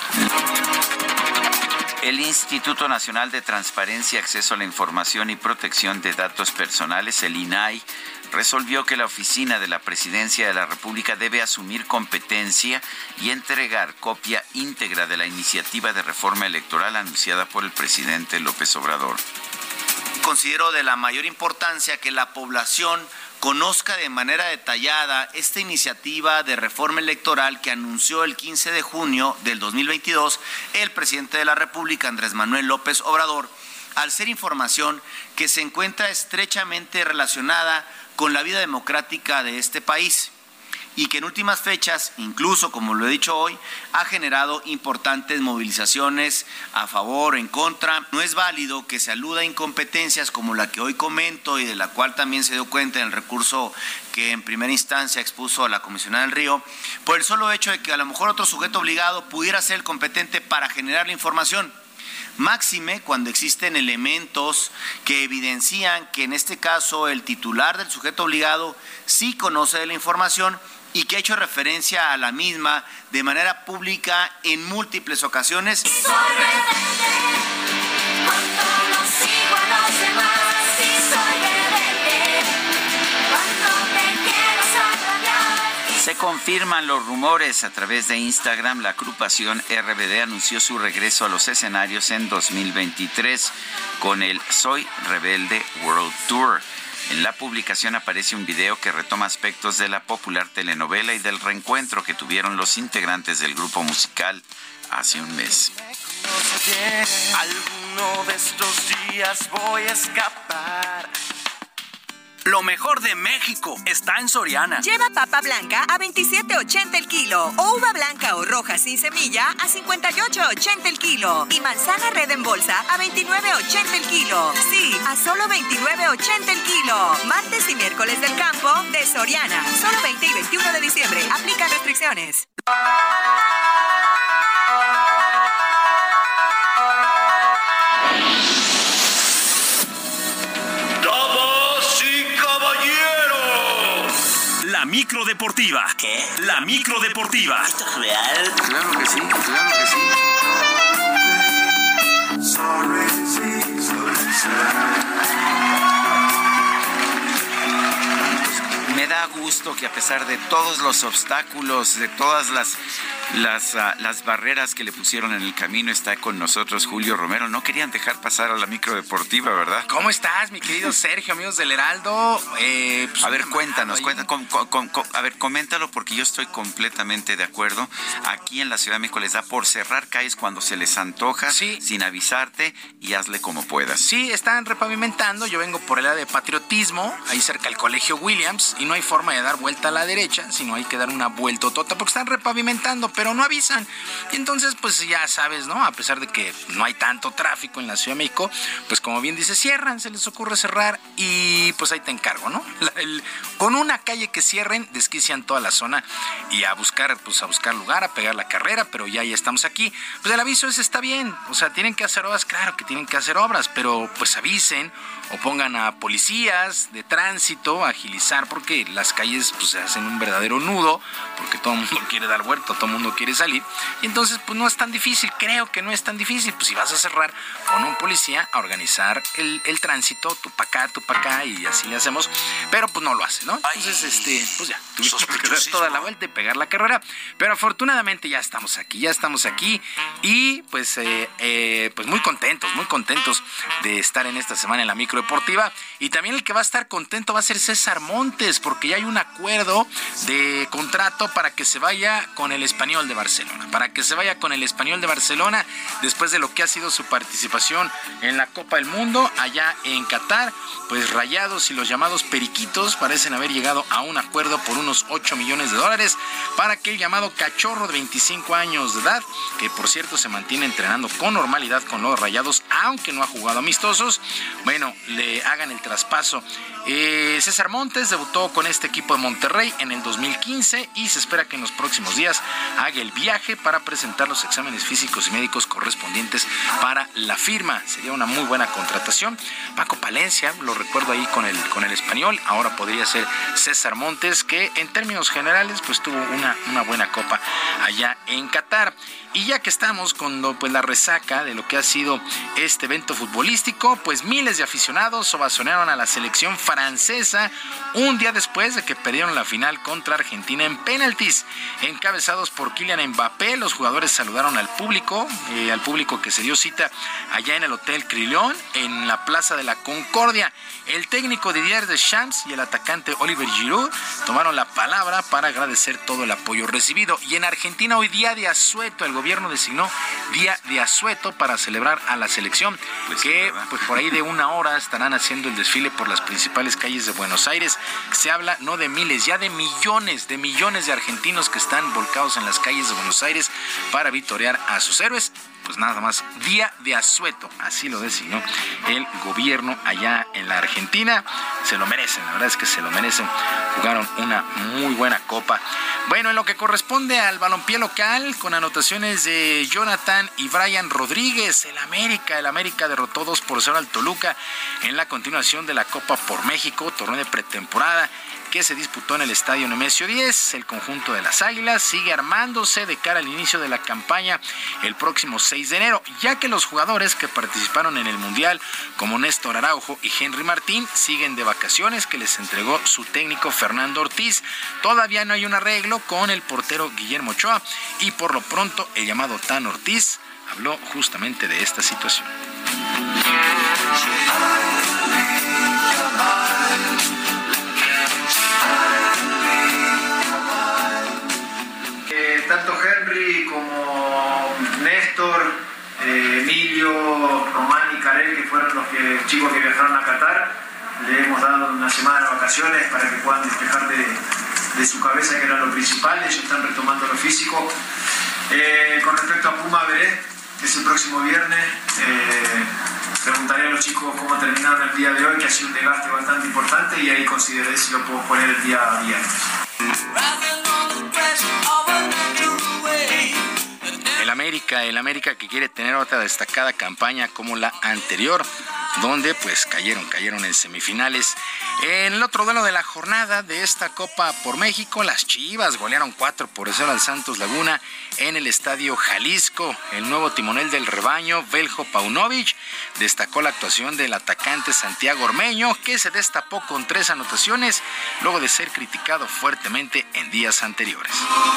El Instituto Nacional de Transparencia, Acceso a la Información y Protección de Datos Personales, el I N A I, resolvió que la Oficina de la Presidencia de la República debe asumir competencia y entregar copia íntegra de la iniciativa de reforma electoral anunciada por el presidente López Obrador. Considero de la mayor importancia que la población conozca de manera detallada esta iniciativa de reforma electoral que anunció el quince de junio del dos mil veintidós el presidente de la República, Andrés Manuel López Obrador, al ser información que se encuentra estrechamente relacionada con la vida democrática de este país y que en últimas fechas, incluso como lo he dicho hoy, ha generado importantes movilizaciones a favor o en contra. No es válido que se aluda a incompetencias como la que hoy comento y de la cual también se dio cuenta en el recurso que en primera instancia expuso la comisionada del Río, por el solo hecho de que a lo mejor otro sujeto obligado pudiera ser el competente para generar la información. Máxime cuando existen elementos que evidencian que en este caso el titular del sujeto obligado sí conoce de la información y que ha hecho referencia a la misma de manera pública en múltiples ocasiones. Soy rebelde, cuando no sigo a los demás, sí soy rebelde, cuando te quiero agradar. Se confirman los rumores a través de Instagram. La agrupación R B D anunció su regreso a los escenarios en dos mil veintitrés con el Soy Rebelde World Tour. En la publicación aparece un video que retoma aspectos de la popular telenovela y del reencuentro que tuvieron los integrantes del grupo musical hace un mes. Alguno de estos días voy a escapar. Lo mejor de México está en Soriana. Lleva papa blanca a veintisiete ochenta el kilo o uva blanca o roja sin semilla a cincuenta y ocho ochenta el kilo y manzana red en bolsa a veintinueve ochenta el kilo. Sí, a solo veintinueve ochenta el kilo. Martes y miércoles del campo de Soriana. Solo veinte y veintiuno de diciembre. Aplica restricciones. La micro deportiva. ¿Qué? La micro deportiva. ¿Esto es real? Claro que sí, claro que sí. Me da gusto que a pesar de todos los obstáculos, de todas las las, uh, las barreras que le pusieron en el camino, está con nosotros Julio Romero. No querían dejar pasar a la micro deportiva, ¿verdad? ¿Cómo estás, mi querido Sergio, amigos del Heraldo? Eh, pues, a ver, cuéntanos, cuéntanos com, com, com, a ver, coméntalo, porque yo estoy completamente de acuerdo. Aquí en la Ciudad de México les da por cerrar calles cuando se les antoja, sí, sin avisarte, y hazle como puedas. Sí, están repavimentando. Yo vengo por el área de Patriotismo, ahí cerca del Colegio Williams, y no hay forma de dar vuelta a la derecha, sino hay que dar una vueltotota porque están repavimentando, pero no avisan. Y entonces, pues ya sabes, ¿no? A pesar de que no hay tanto tráfico en la Ciudad de México, pues como bien dice, cierran, se les ocurre cerrar y pues ahí te encargo, ¿no? La, el, con una calle que cierren, desquician toda la zona y a buscar, pues a buscar lugar, a pegar la carrera, pero ya, ya estamos aquí. Pues el aviso es, está bien, o sea, tienen que hacer obras, claro que tienen que hacer obras, pero pues avisen o pongan a policías de tránsito a agilizar, porque las calles pues se hacen un verdadero nudo, porque todo el mundo quiere dar vuelta, todo el mundo quiere salir, y entonces pues no es tan difícil, creo que no es tan difícil. Pues si vas a cerrar, pon un policía a organizar el, el tránsito, tú pa' acá, tú pa' acá, y así le hacemos, pero pues no lo hace, ¿no? Entonces, este, pues ya, tuvimos que dar toda la vuelta y pegar la carrera, pero afortunadamente ya estamos aquí, ya estamos aquí, y pues, eh, eh, pues muy contentos, muy contentos de estar en esta semana en la micro deportiva. Y también el que va a estar contento va a ser César Montes, porque ya hay un acuerdo de contrato para que se vaya con el Español de Barcelona, para que se vaya con el Español de Barcelona después de lo que ha sido su participación en la Copa del Mundo allá en Qatar. Pues Rayados y los llamados Periquitos parecen haber llegado a un acuerdo por unos ocho millones de dólares para que el llamado cachorro de veinticinco años de edad, que por cierto se mantiene entrenando con normalidad con los Rayados, aunque no ha jugado amistosos, bueno, le hagan el traspaso. Eh, César Montes debutó con este equipo de Monterrey en el dos mil quince y se espera que en los próximos días haga el viaje para presentar los exámenes físicos y médicos correspondientes para la firma. Sería una muy buena contratación. Paco Palencia, lo recuerdo ahí con el, con el Español, ahora podría ser César Montes, que en términos generales pues tuvo una, una buena copa allá en Qatar. Y ya que estamos con lo, pues, la resaca de lo que ha sido este evento futbolístico, pues miles de aficionados ovacionaron a la selección francesa un día después de que perdieron la final contra Argentina en penaltis. Encabezados por Kylian Mbappé, los jugadores saludaron al público, eh, al público que se dio cita allá en el Hotel Crillon, en la Plaza de la Concordia. El técnico Didier Deschamps y el atacante Oliver Giroud tomaron la palabra para agradecer todo el apoyo recibido. Y en Argentina hoy día de asueto, el gobierno designó día de asueto para celebrar a la selección, pues que sí, pues por ahí de una hora estarán haciendo el desfile por las principales calles de Buenos Aires. Se habla no de miles, ya de millones, de millones de argentinos que están volcados en las calles de Buenos Aires para vitorear a sus héroes. Pues nada más, día de asueto, así lo designó el gobierno allá en la Argentina. Se lo merecen, la verdad es que se lo merecen. Jugaron una muy buena copa. Bueno, en lo que corresponde al balompié local, con anotaciones de Jonathan y Brian Rodríguez, el América, el América derrotó dos por cero al Toluca en la continuación de la Copa por México, torneo de pretemporada que se disputó en el Estadio Nemesio diez. El conjunto de las Águilas sigue armándose de cara al inicio de la campaña el próximo seis de enero, ya que los jugadores que participaron en el Mundial, como Néstor Araujo y Henry Martín, siguen de vacaciones que les entregó su técnico Fernando Ortiz. Todavía no hay un arreglo con el portero Guillermo Ochoa y por lo pronto el llamado Tan Ortiz habló justamente de esta situación. Eh, tanto Henry como Néstor, eh, Emilio, Román y Karel, que fueron los que, chicos que viajaron a Qatar, le hemos dado una semana de vacaciones para que puedan despejar de, de su cabeza, que era lo principal. Ellos están retomando lo físico. Eh, con respecto a Puma, veré, que es el próximo viernes. Eh, preguntaré a los chicos cómo terminaron el día de hoy, que ha sido un desgaste bastante importante, y ahí consideré si lo puedo poner el día viernes. El América, el América que quiere tener otra destacada campaña como la anterior, donde pues cayeron, cayeron en semifinales. En el otro duelo de la jornada de esta Copa por México, las Chivas golearon cuatro por cero al Santos Laguna en el Estadio Jalisco. El nuevo timonel del rebaño, Veljko Paunovic, destacó la actuación del atacante Santiago Ormeño, que se destapó con tres anotaciones luego de ser criticado fuertemente en días anteriores.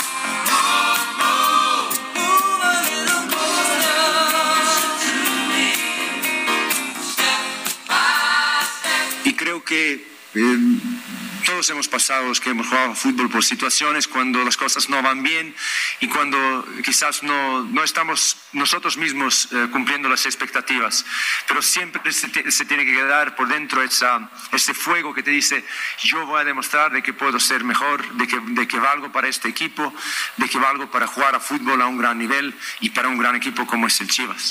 Y creo que eh, todos hemos pasado, los que hemos jugado fútbol, por situaciones cuando las cosas no van bien y cuando quizás no, no estamos nosotros mismos eh, cumpliendo las expectativas. Pero siempre se, te, se tiene que quedar por dentro esa, ese fuego que te dice: yo voy a demostrar de que puedo ser mejor, de que, de que valgo para este equipo, de que valgo para jugar a fútbol a un gran nivel y para un gran equipo como es el Chivas.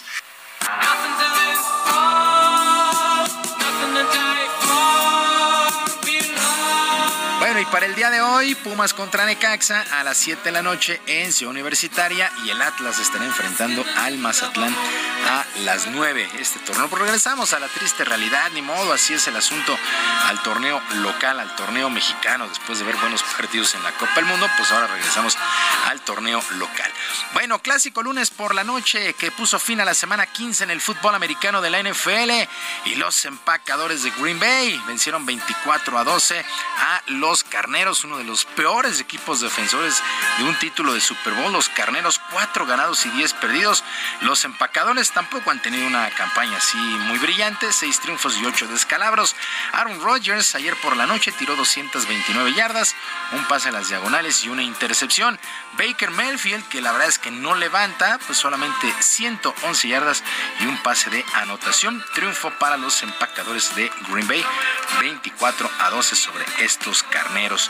Bueno, y para el día de hoy, Pumas contra Necaxa a las siete de la noche en Ciudad Universitaria, y el Atlas estará enfrentando al Mazatlán a las nueve. Este torneo, pues regresamos a la triste realidad, ni modo, así es el asunto, al torneo local, al torneo mexicano. Después de ver buenos partidos en la Copa del Mundo, pues ahora regresamos al torneo local. Bueno, clásico lunes por la noche que puso fin a la semana quince en el fútbol americano de la N F L, y los empacadores de Green Bay vencieron veinticuatro a doce a los Carneros, uno de los peores equipos defensores de un título de Super Bowl. Los Carneros, cuatro ganados y diez perdidos. Los empacadores tampoco han tenido una campaña así muy brillante, seis triunfos y ocho descalabros. Aaron Rodgers ayer por la noche tiró doscientas veintinueve yardas, un pase a las diagonales y una intercepción. Baker Mayfield, que la verdad es que no levanta, pues solamente ciento once yardas y un pase de anotación. Triunfo para los empacadores de Green Bay, veinticuatro a doce sobre estos Carneros.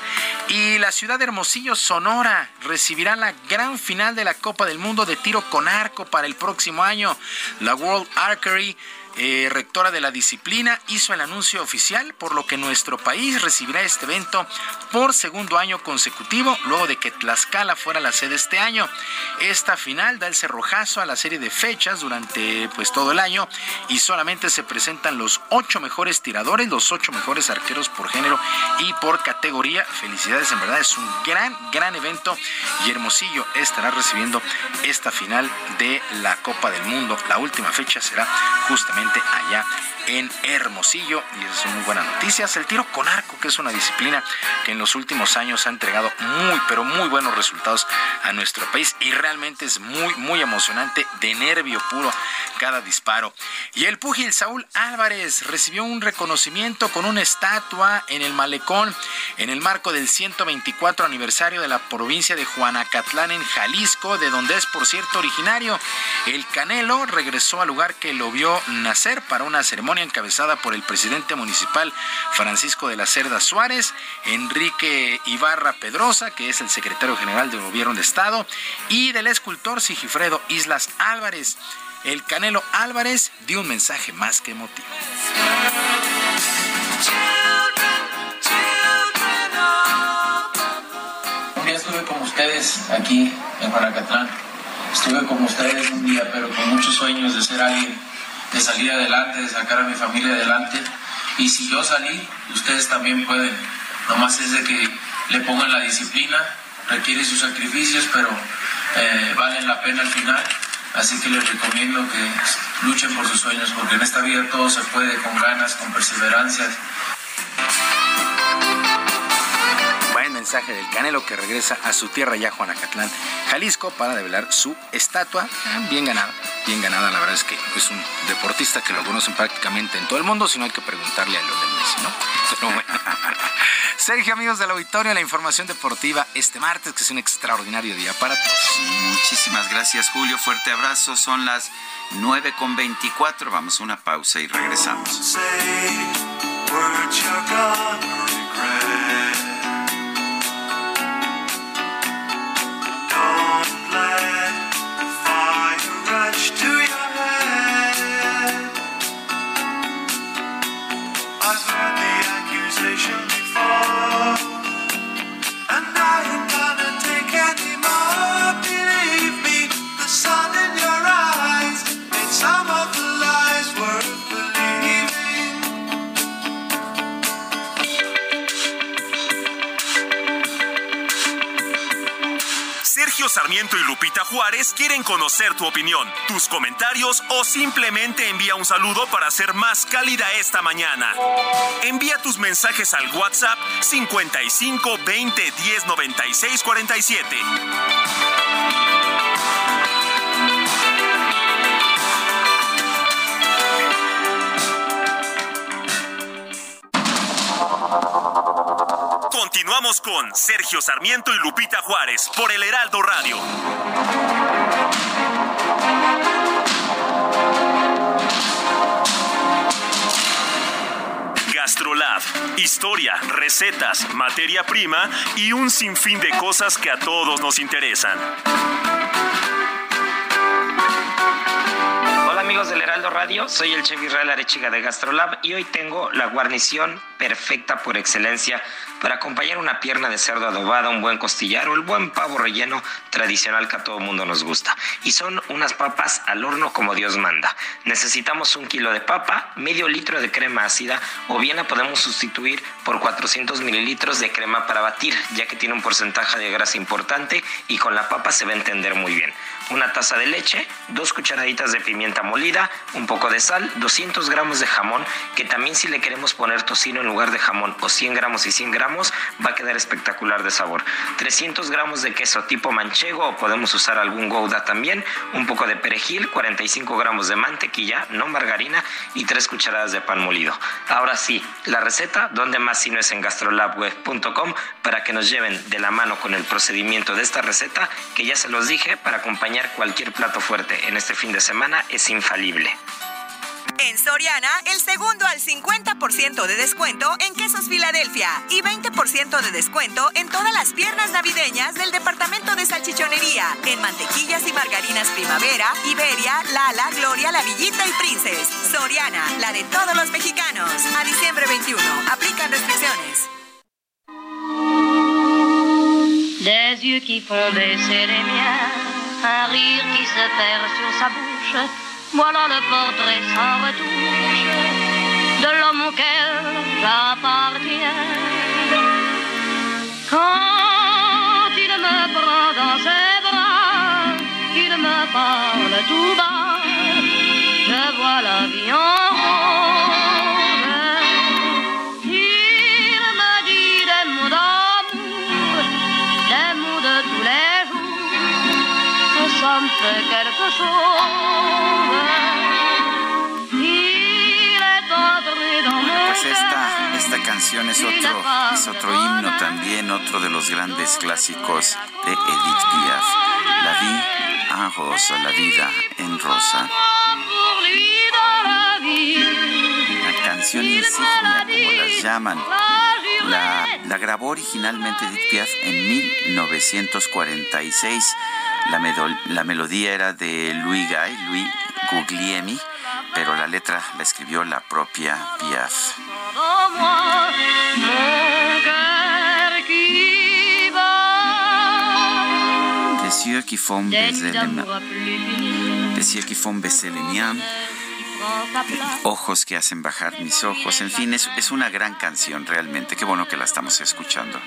Y la ciudad de Hermosillo, Sonora, recibirá la gran final de la Copa del Mundo de tiro con arco para el próximo año. La World Archery, Eh, rectora de la disciplina, hizo el anuncio oficial, por lo que nuestro país recibirá este evento por segundo año consecutivo, luego de que Tlaxcala fuera la sede este año. Esta final da el cerrojazo a la serie de fechas durante pues todo el año, y solamente se presentan los ocho mejores tiradores, los ocho mejores arqueros por género y por categoría. Felicidades, en verdad es un gran, gran evento, y Hermosillo estará recibiendo esta final de la Copa del Mundo. La última fecha será justamente allá en Hermosillo, y esas son muy buenas noticias. El tiro con arco, que es una disciplina que en los últimos años ha entregado muy, pero muy buenos resultados a nuestro país, y realmente es muy, muy emocionante, de nervio puro cada disparo. Y el púgil Saúl Álvarez recibió un reconocimiento con una estatua en el Malecón en el marco del ciento veinticuatro aniversario de la provincia de Juanacatlán en Jalisco, de donde es, por cierto, originario. El Canelo regresó al lugar que lo vio nacer para una ceremonia encabezada por el presidente municipal Francisco de la Cerda Suárez, Enrique Ibarra Pedrosa, que es el secretario general del gobierno de estado, y del escultor Sigifredo Islas Álvarez. El Canelo Álvarez dio un mensaje más que emotivo. Un día estuve con ustedes aquí en Juanacatlán. Estuve con ustedes un día, pero con muchos sueños de ser alguien, de salir adelante, de sacar a mi familia adelante. Y si yo salí, ustedes también pueden. Nomás es de que le pongan la disciplina, requiere sus sacrificios, pero eh, valen la pena al final. Así que les recomiendo que luchen por sus sueños, porque en esta vida todo se puede, con ganas, con perseverancia. Buen mensaje del Canelo, que regresa a su tierra ya, Juanacatlán, Jalisco, para develar su estatua. Bien ganada, bien ganada. La verdad es que es un deportista que lo conocen prácticamente en todo el mundo, si no hay que preguntarle a Lionel Messi, ¿no? Pero bueno. Sergio, amigos del auditorio, la información deportiva este martes, que es un extraordinario día para todos. Muchísimas gracias, Julio. Fuerte abrazo. Son las nueve con veinticuatro. Vamos a una pausa y regresamos. words you're gonna regret. Don't let the fire rush to your head. I've heard the accusation before, and I ain't gonna take any more. Believe me, the sun in your eyes made some of the lies worth believing. Sergio Sarmiento y Lupita Juárez quieren conocer tu opinión, tus comentarios o simplemente envía un saludo para hacer más cálida esta mañana. Envía tus mensajes al WhatsApp cincuenta y cinco veinte diez noventa y seis cuarenta y siete. Continuamos con Sergio Sarmiento y Lupita Juárez por el Heraldo Radio. GastroLab, historia, recetas, materia prima y un sinfín de cosas que a todos nos interesan. Hola amigos del Heraldo Radio, soy el chef Israel Arechiga de GastroLab y hoy tengo la guarnición perfecta por excelencia para acompañar una pierna de cerdo adobada, un buen costillar o el buen pavo relleno tradicional que a todo mundo nos gusta. Y son unas papas al horno como Dios manda. Necesitamos un kilo de papa, medio litro de crema ácida o bien la podemos sustituir por cuatrocientos mililitros de crema para batir, ya que tiene un porcentaje de grasa importante y con la papa se va a entender muy bien. Una taza de leche, dos cucharaditas de pimienta molida, un poco de sal, doscientos gramos de jamón, que también si le queremos poner tocino en lugar de jamón o cien gramos y cien gramos, va a quedar espectacular de sabor. trescientos gramos de queso tipo manchego o podemos usar algún Gouda también, un poco de perejil, cuarenta y cinco gramos de mantequilla, no margarina y tres cucharadas de pan molido. Ahora sí, la receta, ¿dónde más si no es en gastrolabweb punto com? Para que nos lleven de la mano con el procedimiento de esta receta, que ya se los dije, para acompañar cualquier plato fuerte en este fin de semana es infalible. En Soriana, el segundo al cincuenta por ciento de descuento en quesos Filadelfia y veinte por ciento de descuento en todas las piernas navideñas del departamento de salchichonería, en mantequillas y margarinas Primavera, Iberia, Lala, Gloria, La Villita y Princess. Soriana, la de todos los mexicanos. A diciembre veintiuno, aplican restricciones. Des yeux qui font baisser les miens, un rire qui se perd sur sa bouche. Voilà le portrait sans retouche de l'homme auquel j'appartiens. Quand il me prend dans ses bras, qu'il me parle tout bas, je vois la vie en rose. Il me dit des mots d'amour, des mots de tous les jours, que ça me fait quelque chose. Pues esta, esta canción es otro, es otro himno también, otro de los grandes clásicos de Edith Piaf. La vie en rosa, la vida en rosa. La canción insignia, como las llaman. La, la grabó originalmente Edith Piaf en mil novecientos cuarenta y seis. La, medol, la melodía era de Louis Gay, Louis Guglielmi, pero la letra la escribió la propia Piaf. Des yeux qui font baiser les miens, des yeux qui font baisser les miens, ojos que hacen bajar mis ojos, en fin, es, es una gran canción realmente, qué bueno que la estamos escuchando.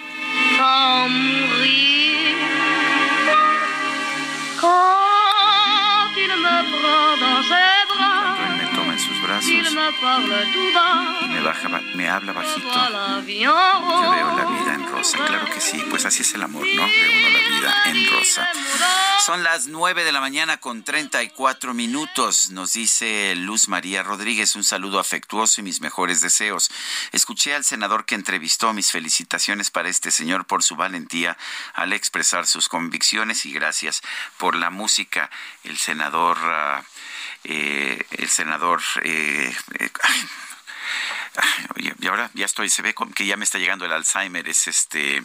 Quand il me prend dans ses bras, cuando él me toma en sus brazos y me, baja, me habla bajito, yo veo la vida en rosa. Claro que sí, pues así es el amor, ¿no? Ve uno la vida en rosa. Son las nueve de la mañana con treinta y cuatro minutos. Nos dice Luz María Rodríguez, un saludo afectuoso y mis mejores deseos. Escuché al senador que entrevistó, mis felicitaciones para este señor por su valentía al expresar sus convicciones y gracias por la música. El senador, uh, eh, el senador, eh, eh, Oye, y ahora ya estoy, se ve que ya me está llegando el Alzheimer, es este...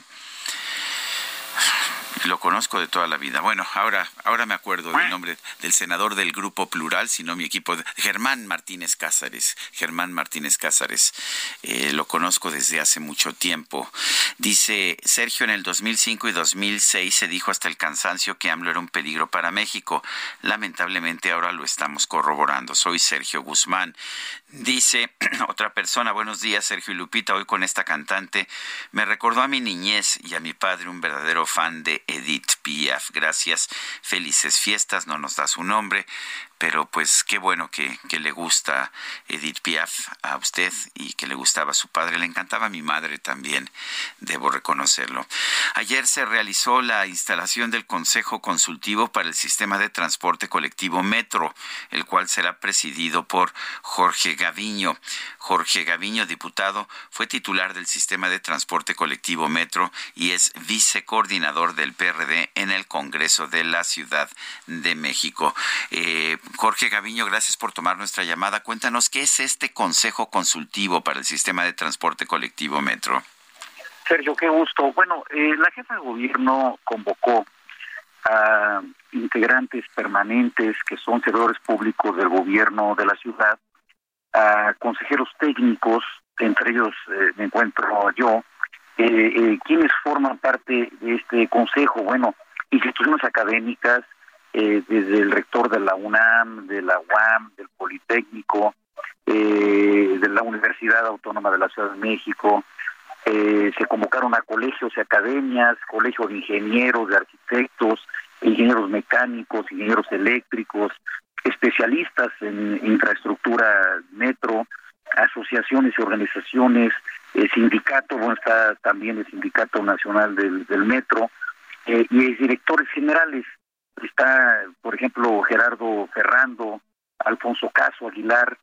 Lo conozco de toda la vida. Bueno, ahora ahora me acuerdo del nombre del senador del Grupo Plural, sino mi equipo, de, Germán Martínez Cázares. Germán Martínez Cázares. Eh, lo conozco desde hace mucho tiempo. Dice Sergio, en el dos mil cinco y dos mil seis se dijo hasta el cansancio que AMLO era un peligro para México. Lamentablemente ahora lo estamos corroborando. Soy Sergio Guzmán. Dice otra persona, buenos días Sergio y Lupita, hoy con esta cantante me recordó a mi niñez y a mi padre, un verdadero fan de Edith Piaf. Gracias, felices fiestas, no nos da su nombre, pero pues qué bueno que, que le gusta Edith Piaf a usted y que le gustaba a su padre. Le encantaba a mi madre también, debo reconocerlo. Ayer se realizó la instalación del Consejo Consultivo para el Sistema de Transporte Colectivo Metro, el cual será presidido por Jorge Gaviño. Jorge Gaviño, diputado, fue titular del Sistema de Transporte Colectivo Metro y es vicecoordinador del P R D en el Congreso de la Ciudad de México. Eh, Jorge Gaviño, gracias por tomar nuestra llamada. Cuéntanos, ¿qué es este Consejo Consultivo para el Sistema de Transporte Colectivo Metro? Sergio, qué gusto. Bueno, eh, la jefa de gobierno convocó a integrantes permanentes que son servidores públicos del gobierno de la ciudad, a consejeros técnicos, entre ellos eh, me encuentro yo, eh, eh, quienes forman parte de este consejo. Bueno, instituciones académicas, eh, desde el rector de la UNAM, de la U A M, del Politécnico, eh, de la Universidad Autónoma de la Ciudad de México. Eh, se convocaron a colegios y academias, colegios de ingenieros, de arquitectos, ingenieros mecánicos, ingenieros eléctricos, especialistas en infraestructura metro, asociaciones y organizaciones, eh, sindicato, bueno, está también el Sindicato Nacional del, del Metro, eh, y directores generales. Está, por ejemplo, Gerardo Ferrando, Alfonso Caso Aguilar,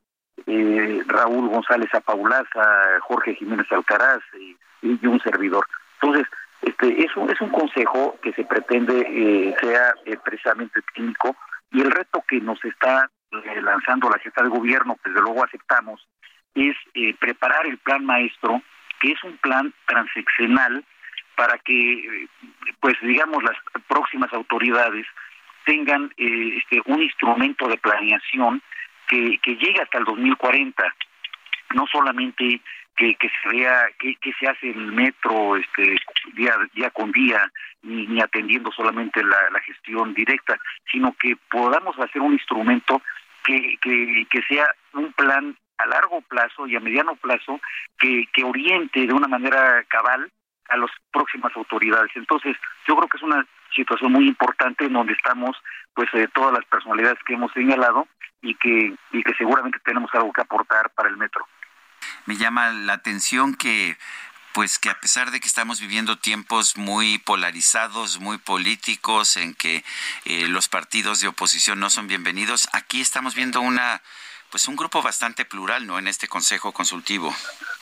eh, Raúl González Apaulaza, Jorge Jiménez Alcaraz y, y un servidor. Entonces, este es un, es un consejo que se pretende eh, sea eh, precisamente técnico, y el reto que nos está eh, lanzando la jefa de gobierno, que desde luego aceptamos, es eh, preparar el plan maestro, que es un plan transeccional para que, eh, pues digamos, las próximas autoridades tengan eh, este un instrumento de planeación que, que llegue hasta el dos mil cuarenta, no solamente que, que se vea que, que se hace el metro este día día con día, ni, ni atendiendo solamente la, la gestión directa, sino que podamos hacer un instrumento que, que, que sea un plan a largo plazo y a mediano plazo que, que oriente de una manera cabal a las próximas autoridades. Entonces, yo creo que es una situación muy importante en donde estamos, pues, eh, todas las personalidades que hemos señalado y que y que seguramente tenemos algo que aportar para el metro. Me llama la atención que, pues, que a pesar de que estamos viviendo tiempos muy polarizados, muy políticos, en que eh, los partidos de oposición no son bienvenidos, aquí estamos viendo una, pues, un grupo bastante plural, ¿no?, en este Consejo Consultivo.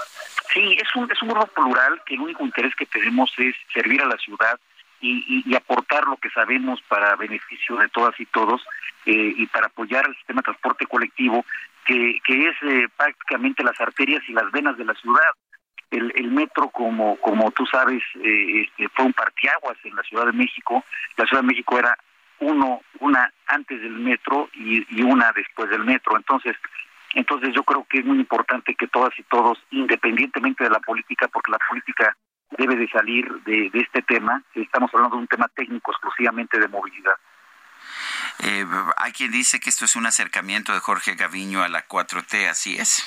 Sí, es un es un grupo plural que el único interés que tenemos es servir a la ciudad y, y, y aportar lo que sabemos para beneficio de todas y todos, eh, y para apoyar el sistema de transporte colectivo, que, que es eh, prácticamente las arterias y las venas de la ciudad. El, el metro, como como tú sabes, eh, este, fue un parteaguas en la Ciudad de México. La Ciudad de México era uno una antes del metro y, y una después del metro. Entonces, Entonces yo creo que es muy importante que todas y todos, independientemente de la política, porque la política debe de salir de, de este tema, estamos hablando de un tema técnico exclusivamente de movilidad. Eh, hay quien dice que esto es un acercamiento de Jorge Gaviño a la cuatro T, ¿así es?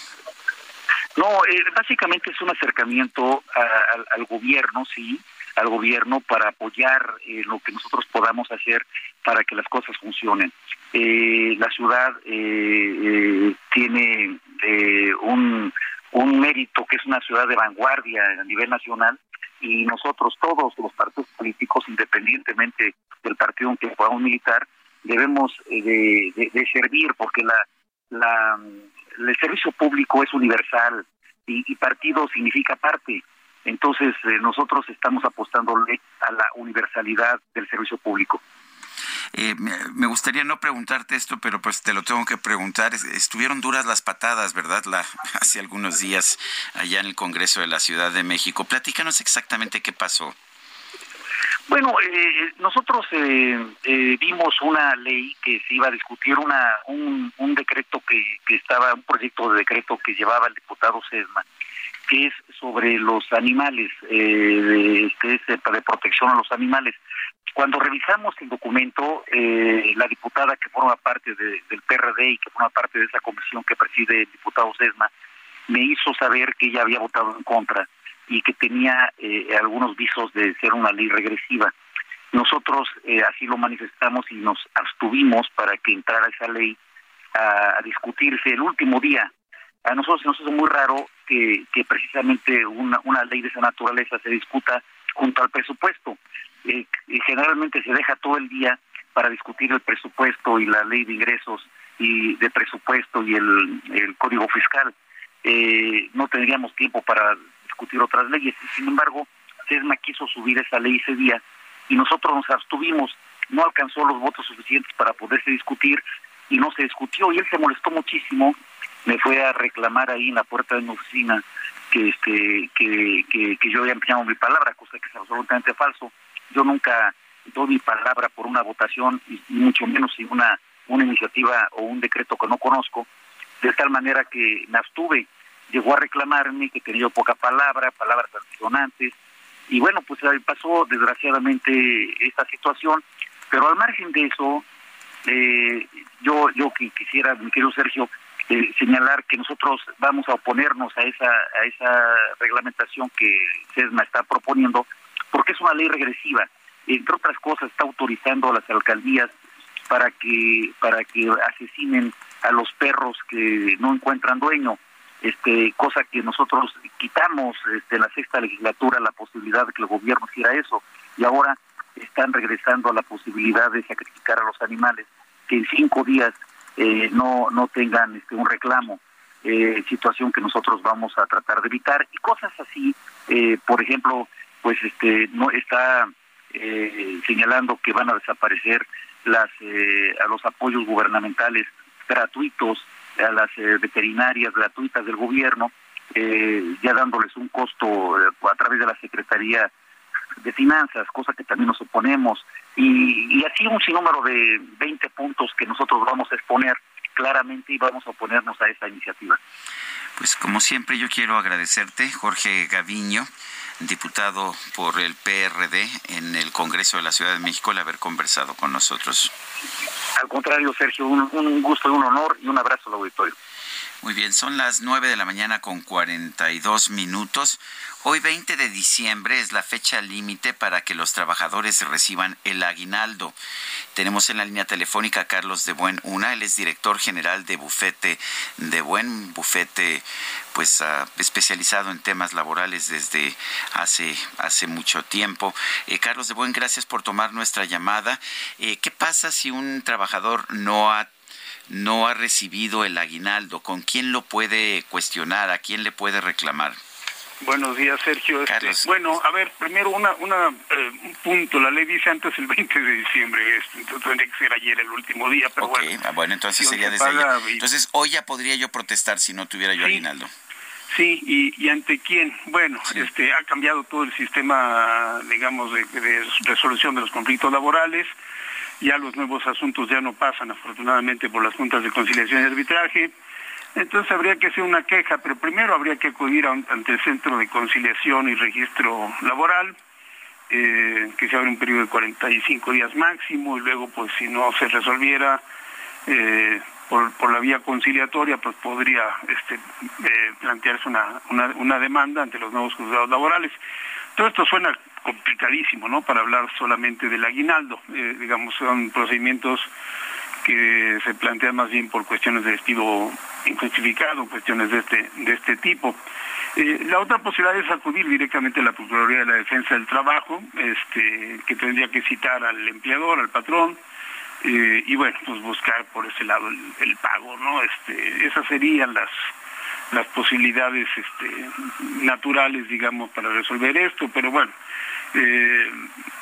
No, eh, básicamente es un acercamiento a, a, al gobierno, sí, al gobierno para apoyar eh, lo que nosotros podamos hacer para que las cosas funcionen. Eh, la ciudad eh, eh, tiene eh, un, un mérito que es una ciudad de vanguardia a nivel nacional, y nosotros todos los partidos políticos, independientemente del partido en que podamos militar, debemos eh, de, de, de servir, porque la, la el servicio público es universal y, y partido significa parte. Entonces eh, nosotros estamos apostándole a la universalidad del servicio público. Eh, me, me gustaría no preguntarte esto, pero pues te lo tengo que preguntar. Estuvieron duras las patadas, ¿verdad? La, hace algunos días allá en el Congreso de la Ciudad de México. Platícanos exactamente qué pasó. Bueno, eh, nosotros eh, eh, vimos una ley que se iba a discutir, una un, un decreto que, que estaba, un proyecto de decreto que llevaba el diputado Sesma, que es sobre los animales, eh, de, que es de, de protección a los animales. Cuando revisamos el documento, eh, la diputada que forma parte de, del P R D y que forma parte de esa comisión que preside el diputado Sesma, me hizo saber que ella había votado en contra y que tenía eh, algunos visos de ser una ley regresiva. Nosotros eh, así lo manifestamos y nos abstuvimos para que entrara esa ley a, a discutirse el último día. A nosotros nos hace muy raro que, que precisamente una, una ley de esa naturaleza se discuta junto al presupuesto. Eh, generalmente se deja todo el día para discutir el presupuesto y la ley de ingresos y de presupuesto y el, el código fiscal. Eh, no tendríamos tiempo para discutir otras leyes. Sin embargo, Sesma quiso subir esa ley ese día y nosotros nos abstuvimos. No alcanzó los votos suficientes para poderse discutir y no se discutió y él se molestó muchísimo. Me fue a reclamar ahí en la puerta de mi oficina que este que, que, que yo había empeñado mi palabra, cosa que es absolutamente falso. Yo nunca doy mi palabra por una votación y, y mucho menos sin una, una iniciativa o un decreto que no conozco, de tal manera que me abstuve. Llegó a reclamarme que tenía poca palabra, palabras altisonantes, y bueno, pues pasó desgraciadamente esta situación, pero al margen de eso, eh, yo yo quisiera, mi querido Sergio, eh, señalar que nosotros vamos a oponernos a esa a esa reglamentación que Sesma está proponiendo, porque es una ley regresiva. Entre otras cosas, está autorizando a las alcaldías para que para que asesinen a los perros que no encuentran dueño. Este, cosa que nosotros quitamos este, en la sexta legislatura la posibilidad de que el gobierno hiciera eso, y ahora están regresando a la posibilidad de sacrificar a los animales, que en cinco días eh, no no tengan este, un reclamo, eh, situación que nosotros vamos a tratar de evitar, y cosas así. Eh, por ejemplo, pues este no está eh, señalando que van a desaparecer las eh, a los apoyos gubernamentales gratuitos, a las eh, veterinarias gratuitas del gobierno, eh, ya dándoles un costo eh, a través de la Secretaría de Finanzas, cosa que también nos oponemos, y, y así un sinnúmero de veinte puntos que nosotros vamos a exponer claramente y vamos a oponernos a esta iniciativa. Pues como siempre yo quiero agradecerte, Jorge Gaviño, diputado por el P R D en el Congreso de la Ciudad de México, el haber conversado con nosotros. Al contrario, Sergio, un, un gusto y un honor y un abrazo al auditorio. Muy bien, son las nueve de la mañana con cuarenta y dos minutos. Hoy, veinte de diciembre, es la fecha límite para que los trabajadores reciban el aguinaldo. Tenemos en la línea telefónica a Carlos de Buen Una, él es director general de Bufete de Buen, bufete pues uh, especializado en temas laborales desde hace hace mucho tiempo. Eh, Carlos de Buen, gracias por tomar nuestra llamada. Eh, ¿Qué pasa si un trabajador no ha no ha recibido el aguinaldo? ¿Con quién lo puede cuestionar? ¿A quién le puede reclamar? Buenos días, Sergio. Este, bueno, a ver, primero una, una eh, un punto. La ley dice antes el veinte de diciembre, este, entonces tendría que ser ayer el último día, pero okay. bueno. Ah, bueno, entonces si sería desde ayer. Y... Entonces, hoy ya podría yo protestar si no tuviera yo sí, aguinaldo. Sí, y, y ante quién. Bueno, sí. este ha cambiado todo el sistema, digamos, de, de resolución de los conflictos laborales. Ya los nuevos asuntos ya no pasan, afortunadamente, por las juntas de conciliación y arbitraje. Entonces habría que hacer una queja, pero primero habría que acudir a un, ante el Centro de Conciliación y Registro Laboral, eh, que se abre un periodo de cuarenta y cinco días máximo, y luego, pues, si no se resolviera eh, por, por la vía conciliatoria, pues podría este, eh, plantearse una, una, una demanda ante los nuevos juzgados laborales. Todo esto suena complicadísimo, ¿no?, para hablar solamente del aguinaldo. Eh, digamos, son procedimientos que se plantean más bien por cuestiones de despido injustificado, cuestiones de este de este tipo. Eh, la otra posibilidad es acudir directamente a la Procuraduría de la Defensa del Trabajo, este, que tendría que citar al empleador, al patrón, eh, y bueno, pues buscar por ese lado el, el pago, ¿no? Este, esas serían las las posibilidades este, naturales, digamos, para resolver esto, pero bueno, eh,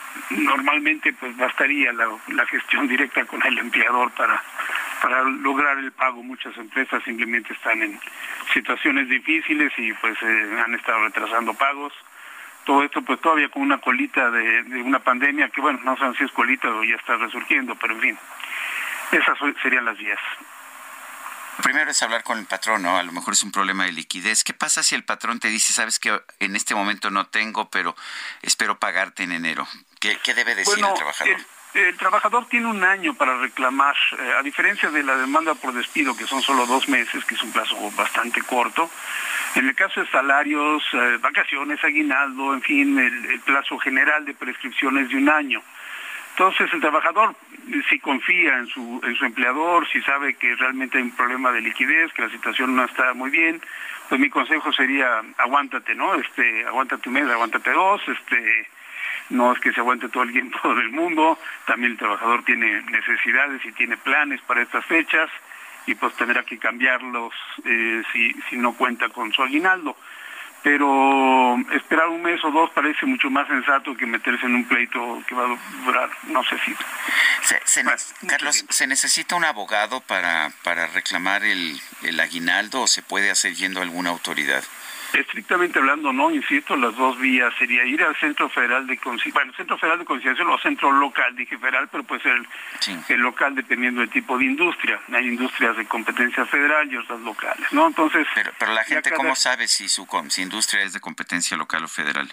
normalmente pues bastaría la, la gestión directa con el empleador para para lograr el pago. Muchas empresas simplemente están en situaciones difíciles y pues eh, han estado retrasando pagos. Todo esto pues todavía con una colita de, de una pandemia que bueno, no sé si es colita o ya está resurgiendo, pero en fin, esas serían las vías. Primero es hablar con el patrón, ¿no? A lo mejor es un problema de liquidez. ¿Qué pasa si el patrón te dice, sabes que en este momento no tengo, pero espero pagarte en enero? ¿Qué, qué debe decir bueno, el trabajador? El... El trabajador tiene un año para reclamar, eh, a diferencia de la demanda por despido, que son solo dos meses, que es un plazo bastante corto. En el caso de salarios, eh, vacaciones, aguinaldo, en fin, el, el plazo general de prescripción es de un año. Entonces el trabajador, si confía en su, en su empleador, si sabe que realmente hay un problema de liquidez, que la situación no está muy bien, pues mi consejo sería aguántate, ¿no? Este, aguántate un mes, aguántate dos, este... No es que se aguante todo el tiempo del mundo, también el trabajador tiene necesidades y tiene planes para estas fechas y pues tendrá que cambiarlos eh, si, si no cuenta con su aguinaldo. Pero esperar un mes o dos parece mucho más sensato que meterse en un pleito que va a durar, no sé si... Se, se ne- Carlos, ¿se necesita un abogado para, para reclamar el, el aguinaldo o se puede hacer yendo a alguna autoridad? Estrictamente hablando, no, insisto, las dos vías sería ir al Centro Federal de Conciliación, bueno, Centro Federal de Conciliación o Centro Local, dije federal, pero puede ser el, sí. el local dependiendo del tipo de industria. Hay industrias de competencia federal y otras locales, ¿no? Entonces... Pero, pero la gente, cada... ¿cómo sabe si su si industria es de competencia local o federal?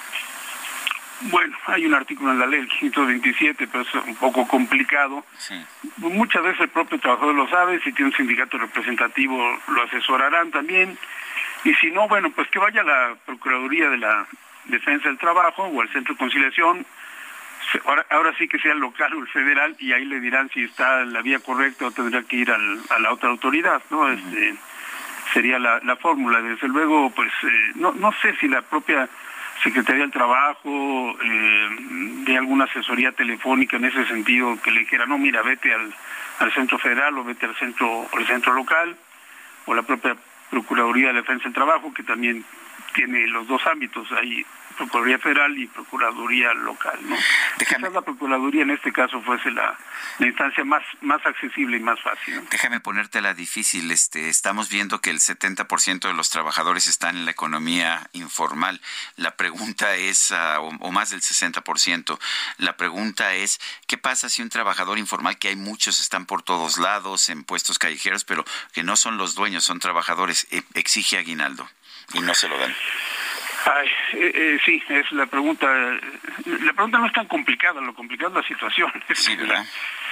Bueno, hay un artículo en la ley, el quinientos veintisiete, pero es un poco complicado. Sí. Muchas veces el propio trabajador lo sabe, si tiene un sindicato representativo lo asesorarán también. Y si no, bueno, pues que vaya a la Procuraduría de la Defensa del Trabajo o al Centro de Conciliación, ahora, ahora sí que sea el local o el federal, y ahí le dirán si está en la vía correcta o tendrá que ir al, a la otra autoridad, ¿no? Uh-huh. Este, sería la, la fórmula. Desde luego, pues, eh, no, no sé si la propia Secretaría del Trabajo eh, de alguna asesoría telefónica en ese sentido, que le dijera, no, mira, vete al, al Centro Federal o vete al centro, al centro local, o la propia Procuraduría de la Defensa del Trabajo, que también tiene los dos ámbitos, hay Procuraduría Federal y Procuraduría Local, ¿no? Déjame... Quizás la Procuraduría en este caso fuese la, la instancia más, más accesible y más fácil, ¿no? Déjame ponértela difícil. Este, estamos viendo que el setenta por ciento de los trabajadores están en la economía informal. La pregunta es, uh, o, o más del sesenta por ciento, la pregunta es, ¿qué pasa si un trabajador informal, que hay muchos, están por todos lados, en puestos callejeros, pero que no son los dueños, son trabajadores, eh, exige aguinaldo y no se lo dan? Ay, eh, eh, sí, es la pregunta. La pregunta no es tan complicada, lo complicado es la situación. Sí, ¿verdad?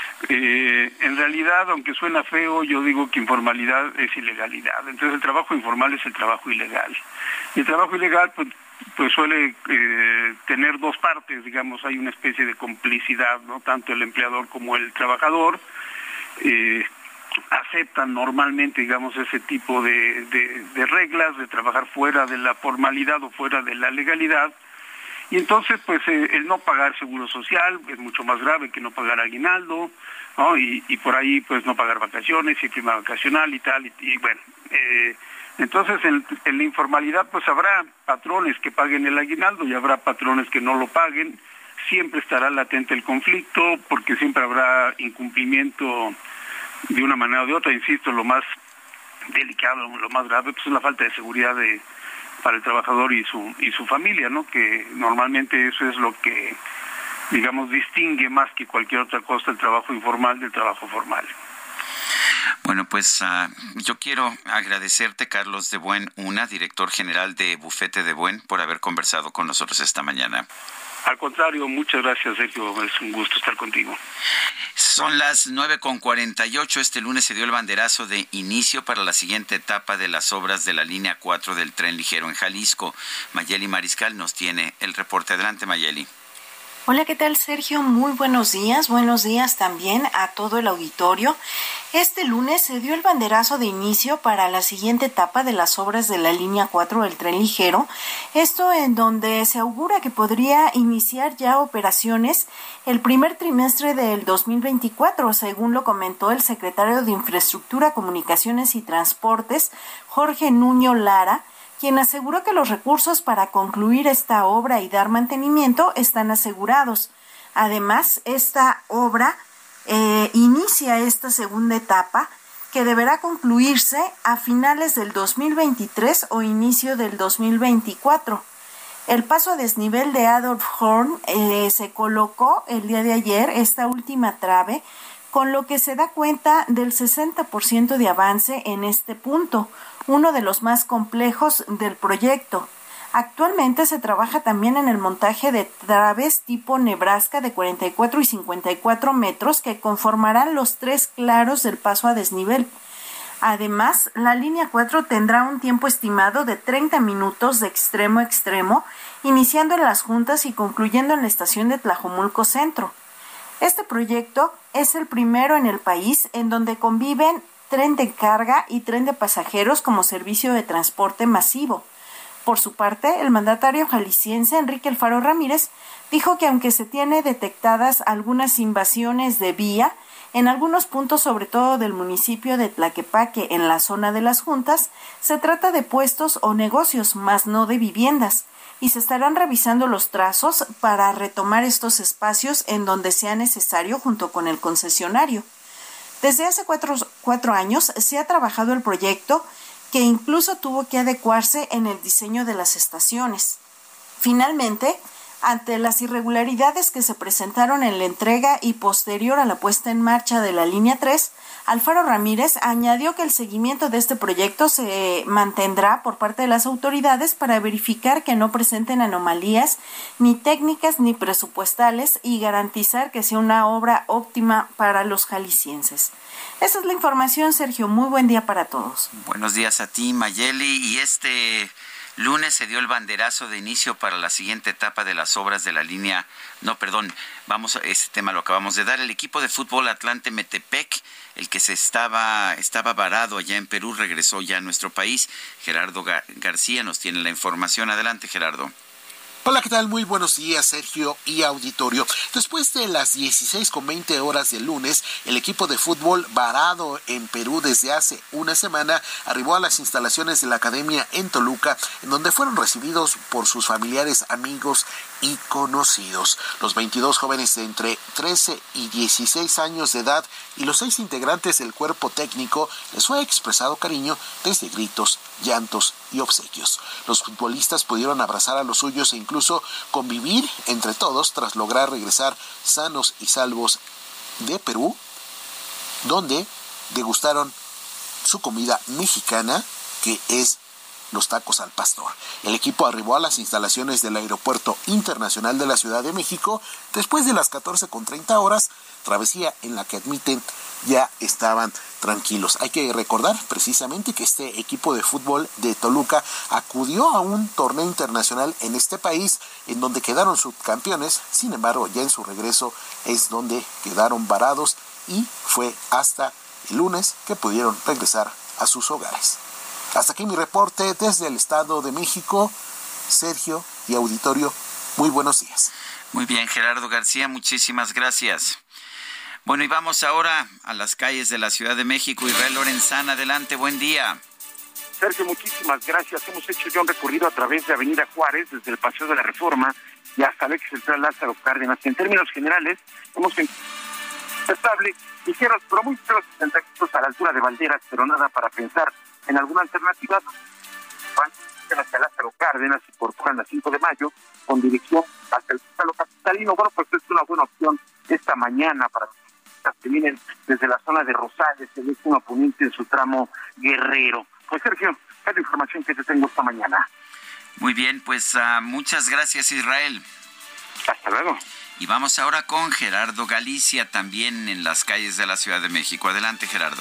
Eh, en realidad, aunque suena feo, yo digo que informalidad es ilegalidad. Entonces el trabajo informal es el trabajo ilegal. Y el trabajo ilegal, pues, pues suele eh, tener dos partes, digamos, hay una especie de complicidad, ¿no? Tanto el empleador como el trabajador eh, aceptan normalmente, digamos, ese tipo de, de, de reglas, de trabajar fuera de la formalidad o fuera de la legalidad, y entonces pues eh, el no pagar seguro social es mucho más grave que no pagar aguinaldo, ¿no? Y, y por ahí pues no pagar vacaciones y prima vacacional y tal, y, y bueno, eh, entonces en, en la informalidad pues habrá patrones que paguen el aguinaldo y habrá patrones que no lo paguen, siempre estará latente el conflicto porque siempre habrá incumplimiento de una manera o de otra. Insisto, lo más delicado, lo más grave, pues es la falta de seguridad de, para el trabajador y su y su familia, ¿no? Que normalmente eso es lo que, digamos, distingue más que cualquier otra cosa el trabajo informal del trabajo formal. Bueno, pues uh, yo quiero agradecerte, Carlos de Buen Una, director general de Bufete de Buen, por haber conversado con nosotros esta mañana. Al contrario, muchas gracias, Sergio, es un gusto estar contigo. Son las nueve con cuarenta y ocho. Este lunes se dio el banderazo de inicio para la siguiente etapa de las obras de la línea cuatro del tren ligero en Jalisco. Mayeli Mariscal nos tiene el reporte. Adelante, Mayeli. Hola, ¿qué tal, Sergio? Muy buenos días. Buenos días también a todo el auditorio. Este lunes se dio el banderazo de inicio para la siguiente etapa de las obras de la línea cuatro del tren ligero. Esto en donde se augura que podría iniciar ya operaciones el primer trimestre del dos mil veinticuatro, según lo comentó el secretario de Infraestructura, Comunicaciones y Transportes, Jorge Nuño Lara, quien aseguró que los recursos para concluir esta obra y dar mantenimiento están asegurados. Además, esta obra eh, inicia esta segunda etapa que deberá concluirse a finales del dos mil veintitrés o inicio del dos mil veinticuatro. El paso a desnivel de Adolf Horn eh, se colocó el día de ayer, esta última trave, con lo que se da cuenta del sesenta por ciento de avance en este punto, uno de los más complejos del proyecto. Actualmente se trabaja también en el montaje de traves tipo Nebraska de cuarenta y cuatro y cincuenta y cuatro metros que conformarán los tres claros del paso a desnivel. Además, la línea cuatro tendrá un tiempo estimado de treinta minutos de extremo a extremo, iniciando en Las Juntas y concluyendo en la estación de Tlajomulco Centro. Este proyecto es el primero en el país en donde conviven tren de carga y tren de pasajeros como servicio de transporte masivo. Por su parte, el mandatario jalisciense Enrique Alfaro Ramírez dijo que aunque se tiene detectadas algunas invasiones de vía, en algunos puntos, sobre todo del municipio de Tlaquepaque, en la zona de Las Juntas, se trata de puestos o negocios, más no de viviendas, y se estarán revisando los trazos para retomar estos espacios en donde sea necesario junto con el concesionario. Desde hace cuatro, cuatro años se ha trabajado el proyecto, que incluso tuvo que adecuarse en el diseño de las estaciones. Finalmente, ante las irregularidades que se presentaron en la entrega y posterior a la puesta en marcha de la línea tres, Alfaro Ramírez añadió que el seguimiento de este proyecto se mantendrá por parte de las autoridades para verificar que no presenten anomalías ni técnicas ni presupuestales y garantizar que sea una obra óptima para los jaliscienses. Esa es la información, Sergio. Muy buen día para todos. Buenos días a ti, Mayeli. Y este lunes se dio el banderazo de inicio para la siguiente etapa de las obras de la línea... No, perdón, vamos a este tema lo acabamos de dar. El equipo de fútbol Atlante Metepec, el que se estaba, estaba varado allá en Perú, regresó ya a nuestro país. Gerardo Gar- García nos tiene la información. Adelante, Gerardo. Hola, ¿qué tal? Muy buenos días, Sergio y auditorio. Después de las dieciséis con veinte horas del lunes, el equipo de fútbol varado en Perú desde hace una semana arribó a las instalaciones de la academia en Toluca, en donde fueron recibidos por sus familiares, amigos y conocidos. Los veintidós jóvenes de entre trece y dieciséis años de edad y los seis integrantes del cuerpo técnico les fue expresado cariño desde gritos, llantos y obsequios. Los futbolistas pudieron abrazar a los suyos e incluso convivir entre todos tras lograr regresar sanos y salvos de Perú, donde degustaron su comida mexicana, que es los tacos al pastor. El equipo arribó a las instalaciones del Aeropuerto Internacional de la Ciudad de México después de las catorce con treinta horas, travesía en la que admiten ya estaban tranquilos. Hay que recordar precisamente que este equipo de fútbol de Toluca acudió a un torneo internacional en este país en donde quedaron subcampeones. Sin embargo, ya en su regreso es donde quedaron varados y fue hasta el lunes que pudieron regresar a sus hogares. Hasta aquí mi reporte desde el Estado de México. Sergio y auditorio, muy buenos días. Muy bien, Gerardo García, muchísimas gracias. Bueno, y vamos ahora a las calles de la Ciudad de México. Israel Lorenzana, adelante, buen día. Sergio, muchísimas gracias. Hemos hecho ya un recorrido a través de Avenida Juárez, desde el Paseo de la Reforma y hasta el ex central Lázaro Cárdenas. En términos generales, hemos estable, ligeros, pero muy ligeros contactos a la altura de Valderas, pero nada para pensar en alguna alternativa. Van hacia Lázaro Cárdenas y por Juan a cinco de mayo, con dirección hacia el Zócalo capitalino. Bueno, pues es una buena opción esta mañana para que vienen desde la zona de Rosales, el último poniente en su tramo Guerrero. Pues Sergio, es la información que te tengo esta mañana. Muy bien, pues uh, muchas gracias, Israel. Hasta luego. Y vamos ahora con Gerardo Galicia, también en las calles de la Ciudad de México. Adelante, Gerardo.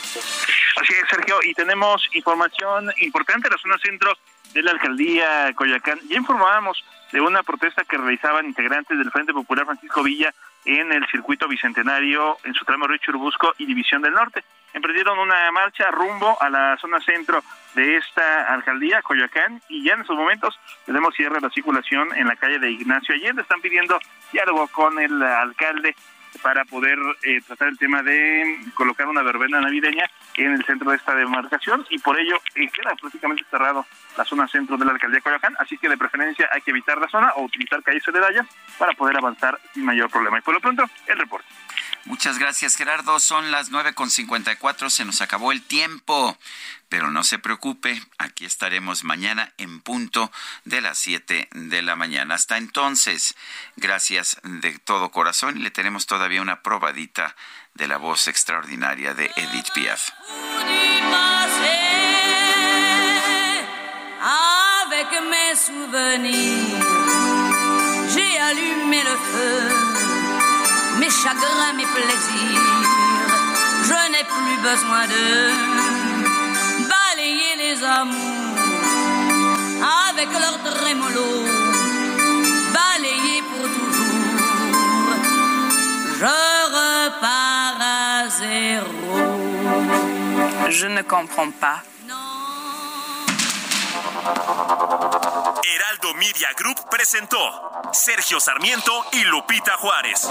Así es, Sergio, y tenemos información importante en la zona centro de la alcaldía Coyoacán. Ya informábamos de una protesta que realizaban integrantes del Frente Popular Francisco Villa en el circuito bicentenario en su tramo Río Churubusco y División del Norte. Emprendieron una marcha rumbo a la zona centro de esta alcaldía, Coyoacán, y ya en estos momentos tenemos cierre de la circulación en la calle de Ignacio Allende. Están pidiendo diálogo con el alcalde para poder eh, tratar el tema de colocar una verbena navideña en el centro de esta demarcación, y por ello eh, queda prácticamente cerrado la zona centro de la alcaldía de Coyoacán, así que de preferencia hay que evitar la zona o utilizar calles aledañas para poder avanzar sin mayor problema. Y por lo pronto, el reporte. Muchas gracias, Gerardo. Son las nueve con cincuenta y cuatro, se nos acabó el tiempo, pero no se preocupe, aquí estaremos mañana en punto de las siete de la mañana. Hasta entonces, gracias de todo corazón, y le tenemos todavía una probadita de la voz extraordinaria de Edith Piaf. Avec mes souvenirs, j'ai allumé le feu, mes chagrins, mes plaisirs, je n'ai plus besoin de balayer les amours avec leur trémolo, balayer pour toujours, je repars à zéro. Je ne comprends pas. Heraldo Media Group presentó Sergio Sarmiento y Lupita Juárez.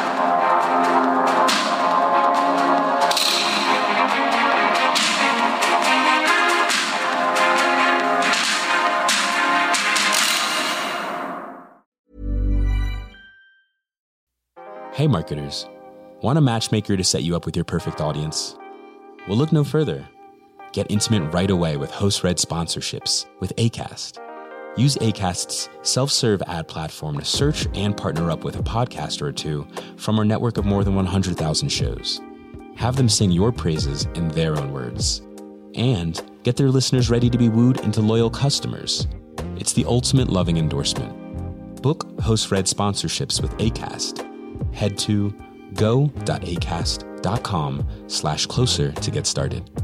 Hey marketers, want a matchmaker to set you up with your perfect audience? Well, look no further. Get intimate right away with host-read sponsorships with Acast. Use Acast's self-serve ad platform to search and partner up with a podcaster or two from our network of more than one hundred thousand shows. Have them sing your praises in their own words. And get their listeners ready to be wooed into loyal customers. It's the ultimate loving endorsement. Book host-read sponsorships with Acast. Head to go.acast.com slash closer to get started.